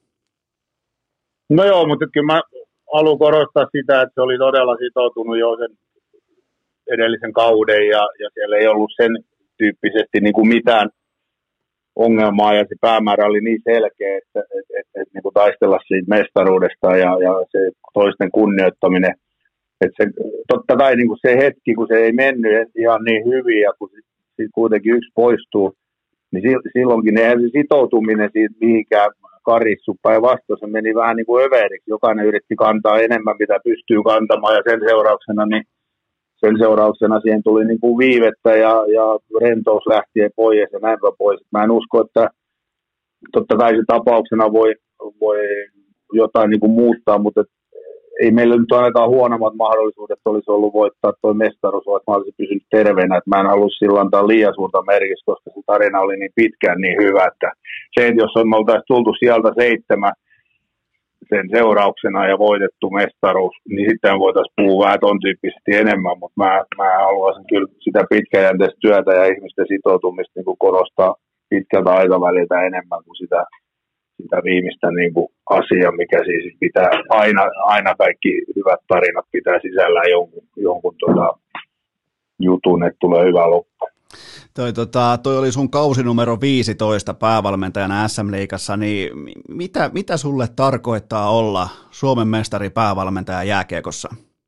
No joo, mutta kyllä mä haluan korostaa sitä, että se oli todella sitoutunut jo sen edellisen kauden ja, ja siellä ei ollut sen tyyppisesti niin kuin mitään ongelmaa ja se päämäärä oli niin selkeä, että et, et, et, niin kuin taistella siitä mestaruudesta ja, ja se toisten kunnioittaminen. Että se, totta kai niin kuin se hetki, kun se ei mennyt ihan niin hyvin ja kun siitä kuitenkin yksi poistuu, niin silloinkin eihän se sitoutuminen siitä mihinkään karissu päinvastoin, se meni vähän niin kuin överiksi. Jokainen yritti kantaa enemmän, mitä pystyy kantamaan, ja sen seurauksena, niin sen seurauksena siihen tuli niin kuin viivettä, ja, ja rentous lähti pois, ja näinpä pois. Mä en usko, että totta kai se tapauksena voi, voi jotain niin kuin muuttaa, mutta ei meillä nyt ainakaan huonommat mahdollisuudet olisi ollut voittaa tuo mestaruus, vaikka mä olisin pysynyt terveenä, että mä en halua silloin antaa liian suurta merkitystä, koska se tarina oli niin pitkään niin hyvä, että se, että jos me oltaisiin tultu sieltä seitsemän sen seurauksena ja voitettu mestaruus, niin sitten voitaisiin puhua vähän ton tyyppisesti enemmän, mutta mä, mä haluaisin kyllä sitä pitkäjänteistä työtä ja ihmisten sitoutumista niin kuin korostaa, pitkältä aikaväliltä enemmän kuin sitä, sitä viimeistä niin kuin asiaa, mikä siis pitää aina, aina kaikki hyvät tarinat pitää sisällään jonkun, jonkun tota, jutun, että tulee hyvä loppu.
Toi, tota, toi oli sun kausi numero viisitoista päävalmentajana S M-liigassa, niin mitä, mitä sulle tarkoittaa olla Suomen mestari päävalmentaja jääkiekossa?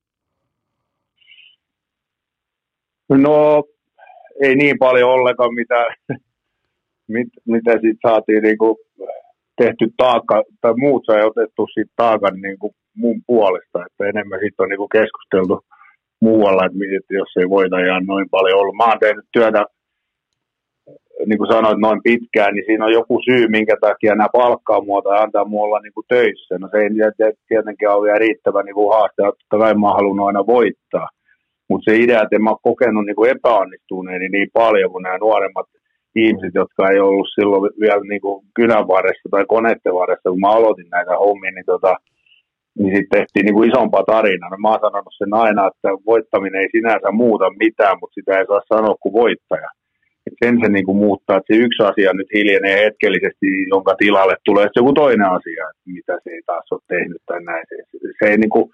No ei niin paljon ollenkaan, mitä, mit, mitä siitä saatiin niin kuin tehty taakka, tai muut sai otettu siitä taakan niin kuin mun puolesta, että enemmän siitä on niin kuin keskusteltu muualla, että jos ei voita noin paljon ollut. Mä oon tehnyt työtä, niin kuin sanoit, noin pitkään, niin siinä on joku syy, minkä takia nämä palkkaa mua tai antaa mua olla niin kuin töissä. No se ei tietenkään ole vielä riittävä niin kuin haaste, että kai mä oon halunnut aina voittaa. Mutta se idea, että en mä ole kokenut niin kuin epäonnistuneeni niin paljon kuin nämä nuoremmat ihmiset, jotka ei ollut silloin vielä niin kuin kynän varressa tai koneiden varressa, kun mä aloitin näitä hommia, niin, tota, niin sitten tehtiin niin kuin isompaa tarinaa. No, mä oon sanonut sen aina, että voittaminen ei sinänsä muuta mitään, mutta sitä ei saa sanoa kuin voittaja. Et sen se niin kuin muuttaa, että se yksi asia nyt hiljenee hetkellisesti, jonka tilalle tulee se joku toinen asia, että mitä se ei taas ole tehnyt tai näin. Se, se, ei, niin kuin,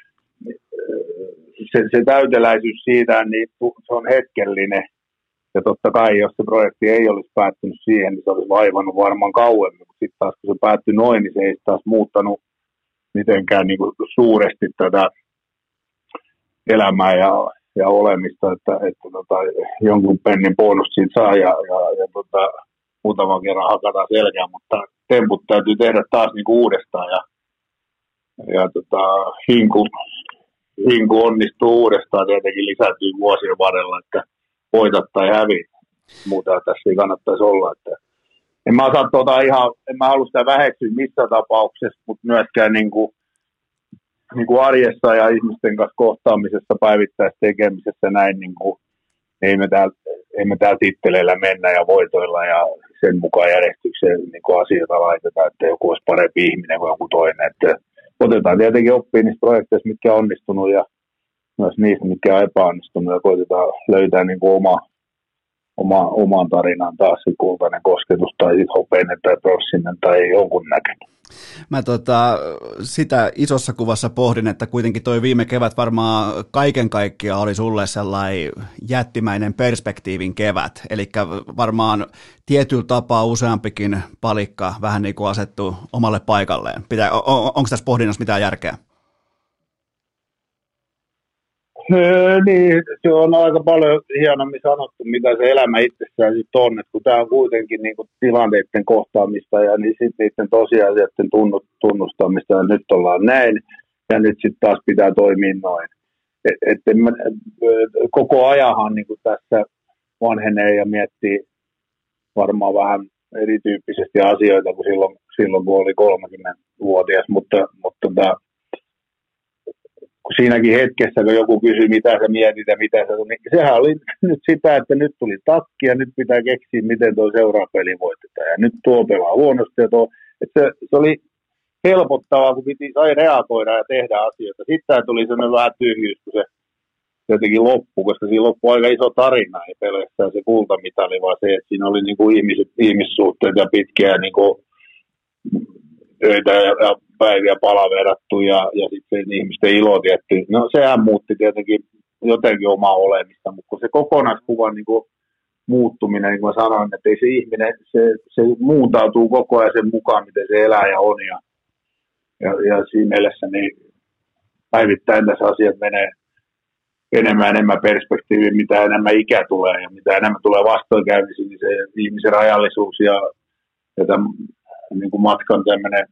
se, se täyteläisyys siitä, niin se on hetkellinen. Ja totta kai, jos se projekti ei olisi päättynyt siihen, niin se olisi vaivannut varmaan kauemmin. Mutta sitten taas, kun se päättyi noin, niin se ei taas muuttanut mitenkään niin kuin suuresti tätä elämää ja, ja olemista, että, että tota, jonkun pennin bonus siitä saa ja, ja, ja tota, muutaman kerran hakataan selkään, mutta temput täytyy tehdä taas niin kuin uudestaan ja, ja tota, hinku, hinku onnistuu uudestaan, tietenkin lisääntyy vuosien varrella, että voitat tai hävit. Muuta tässä ei kannattaisi olla. Että en mä osaa tuota ihan, en mä halua sitä väheksyä missään tapauksessa, mutta myöskään niin kuin, niin kuin arjessa ja ihmisten kanssa kohtaamisessa, päivittäisessä tekemisessä näin, niin kuin, ei me täällä, ei me täällä titteleillä mennä ja voitoilla ja sen mukaan järjestykseen niin kuin asioita laitetaan, että joku olisi parempi ihminen kuin joku toinen. Että otetaan tietenkin oppia niistä projekteista, mitkä on onnistunut ja myös niistä, mitkä on epäonnistunut ja koitetaan löytää niin kuin oma, oma, oman tarinan taas se kultainen kosketus tai sitten hopeinen tai prossinen tai jonkun näköinen.
Mä tota, sitä isossa kuvassa pohdin, että kuitenkin toi viime kevät varmaan kaiken kaikkiaan oli sulle sellainen jättimäinen perspektiivin kevät, eli varmaan tietyllä tapaa useampikin palikka vähän niin kuin asettu omalle paikalleen. Pitää, on, onko tässä pohdinnassa mitään järkeä?
Öö, niin, se on aika paljon hienommin sanottu, mitä se elämä itsessään sitten on, että kun tämä on kuitenkin niin kuin tilanteiden kohtaamista ja niin sitten niiden tosiasioiden tunnustamista ja nyt ollaan näin ja nyt sitten taas pitää toimia noin. Et, et, et, koko ajanhan niin kuin tässä vanhenee ja miettii varmaan vähän erityyppisesti asioita kuin silloin, silloin kun oli kolmekymmentävuotias, mutta, mutta tota, kun siinäkin hetkessä, kun joku kysyi, mitä sä mietit ja mitä sä, niin sehän oli nyt sitä, että nyt tuli takki ja nyt pitää keksiä, miten tuo seuraava peli voitetaan. Ja nyt tuo pelaa huonosti ja tuo, että se, se oli helpottavaa, kun piti, sai reagoida ja tehdä asioita. Sitten tuli sellainen vähän tyhjyys, kun se jotenkin loppui, koska siinä loppui aika iso tarina, ei pelkästään se kultamitali, vaan se, että siinä oli niin kuin ihmiset, ihmissuhteet ja pitkiä niin kuin töitä ja, ja päiviä palaverattu ja, ja sitten ihmisten ilo tietty. No sehän muutti tietenkin jotenkin omaa olemista, mutta se kokonaiskuvan niin kuin muuttuminen, niin kuin mä sanoin, että ei se ihminen, se, se muuntautuu koko ajan sen mukaan, miten se elää ja on. Ja, ja, ja siinä mielessä niin päivittäin tässä asiat menee enemmän enemmän perspektiiviin, mitä enemmän ikä tulee ja mitä enemmän tulee vastoinkäymisiä, niin se ihmisen rajallisuus ja, ja tämän, niin kuin matkan tämmöinen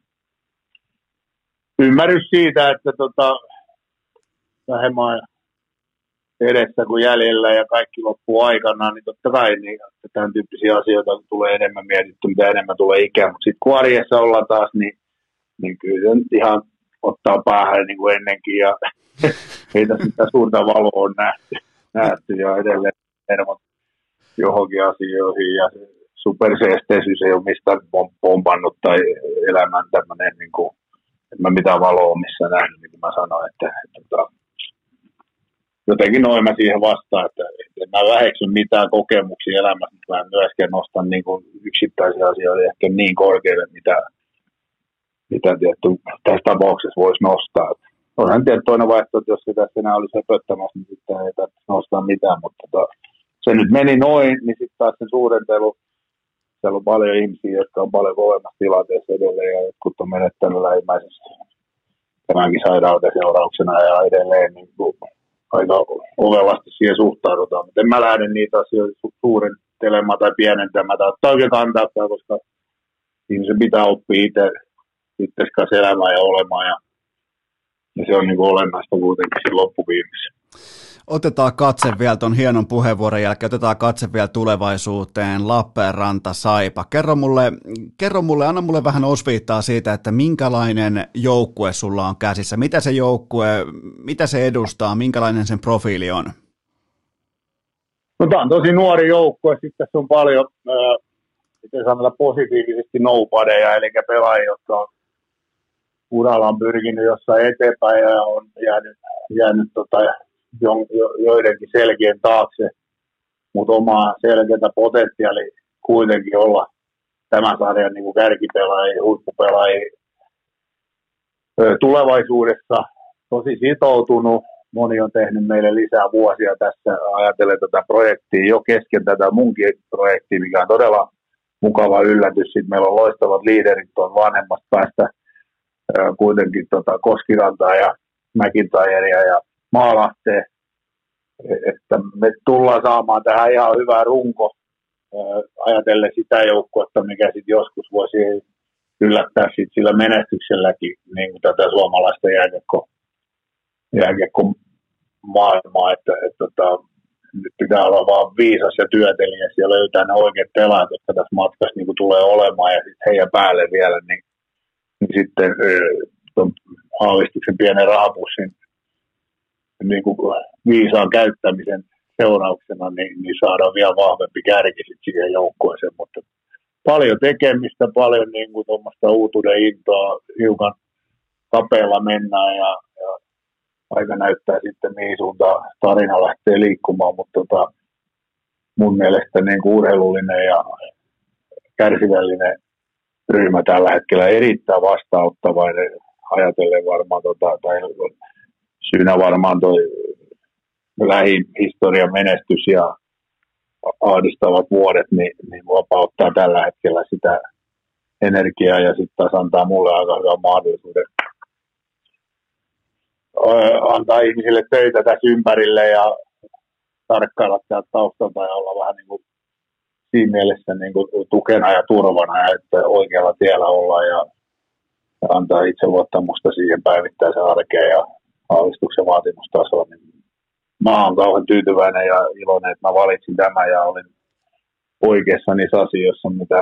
ymmärrys siitä, että tota, vähemmän edessä kuin jäljellä ja kaikki loppuu aikanaan, niin totta kai niin, tämän tyyppisiä asioita tulee enemmän mietitty, mitä enemmän tulee ikää. Mutta sitten kun arjessa ollaan taas, niin, niin kyllä se nyt ihan ottaa päähän niin kuin ennenkin ja ei tässä sitä suurta valoa on nähty, nähty ja edelleen hermot johonkin asioihin ja superseesteisyys ei ole mistään pompannut tai elämän tämmöinen, niin kuin, en mä mitään valoa missä nähnyt, niin kuin mä sanoin, että, että, että jotenkin noin mä siihen vastaan, että, että mä väheksyn mitään kokemuksia elämässä, mutta mä en myöskään nostan niin kuin yksittäisiä asioita ehkä niin korkealle, mitä, mitä tietty, tässä tapauksessa voisi nostaa. Onhan tietysti toinen vaihtoehto, että jos se tässä enää olisi höpöttämässä, niin sitten ei tarvitse nostaa mitään, mutta tota, se nyt meni noin, niin sitten taas sen suurentelu, siellä on paljon ihmisiä, jotka on paljon kovemmassa tilanteessa edelleen, ja jotkut on menettänyt lähimmäisessä tämänkin sairauden seurauksena ja edelleen niin kuin aika ovelasti siihen suhtaudutaan, mutta en mä lähde niitä asioita su- suurentelemaan tai pienentämään tai ottaa oikein kantaa, koska ihmisen pitää oppia itse itse kanssa elämään ja olemaan ja, ja se on niin kuin olennaista kuitenkin siinä loppuviimeksi.
Otetaan katse vielä tuon hienon puheenvuoron jälkeen, otetaan katse vielä tulevaisuuteen, Lappeenranta, Saipa. Kerro mulle, kerro mulle, anna mulle vähän osviittaa siitä, että minkälainen joukkue sulla on käsissä, mitä se joukkue, mitä se edustaa, minkälainen sen profiili on?
No tämä on tosi nuori joukkue, sitten tässä on paljon, äh, miten sanotaan, positiivisesti nobodyja, eli pelaajia, jotka on uralla on pyrkinyt jossain eteenpäin ja on jäänyt, jäänyt tota, jo, jo, joidenkin selkien taakse, mutta omaa selkeätä potentiaalia kuitenkin olla tämän sarjan niin kuin kärkipelaajia, huippupelaajia tulevaisuudessa tosi sitoutunut. Moni on tehnyt meille lisää vuosia tässä, ajatellen tätä projektia jo kesken tätä munkin projektia, mikä on todella mukava yllätys. Sitten meillä on loistavat liiderit tuon vanhemmasta päästä, kuitenkin tota Koskirantaa ja McIntyrea ja Maalahteen, että me tullaan saamaan tähän ihan hyvä runko, ajatellen sitä joukkuetta, mikä sitten joskus voisi yllättää sit sillä menestykselläkin niin kuin tätä suomalaista jääkiekko, jääkiekko maailmaa, että, että, että nyt pitää olla vaan viisas ja työtelijäs ja löytää ne oikeat pelaajat, jotka tässä matkassa niin kuin tulee olemaan ja sitten heidän päälle vielä, niin, niin sitten tuon aavistuksen pienen rahapussin niin kuin viisaan käyttämisen seurauksena, niin, niin saadaan vielä vahvempi kärki siihen joukkueeseen, mutta paljon tekemistä, paljon niin kuin tuommoista uutuuden intoa, hiukan kapealla mennään ja, ja aika näyttää sitten mihin suuntaan tarina lähtee liikkumaan, mutta tota, mun mielestä niin kuin urheilullinen ja kärsivällinen ryhmä tällä hetkellä erittäin vastaanottavainen, ajatellen varmaan, tota, tai syynä varmaan toi lähihistorian menestys ja ahdistavat vuodet, niin, niin vapauttaa tällä hetkellä sitä energiaa ja sitten taas antaa mulle aika hyvän mahdollisuuden antaa ihmisille töitä tässä ympärille ja tarkkailla täältä taustalta ja olla vähän niin kuin siinä mielessä niin kuin tukena ja turvana ja että oikealla tiellä ollaan ja, ja antaa itseluottamusta siihen päivittäiseen arkeen ja aavistuksen vaatimustasoon. Niin mä oon kauhean tyytyväinen ja iloinen, että mä valitsin tämän ja olin oikeassa niissä asioissa, mitä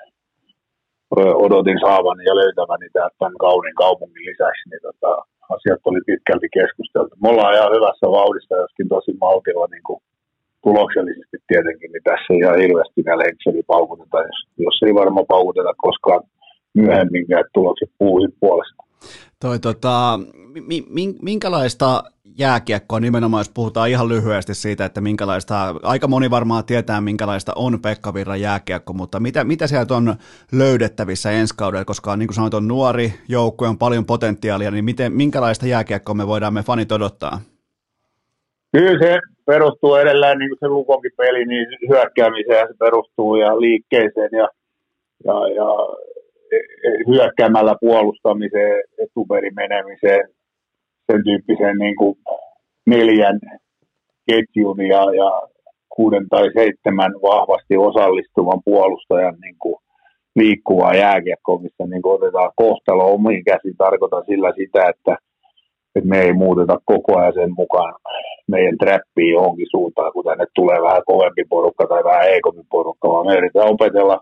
odotin saavani ja löytäväni tämän kauniin kaupungin lisäksi, niin tota, asiat oli pitkälti keskusteltu. Me ollaan ihan hyvässä vauhdissa, joskin tosi maltilla niin kuin tuloksellisesti tietenkin, niin tässä ei ihan hirveästi näillä Exceli paukuteta, jos, jos ei varmaan paukuteta koskaan myöhemminkään, että tulokset puhuisin puolesta.
Toi, tota, mi, minkälaista jääkiekkoa nimenomaan, jos puhutaan ihan lyhyesti siitä, että minkälaista, aika moni varmaan tietää, minkälaista on Pekka Virran jääkiekko, mutta mitä, mitä sieltä on löydettävissä ensi kaudella, koska niin kuin sanoit, on nuori joukkue, on paljon potentiaalia, niin miten, minkälaista jääkiekkoa me voidaan me fanit odottaa?
Kyllä se perustuu edelleen, niin kuin se Lukonkin peli, niin hyökkäämiseen se perustuu ja liikkeeseen ja, ja, ja hyökkäämällä puolustamiseen, etuperin menemiseen, sen tyyppiseen niin kuin neljän ketjun ja, ja kuuden tai seitsemän vahvasti osallistuvan puolustajan niin kuin liikkuvaa jääkiekkoa, missä niin kuin otetaan kohtalo omiin käsiin. Tarkoitan sillä sitä, että, että me ei muuteta koko ajan sen mukaan meidän trappiin johonkin suuntaan, kun tänne tulee vähän kovempi porukka tai vähän heikompi porukka, vaan me yritetään opetella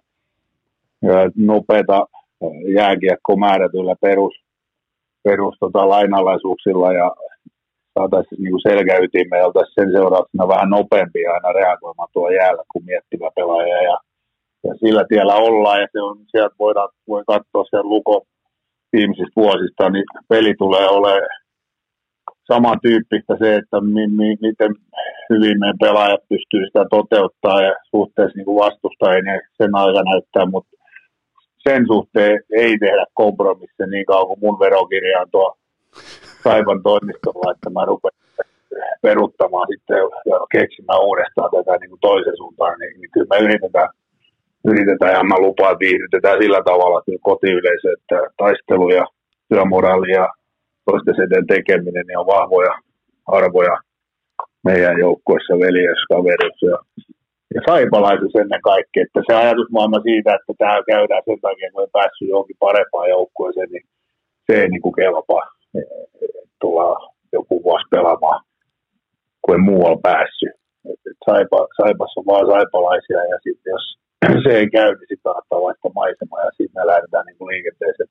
nopeata jääkiekkoa määrätyillä perus, perus tota, lainalaisuuksilla ja saataisiin niinku selkäytimeen ja oltaisiin sen seurauksena vähän nopeampia aina reagoimaan tuo jäällä kuin miettivä pelaaja. Ja, ja sillä tiellä ollaan ja se on, sieltä voidaan, voi katsoa sen Lukon viimeisistä vuosista, niin peli tulee olemaan samantyyppistä se, että mi, mi, miten hyvin meidän pelaajat pystyy sitä toteuttaa ja suhteessa niin vastustajien sen aika näyttää, mutta sen suhteen ei tehdä kompromissia niin kauan kuin mun verokirja on tuo Saipan toimistolla, että mä rupean peruttamaan sitten ja keksimään uudestaan tätä niin kuin toisen suuntaan, niin, niin kyllä me yritetään, yritetään ja mä lupaan, että viihdytetään sillä tavalla, että kotiyleisö, että taistelu ja työmoraali ja toisten eteen tekeminen niin on vahvoja arvoja meidän joukkueessa, veljeskaverit ja, ja saipalaisuus ennen kaikkea. Että se ajatusmaailma siitä, että tämä käydään sen takia, kun ei päässyt johonkin parempaan joukkueeseen, niin se ei niin kuin kelpaa. Tullaan joku vuosi pelaamaan, kun ei muualla päässyt. Saipa, Saipassa on vaan saipalaisia ja sitten jos se ei käy, niin sitten kannattaa vaihtaa maisemaa ja sitten me lähdetään niin kuin liikenteeseen.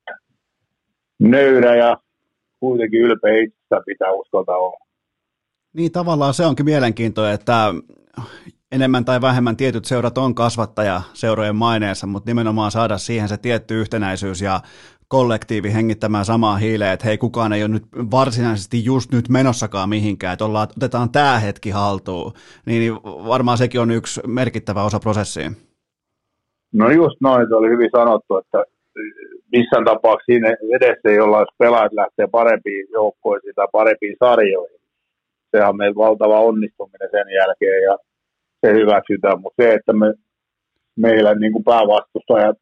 Nöyrä ja kuitenkin ylpeä itsestään pitää uskaltaa olla.
Niin tavallaan se onkin mielenkiintoinen, että enemmän tai vähemmän tietyt seurat on kasvattaja seurojen maineessa, mutta nimenomaan saada siihen se tietty yhtenäisyys ja kollektiivi hengittämään samaa hiileä, että hei, kukaan ei ole nyt varsinaisesti just nyt menossakaan mihinkään, että ollaan, otetaan tämä hetki haltuun, niin varmaan sekin on yksi merkittävä osa prosessia.
No just noin, se oli hyvin sanottu, että missään tapauksessa siinä edessä ei olla, jos pelaajat lähtee parempiin joukkoihin tai parempiin sarjoihin. Se on meillä valtava onnistuminen sen jälkeen ja se hyväksytään, mutta se, että me, meillä niin kuin päävastustajat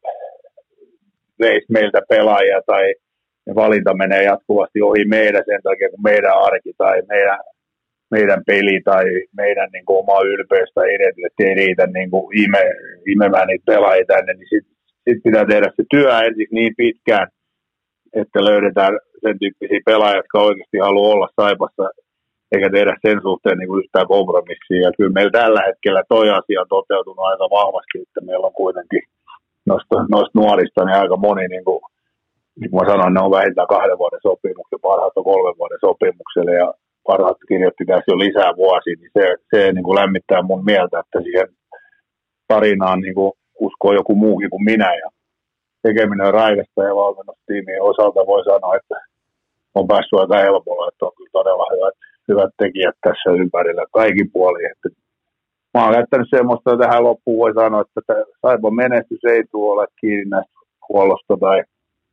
veisi meiltä pelaajia tai valinta menee jatkuvasti ohi meidän sen takia, kun meidän arki tai meidän, meidän peli tai meidän niin kuin oma ylpeys tai identiteetti ei riitä niin kuin ime, imemään niitä pelaajia tänne, niin sitten sit pitää tehdä se työ ensin niin pitkään, että löydetään sen tyyppisiä pelaajia, jotka oikeasti haluaa olla Saipassa, eikä tehdä sen suhteen niin kuin yhtään kompromissia. Ja kyllä meillä tällä hetkellä toi asia on toteutunut aika vahvasti, että meillä on kuitenkin noista, noista nuorista niin aika moni, niin kuin, niin kuin mä sanoin, ne on vähintään kahden vuoden sopimuksen, parhaat on kolmen vuoden sopimukselle ja parhaat kirjat pitäisi jo lisää vuosia, niin se, se niin kuin lämmittää mun mieltä, että siihen tarinaan niin kuin uskoo joku muukin kuin minä ja tekeminen on raivesta ja valmennustiimien osalta voi sanoa, että on päässyt aika helpolla, että on kyllä todella hyvät, hyvät tekijät tässä ympärillä kaikin puolin. Että mä oon käyttänyt semmoista tähän loppuun, voi sanoa, että Saipan menestys ei tule ole kiinni näistä huollosta tai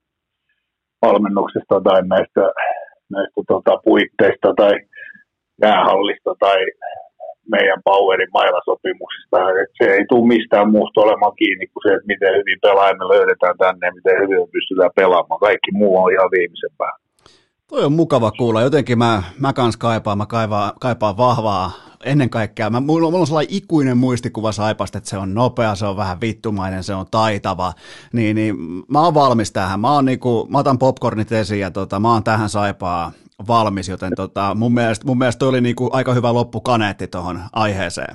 valmennuksesta tai näistä, näistä tota, puitteista tai jäähallista tai meidän Powerin mailasopimuksista. Se ei tule mistään muusta olemaan kiinni kuin se, että miten hyvin pelaajamme löydetään tänne ja miten hyvin me pystytään pelaamaan. Kaikki muu on ihan viimeisen päällä.
Toi on mukava kuulla. Jotenkin mä, mä kans kaipaan, mä kaipaan, kaipaan vahvaa ennen kaikkea. Mä, mulla, mulla on sellainen ikuinen muistikuva Saipasta, että se on nopea, se on vähän vittumainen, se on taitava. Niin, niin mä oon valmis tähän. Mä, oon niinku, mä otan popcornit esiin ja tota, mä oon tähän Saipaa valmis, joten tota, mun, mielestä, mun mielestä toi oli niinku aika hyvä loppukaneetti tuohon aiheeseen.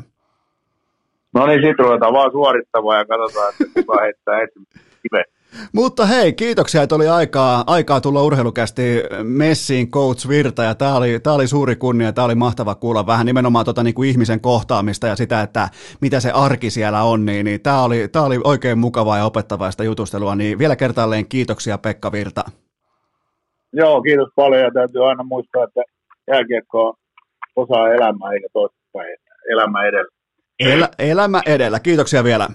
No niin, sit ruvetaan vaan suorittamaan ja katsotaan, että kuka heittää ensimmäisen kiven.
Mutta hei, kiitoksia, että oli aikaa, aikaa tulla urheilukästi messiin Coach Virta, ja tämä oli, tämä oli suuri kunnia, tämä oli mahtava kuulla vähän nimenomaan tota, niin kuin ihmisen kohtaamista ja sitä, että mitä se arki siellä on, niin, niin tämä, oli, tämä oli oikein mukavaa ja opettavaista jutustelua, niin vielä kertaalleen kiitoksia Pekka Virta.
Joo, kiitos paljon, ja täytyy aina muistaa, että jääkiekko on osa elämää eikä toisinpäin, elämä edellä.
El, elämä edellä, kiitoksia vielä.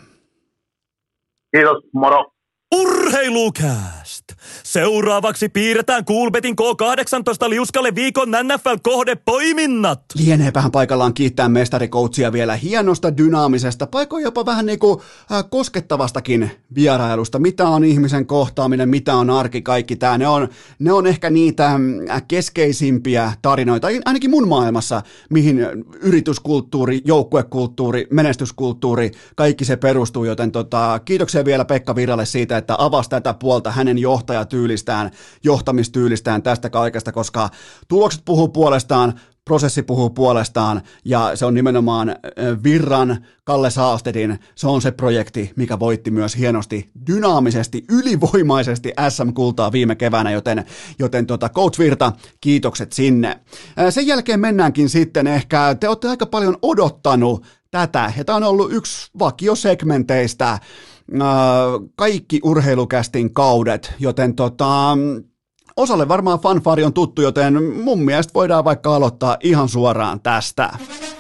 Kiitos, moro.
Urheilukääst! Seuraavaksi piirretään Coolbetin K kahdeksantoista liuskalle viikon N F L-kohdepoiminnat.
Lieneepähän paikallaan kiittää mestarikoutsia vielä hienosta, dynaamisesta, paikoin jopa vähän niin kuin äh, koskettavastakin vierailusta. Mitä on ihmisen kohtaaminen, mitä on arki, kaikki tämä. Ne on, ne on ehkä niitä äh, keskeisimpiä tarinoita, ainakin mun maailmassa, mihin yrityskulttuuri, joukkuekulttuuri, menestyskulttuuri, kaikki se perustuu. Joten tota, kiitoksia vielä Pekka Virralle siitä, että avasi tätä puolta hänen johtajatyylistään, johtamistyylistään tästä kaikesta, koska tulokset puhuu puolestaan, prosessi puhuu puolestaan, ja se on nimenomaan Virran, Kalle Saastedin, se on se projekti, mikä voitti myös hienosti, dynaamisesti, ylivoimaisesti S M-kultaa viime keväänä, joten, joten tota, Coach Virta, kiitokset sinne. Sen jälkeen mennäänkin sitten ehkä, te olette aika paljon odottanut tätä, ja tämä on ollut yksi vakiosegmenteistä, kaikki urheilukästin kaudet, joten tota, osalle varmaan fanfari on tuttu, joten mun mielestä voidaan vaikka aloittaa ihan suoraan tästä.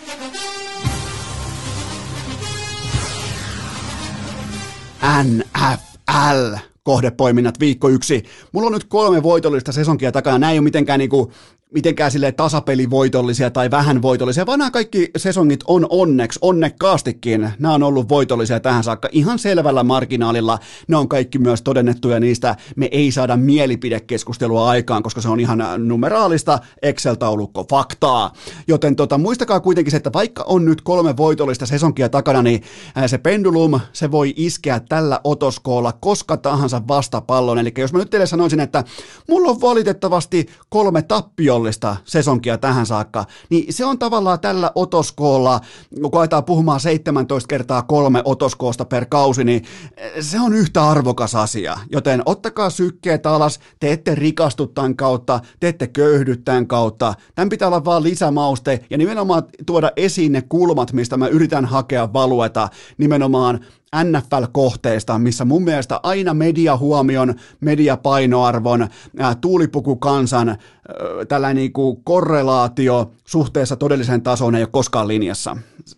N F L. Kohdepoiminnat viikko yksi. Mulla on nyt kolme voitollista sesonkia takana. Nämä ei ole mitenkään niinku mitenkään silleen tasapelivoitollisia tai vähän voitollisia, vaan nämä kaikki sesongit on onneksi, onnekkaastikin. Nämä on ollut voitollisia tähän saakka ihan selvällä marginaalilla. Ne on kaikki myös todennettu ja niistä me ei saada mielipidekeskustelua aikaan, koska se on ihan numeraalista Excel-taulukko faktaa. Joten tota, muistakaa kuitenkin se, että vaikka on nyt kolme voitollista sesonkia takana, niin se pendulum, se voi iskeä tällä otoskoolla koska tahansa vastapallon. Eli jos mä nyt teille sanoisin, että mulla on valitettavasti kolme tappiollista sesonkia tähän saakka, niin se on tavallaan tällä otoskoolla, kun aletaan puhumaan seitsemäntoista kertaa kolme otoskoosta per kausi, niin se on yhtä arvokas asia. Joten ottakaa sykkeet alas, te ette rikastu tämän kautta, te ette köyhdy tämän kautta. Tämän pitää olla vaan lisämauste ja nimenomaan tuoda esiin ne kulmat, mistä mä yritän hakea valueta nimenomaan N F L-kohteista, missä mun mielestä aina mediahuomion, mediapainoarvon, ää, tuulipukukansan, ää, tällainen niinku korrelaatio suhteessa todelliseen tasoon ei ole koskaan linjassa.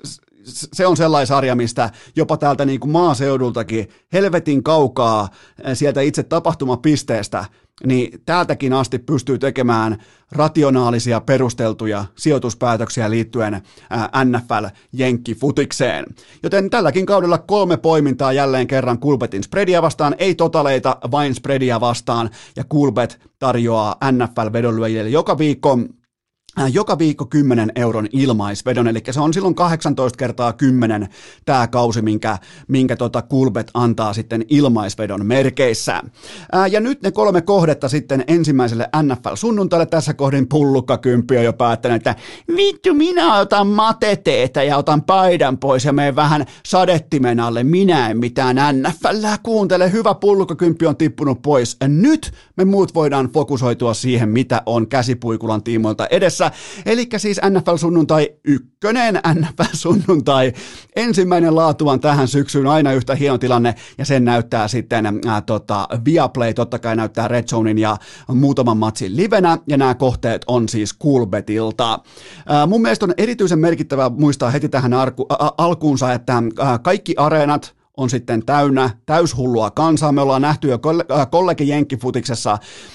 Se on sellainen sarja, mistä jopa täältä niin kuin maaseudultakin helvetin kaukaa sieltä itse tapahtumapisteestä, niin täältäkin asti pystyy tekemään rationaalisia, perusteltuja sijoituspäätöksiä liittyen N F L-jenkkifutikseen. Joten tälläkin kaudella kolme poimintaa jälleen kerran Coolbetin spreadia vastaan, ei totaleita, vain spreadia vastaan, ja Coolbet tarjoaa N F L-vedonlyöjille joka viikko Joka viikko kymmenen euron ilmaisvedon, eli se on silloin kahdeksantoista kertaa kymmenen tämä kausi, minkä, minkä tota Coolbet antaa sitten ilmaisvedon merkeissä. Ää, ja nyt ne kolme kohdetta sitten ensimmäiselle N F L-sunnuntaille. Tässä kohdin pullukkakymppi on jo päättänyt, että vittu, minä otan mateteetä ja otan paidan pois ja menen vähän sadettimen alle. Minä en mitään N F L:ää kuuntele. Hyvä, pullukkakymppi on tippunut pois. Nyt me muut voidaan fokusoitua siihen, mitä on käsipuikulan tiimoilta edessä. Eli siis N F L-sunnuntai ykkönen, N F L-sunnuntai, ensimmäinen laatuaan tähän syksyyn, aina yhtä hieno tilanne, ja sen näyttää sitten ää, tota, Viaplay, totta kai näyttää Red Zonein ja muutaman matsin livenä, ja nämä kohteet on siis Coolbetilta. Ää, mun mielestä on erityisen merkittävää muistaa heti tähän arku, a, alkuunsa, että ää, kaikki areenat on sitten täynnä, täyshullua kansaa. Me ollaan nähty jo kollegi jenkkifutiksessa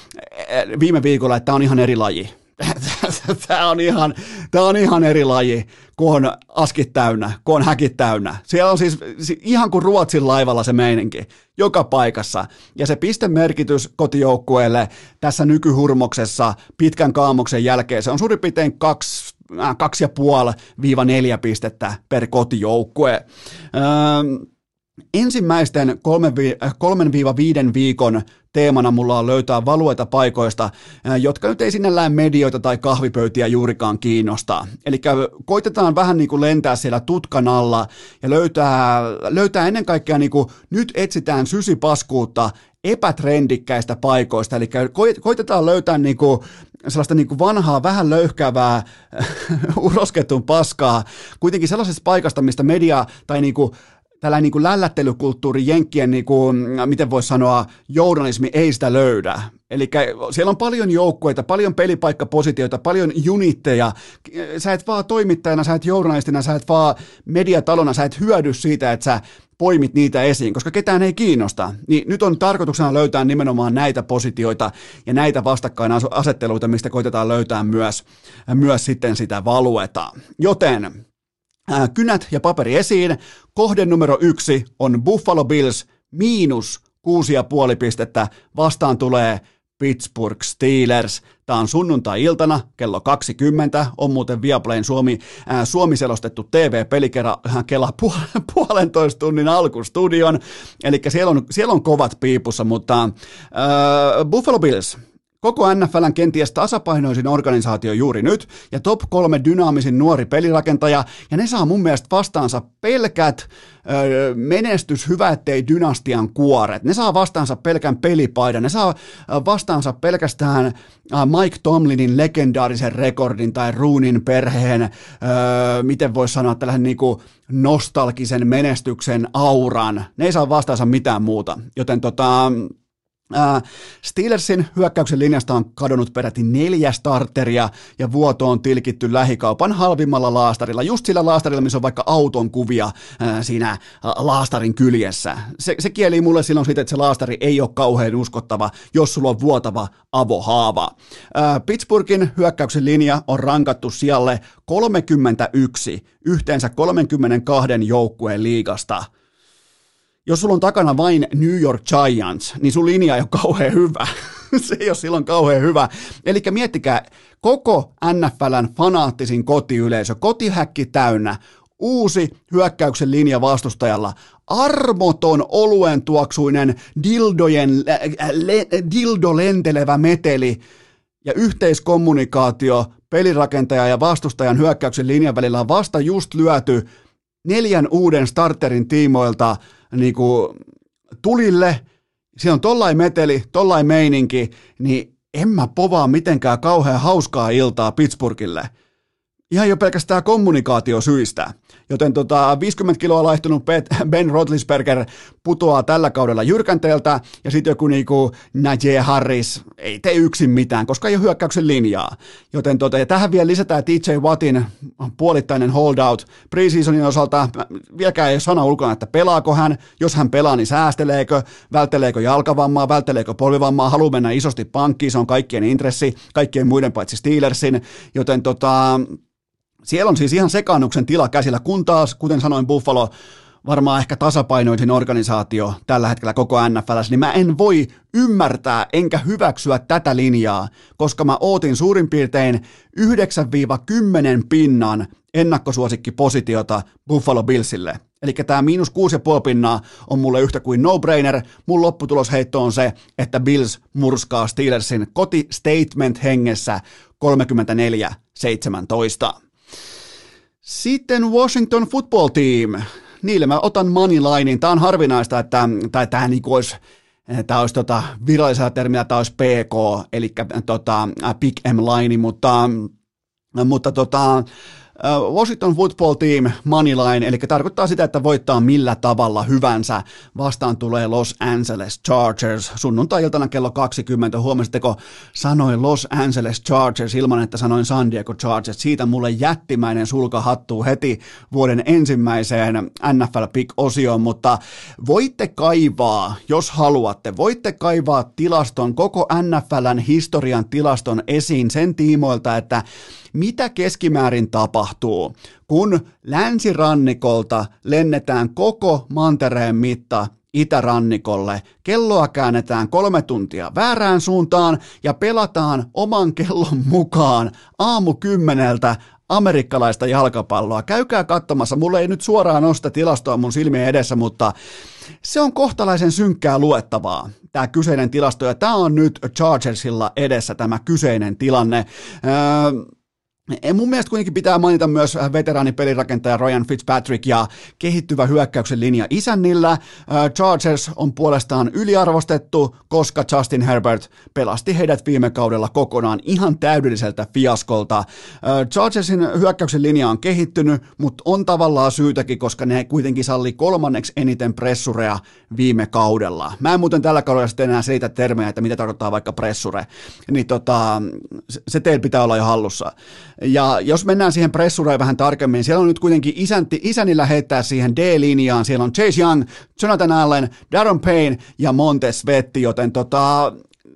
viime viikolla, että tämä on ihan eri laji. Tämä on ihan, tämä on ihan eri laji, kun on askit täynnä, kun on häkit täynnä. Siellä on siis ihan kuin Ruotsin laivalla se meininki, joka paikassa. Ja se pistemerkitys kotijoukkueelle tässä nykyhurmoksessa pitkän kaamoksen jälkeen, se on suurin piirtein kaksi, äh, kaksi ja puoli viiva neljä pistettä per kotijoukkue. Öö, Ensimmäisten kolmen viiva viiden viikon teemana mulla on löytää valueta paikoista, jotka nyt ei sinällään medioita tai kahvipöytiä juurikaan kiinnostaa. Eli koitetaan vähän niin kuin lentää siellä tutkan alla ja löytää, löytää ennen kaikkea niin kuin nyt etsitään sysipaskuutta epätrendikkäistä paikoista. Eli koitetaan löytää niin kuin sellaista niin kuin vanhaa, vähän löyhkäävää urosketun paskaa, kuitenkin sellaisesta paikasta, mistä media tai niin kuin tällainen niin kuin lällättelykulttuuri, jenkkien, niin kuin, miten voisi sanoa, journalismi ei sitä löydä. Eli siellä on paljon joukkueita, paljon pelipaikkapositioita, paljon junitteja. Sä et vaan toimittajana, sä et journalistina, sä et vaan mediatalona, sä et hyödy siitä, että sä poimit niitä esiin, koska ketään ei kiinnosta. Niin nyt on tarkoituksena löytää nimenomaan näitä positioita ja näitä vastakkainasetteluita, mistä koitetaan löytää myös, myös sitten sitä valueta. Joten kynät ja paperi esiin. Kohde numero yksi on Buffalo Bills miinus kuusi ja puoli pistettä. Vastaan tulee Pittsburgh Steelers. Tämä on sunnuntai-iltana kello kaksikymmentä. On muuten Viaplayn Suomi, äh, Suomi-selostettu T V-pelikera kela puol- puolentoista tunnin alkustudion. Eli siellä on, siellä on kovat piipussa, mutta äh, Buffalo Bills. Koko N F L:n kenties tasapainoisin organisaatio juuri nyt, ja top kolme dynaamisin nuori pelirakentaja, ja ne saa mun mielestä vastaansa pelkät ö, menestys, hyvä ettei dynastian kuoret. Ne saa vastaansa pelkän pelipaidan, ne saa vastaansa pelkästään Mike Tomlinin legendaarisen rekordin tai Rooneyn perheen, ö, miten voisi sanoa, tällaisen niinku nostalgisen menestyksen auran. Ne ei saa vastaansa mitään muuta, joten tota... Steelersin hyökkäyksen linjasta on kadonnut peräti neljä starteria ja vuoto on tilkitty lähikaupan halvimmalla laastarilla, just sillä laastarilla, missä on vaikka auton kuvia siinä laastarin kyljessä. Se, se kieli mulle silloin siitä, että se laastari ei ole kauhean uskottava, jos sulla on vuotava avohaava. Pittsburghin hyökkäyksen linja on rankattu sijalle kolmekymmentäyksi yhteensä kolmekymmentäkaksi joukkueen liigasta. Jos sulla on takana vain New York Giants, niin sun linja ei ole kauhean hyvä. Se ei ole silloin kauhean hyvä. Eli miettikää, koko N F L:n fanaattisin kotiyleisö, kotihäkki täynnä, uusi hyökkäyksen linja vastustajalla, armoton oluen tuoksuinen dildojen, äh, le, dildo lentelevä meteli ja yhteiskommunikaatio pelirakentaja ja vastustajan hyökkäyksen linjan välillä on vasta just lyöty neljän uuden starterin tiimoilta niin kuin tulille, siellä on tollain meteli, tollain meininki, niin en mä povaa mitenkään kauhean hauskaa iltaa Pittsburghille. Ihan jo pelkästään kommunikaatiosyistä. Joten tota, viisikymmentä kiloa laihtunut Ben Roethlisberger putoaa tällä kaudella jyrkänteeltä, ja sitten joku niinku Najee Harris ei tee yksin mitään, koska ei ole hyökkäyksen linjaa. Joten tota, ja tähän vielä lisätään T J Wattin puolittainen holdout preseasonin osalta. Vieläkään ei ole sana ulkona, että pelaako hän, jos hän pelaa, niin säästeleekö, vältteleekö jalkavammaa, vältteleekö polvivammaa, haluaa mennä isosti pankkiin, se on kaikkien intressi, kaikkien muiden paitsi Steelersin, joten tota... Siellä on siis ihan sekaannuksen tila käsillä, kun taas, kuten sanoin, Buffalo varmaan ehkä tasapainoisin organisaatio tällä hetkellä koko N F L:ssä, niin mä en voi ymmärtää enkä hyväksyä tätä linjaa, koska mä ootin suurin piirtein yhdeksän kymmenen pinnan ennakkosuosikkipositiota Buffalo Billsille. Eli tämä miinus kuusi pilkku viisi pinnaa on mulle yhtä kuin no-brainer. Mun lopputulosheitto on se, että Bills murskaa Steelersin koti-statement hengessä kolmekymmentäneljä seitsemäntoista. Sitten Washington Football Team. Niille mä otan moneylinein. Tämä on harvinaista, että tai tämä niinku olisi, tämä olisi tota, virallisella termillä tämä olisi P K, eli tota, Pick M line, mutta, mutta tota, Washington Football Team moneyline, eli tarkoittaa sitä, että voittaa millä tavalla hyvänsä. Vastaan tulee Los Angeles Chargers sunnuntai-iltana kello kaksikymmentä. Huomasitteko, sanoin Los Angeles Chargers ilman, että sanoin San Diego Chargers. Siitä mulle jättimäinen sulka hattuu heti vuoden ensimmäiseen N F L Pick-osioon, mutta voitte kaivaa, jos haluatte, voitte kaivaa tilaston, koko N F L:n historian tilaston esiin sen tiimoilta, että mitä keskimäärin tapahtuu, kun länsirannikolta lennetään koko mantereen mitta itärannikolle, kelloa käännetään kolme tuntia väärään suuntaan ja pelataan oman kellon mukaan aamu kymmeneltä amerikkalaista jalkapalloa. Käykää katsomassa, mulla ei nyt suoraan ole sitä tilastoa mun silmien edessä, mutta se on kohtalaisen synkkää luettavaa, tämä kyseinen tilasto, ja tämä on nyt Chargersilla edessä tämä kyseinen tilanne. Öö, Mun mielestä kuitenkin pitää mainita myös veteraanipelirakentaja Ryan Fitzpatrick ja kehittyvä hyökkäyksen linja isännillä. Chargers on puolestaan yliarvostettu, koska Justin Herbert pelasti heidät viime kaudella kokonaan ihan täydelliseltä fiaskolta. Chargersin hyökkäyksen linja on kehittynyt, mutta on tavallaan syytäkin, koska ne kuitenkin salli kolmanneksi eniten pressureja viime kaudella. Mä en muuten tällä kaudella sitten enää selitä termejä, että mitä tarkoittaa vaikka pressure, niin tota, se teillä pitää olla jo hallussa. Ja jos mennään siihen pressureen vähän tarkemmin, siellä on nyt kuitenkin isänti, isänillä heittää siihen D-linjaan, siellä on Chase Young, Jonathan Allen, Darren Payne ja Montez Sweat, joten tota,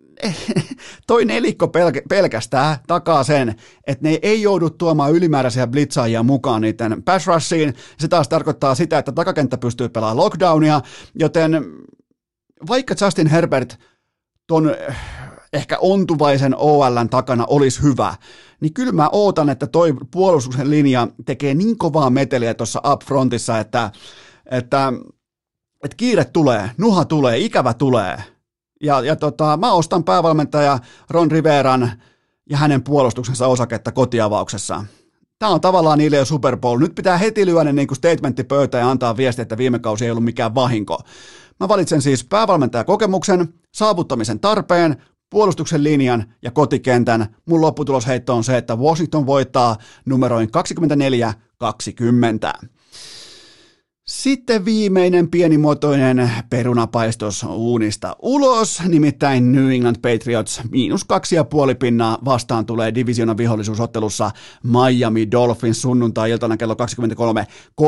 toi nelikko pelkä, pelkästään takaa sen, että ne ei joudu tuomaan ylimääräisiä blitzaajia mukaan niiden pass rushiin, se taas tarkoittaa sitä, että takakenttä pystyy pelaamaan lockdownia, joten vaikka Justin Herbert ton ehkä ontuvaisen O L:n takana olisi hyvä, niin kyllä mä ootan, että toi puolustuksen linja tekee niin kovaa meteliä tuossa up frontissa, että, että, että kiire tulee, nuha tulee, ikävä tulee. Ja, ja tota, mä ostan päävalmentaja Ron Riveran ja hänen puolustuksensa osaketta kotiavauksessa. Tämä on tavallaan niille jo Super Bowl. Nyt pitää heti lyödä niin kuin statementti pöytään ja antaa viesti, että viime kausi ei ollut mikään vahinko. Mä valitsen siis päävalmentajakokemuksen, saavuttamisen tarpeen, puolustuksen linjan ja kotikentän. Mun lopputulosheitto on se, että Washington voittaa numeroin kaksikymmentäneljä kaksikymmentä. Sitten viimeinen pienimuotoinen perunapaistos uunista ulos, nimittäin New England Patriots miinus kaksi ja puoli pinnaa vastaan tulee divisioonan vihollisuusottelussa Miami Dolphins sunnuntai-iltana kello kaksikymmentäkolme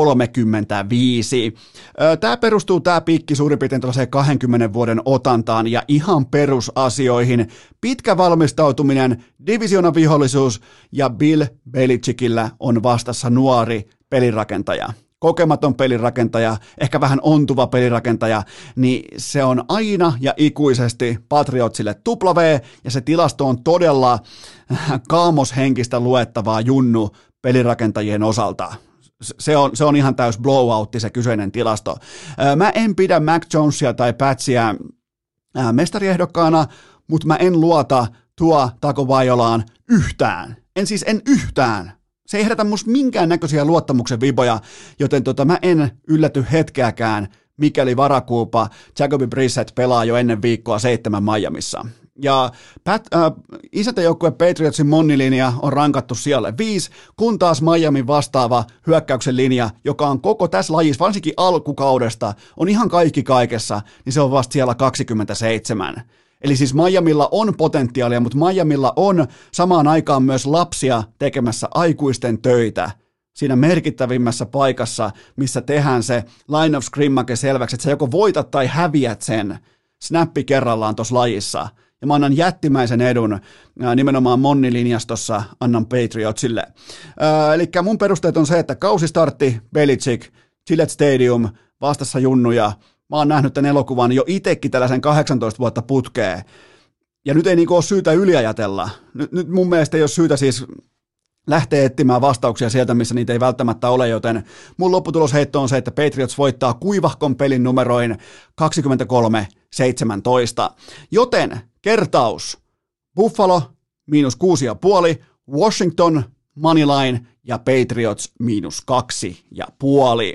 kolmekymmentäviisi. Tämä perustuu tämä piikki suurin piirtein tuollaiseen kahdenkymmenen vuoden otantaan ja ihan perusasioihin. Pitkä valmistautuminen, divisioonan vihollisuus ja Bill Belichickillä on vastassa nuori pelirakentaja. Kokematon pelirakentaja, ehkä vähän ontuva pelirakentaja, niin se on aina ja ikuisesti Patriotsille tupla V, ja se tilasto on todella kaamoshenkistä luettavaa junnu pelirakentajien osalta. Se on, se on ihan täys blowoutti se kyseinen tilasto. Mä en pidä Mac Jonesia tai Patsia mestariehdokkaana, mutta mä en luota Tua Tagovailoaan yhtään. En siis en yhtään. Se ei herätä musta minkäännäköisiä luottamuksen viboja, joten tota, mä en ylläty hetkeäkään, mikäli varakuupa Jacoby Brissett pelaa jo ennen viikkoa seitsemän Miamissa. Ja Pat, äh, isäntäjoukkue Patriotsin monnilinja on rankattu sijalle viisi, kun taas Miamin vastaava hyökkäyksen linja, joka on koko tässä lajissa, varsinkin alkukaudesta, on ihan kaikki kaikessa, niin se on vasta siellä kaksikymmentäseitsemän. Eli siis Miamilla on potentiaalia, mutta Miamilla on samaan aikaan myös lapsia tekemässä aikuisten töitä siinä merkittävimmässä paikassa, missä tehdään se line of scrimmage selväksi, että sä joko voitat tai häviät sen snappi kerrallaan tuossa lajissa. Ja mä annan jättimäisen edun ää, nimenomaan monnilinjastossa annan Patriotsille. Eli mun perusteet on se, että kausistartti, Belichick, Gillette Stadium, vastassa junnuja. Mä oon nähnyt tämän elokuvan jo itsekin tällaisen kahdeksantoista vuotta putkeen. Ja nyt ei niinku ole syytä yliajatella. Nyt, nyt mun mielestä ei ole syytä siis lähteä etsimään vastauksia sieltä, missä niitä ei välttämättä ole, joten mun lopputulosheitto on se, että Patriots voittaa kuivahkon pelin numeroin kaksikymmentäkolme seitsemäntoista. Joten kertaus. Buffalo miinus kuusi ja puoli, Washington moneyline ja Patriots miinus kaksi ja puoli.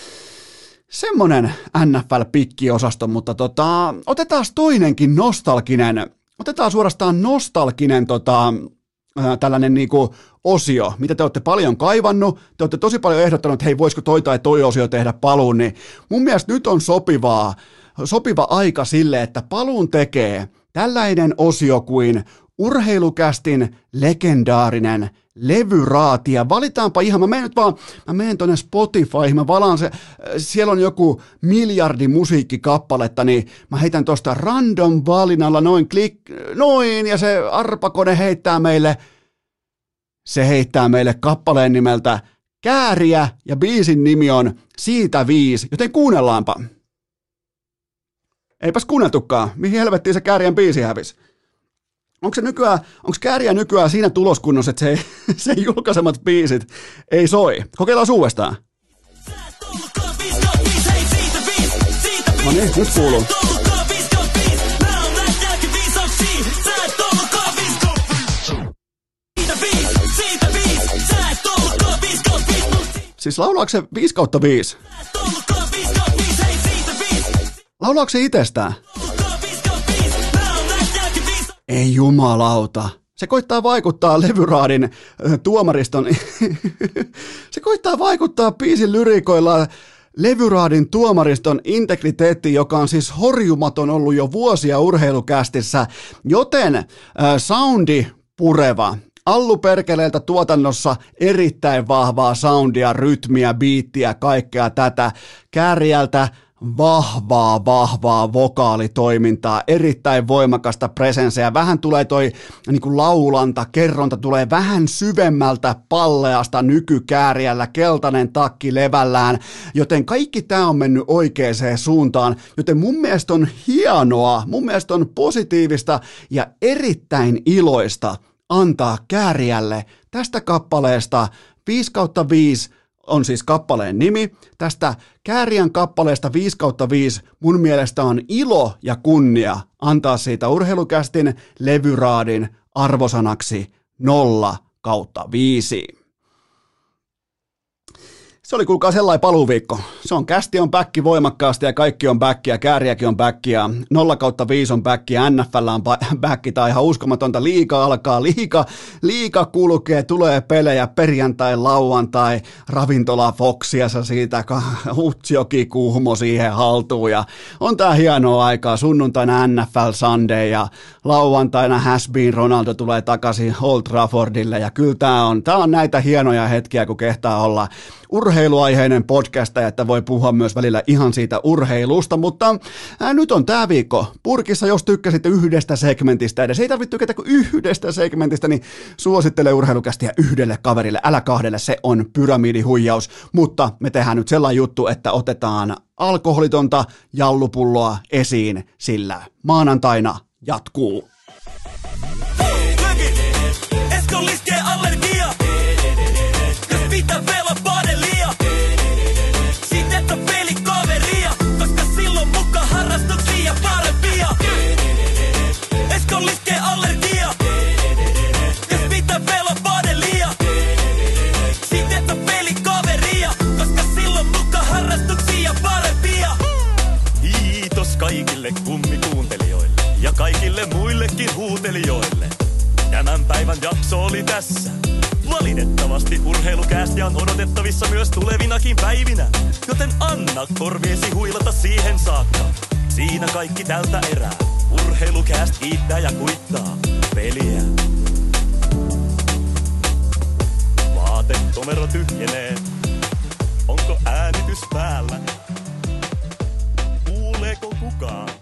Semmonen N F L-pikkiosasto, mutta tota, otetaan toinenkin nostalginen, otetaan suorastaan nostalginen tota, ää, tällainen niinku osio, mitä te olette paljon kaivannut, te olette tosi paljon ehdottanut, että hei, voisiko toi tai toi osio tehdä paluun, niin mun mielestä nyt on sopivaa, sopiva aika sille, että paluun tekee tällainen osio kuin Urheilukästin legendaarinen levyraati, ja valitaanpa ihan, mä menen nyt vaan, mä menen tonne Spotify, mä valaan se, siellä on joku miljardi musiikkikappaletta, niin mä heitän tosta random valinnalla noin klik, noin, ja se arpakone heittää meille, se heittää meille kappaleen nimeltä Kääriä, ja biisin nimi on Siitä viisi, joten kuunnellaanpa. Eipäs kuunneltukaan, mihin helvettiin se Kääriän biisi hävisi. Onko se nykyään, onko Kääriä nykyään siinä tuloskunnossa, että se, se julkaisemat biisit ei soi? Kokeillaan uudestaan. No niin, nyt kuuluu. Siis laulaako se viisi kautta viisi? Laulaako se itsestään? Ei jumalauta. Se koittaa vaikuttaa levyraadin tuomariston, se koittaa vaikuttaa biisin lyrikoilla levyraadin tuomariston integriteettiin, joka on siis horjumaton ollut jo vuosia urheilukästissä, joten äh, soundi pureva. Allu Perkeleeltä tuotannossa erittäin vahvaa soundia, rytmiä, biittiä, kaikkea tätä. Kääriältä vahvaa, vahvaa vokaalitoimintaa, erittäin voimakasta presenseä. Vähän tulee toi niin kuin laulanta, kerronta tulee vähän syvemmältä palleasta nykykääriällä, keltainen takki levällään, joten kaikki tämä on mennyt oikeaan suuntaan, joten mun mielestä on hienoa, mun mielestä on positiivista ja erittäin iloista antaa Kääriälle tästä kappaleesta viisi kautta viisi on siis kappaleen nimi. Tästä Kääriän kappaleesta viisi kautta viisi mun mielestä on ilo ja kunnia antaa siitä Urheilukästin levyraadin arvosanaksi nolla kautta viisi. Se oli kuulkaa sellainen paluuviikko. Se on kästi on backi voimakkaasti ja kaikki on backi ja kääriäkin on backi ja nolla kautta viisi on backi ja N F L on backi tai ihan uskomatonta. Liiga alkaa, liiga, liiga kulkee, tulee pelejä perjantai, lauantai, ravintola Foxiassa siitä, Utsjoki Kuhmo siihen haltuun ja on tää hienoa aikaa. Sunnuntaina N F L Sunday ja lauantaina Has Been Ronaldo tulee takaisin Old Traffordille ja kyllä tää on, tää on näitä hienoja hetkiä, kun kehtaa olla urheiluaiheinen podcastaja, että voi puhua myös välillä ihan siitä urheilusta, mutta ää, nyt on tää viikko purkissa, jos tykkäsit yhdestä segmentistä edes, ei tarvitse tykätä kuin yhdestä segmentistä, niin suosittele urheilukästiä yhdelle kaverille, älä kahdelle, se on pyramidihuijaus, mutta me tehdään nyt sellainen juttu, että otetaan alkoholitonta jallupulloa esiin, sillä maanantaina jatkuu.
Esko liskee allergia, jos pitää pelaa padelia. Siitä et on pelikaveria, koska silloin mukaan harrastuksia parempia. Esko liskee allergia, jos pitää pelaa padelia. Siitä et on pelikaveria, koska silloin mukaan harrastuksia parempia. Kiitos kaikille kummikuuntelijoille ja kaikille muillekin huutelijoille. Tämän päivän jakso oli tässä. Valitettavasti urheilukäästiä on odotettavissa myös tulevinakin päivinä, joten anna korviesi huilata siihen saakka. Siinä kaikki tältä erää. Urheilukääst kiittää ja kuittaa peliä. Vaatekomero tyhjenee. Onko äänitys päällä? Kuuleeko kukaan?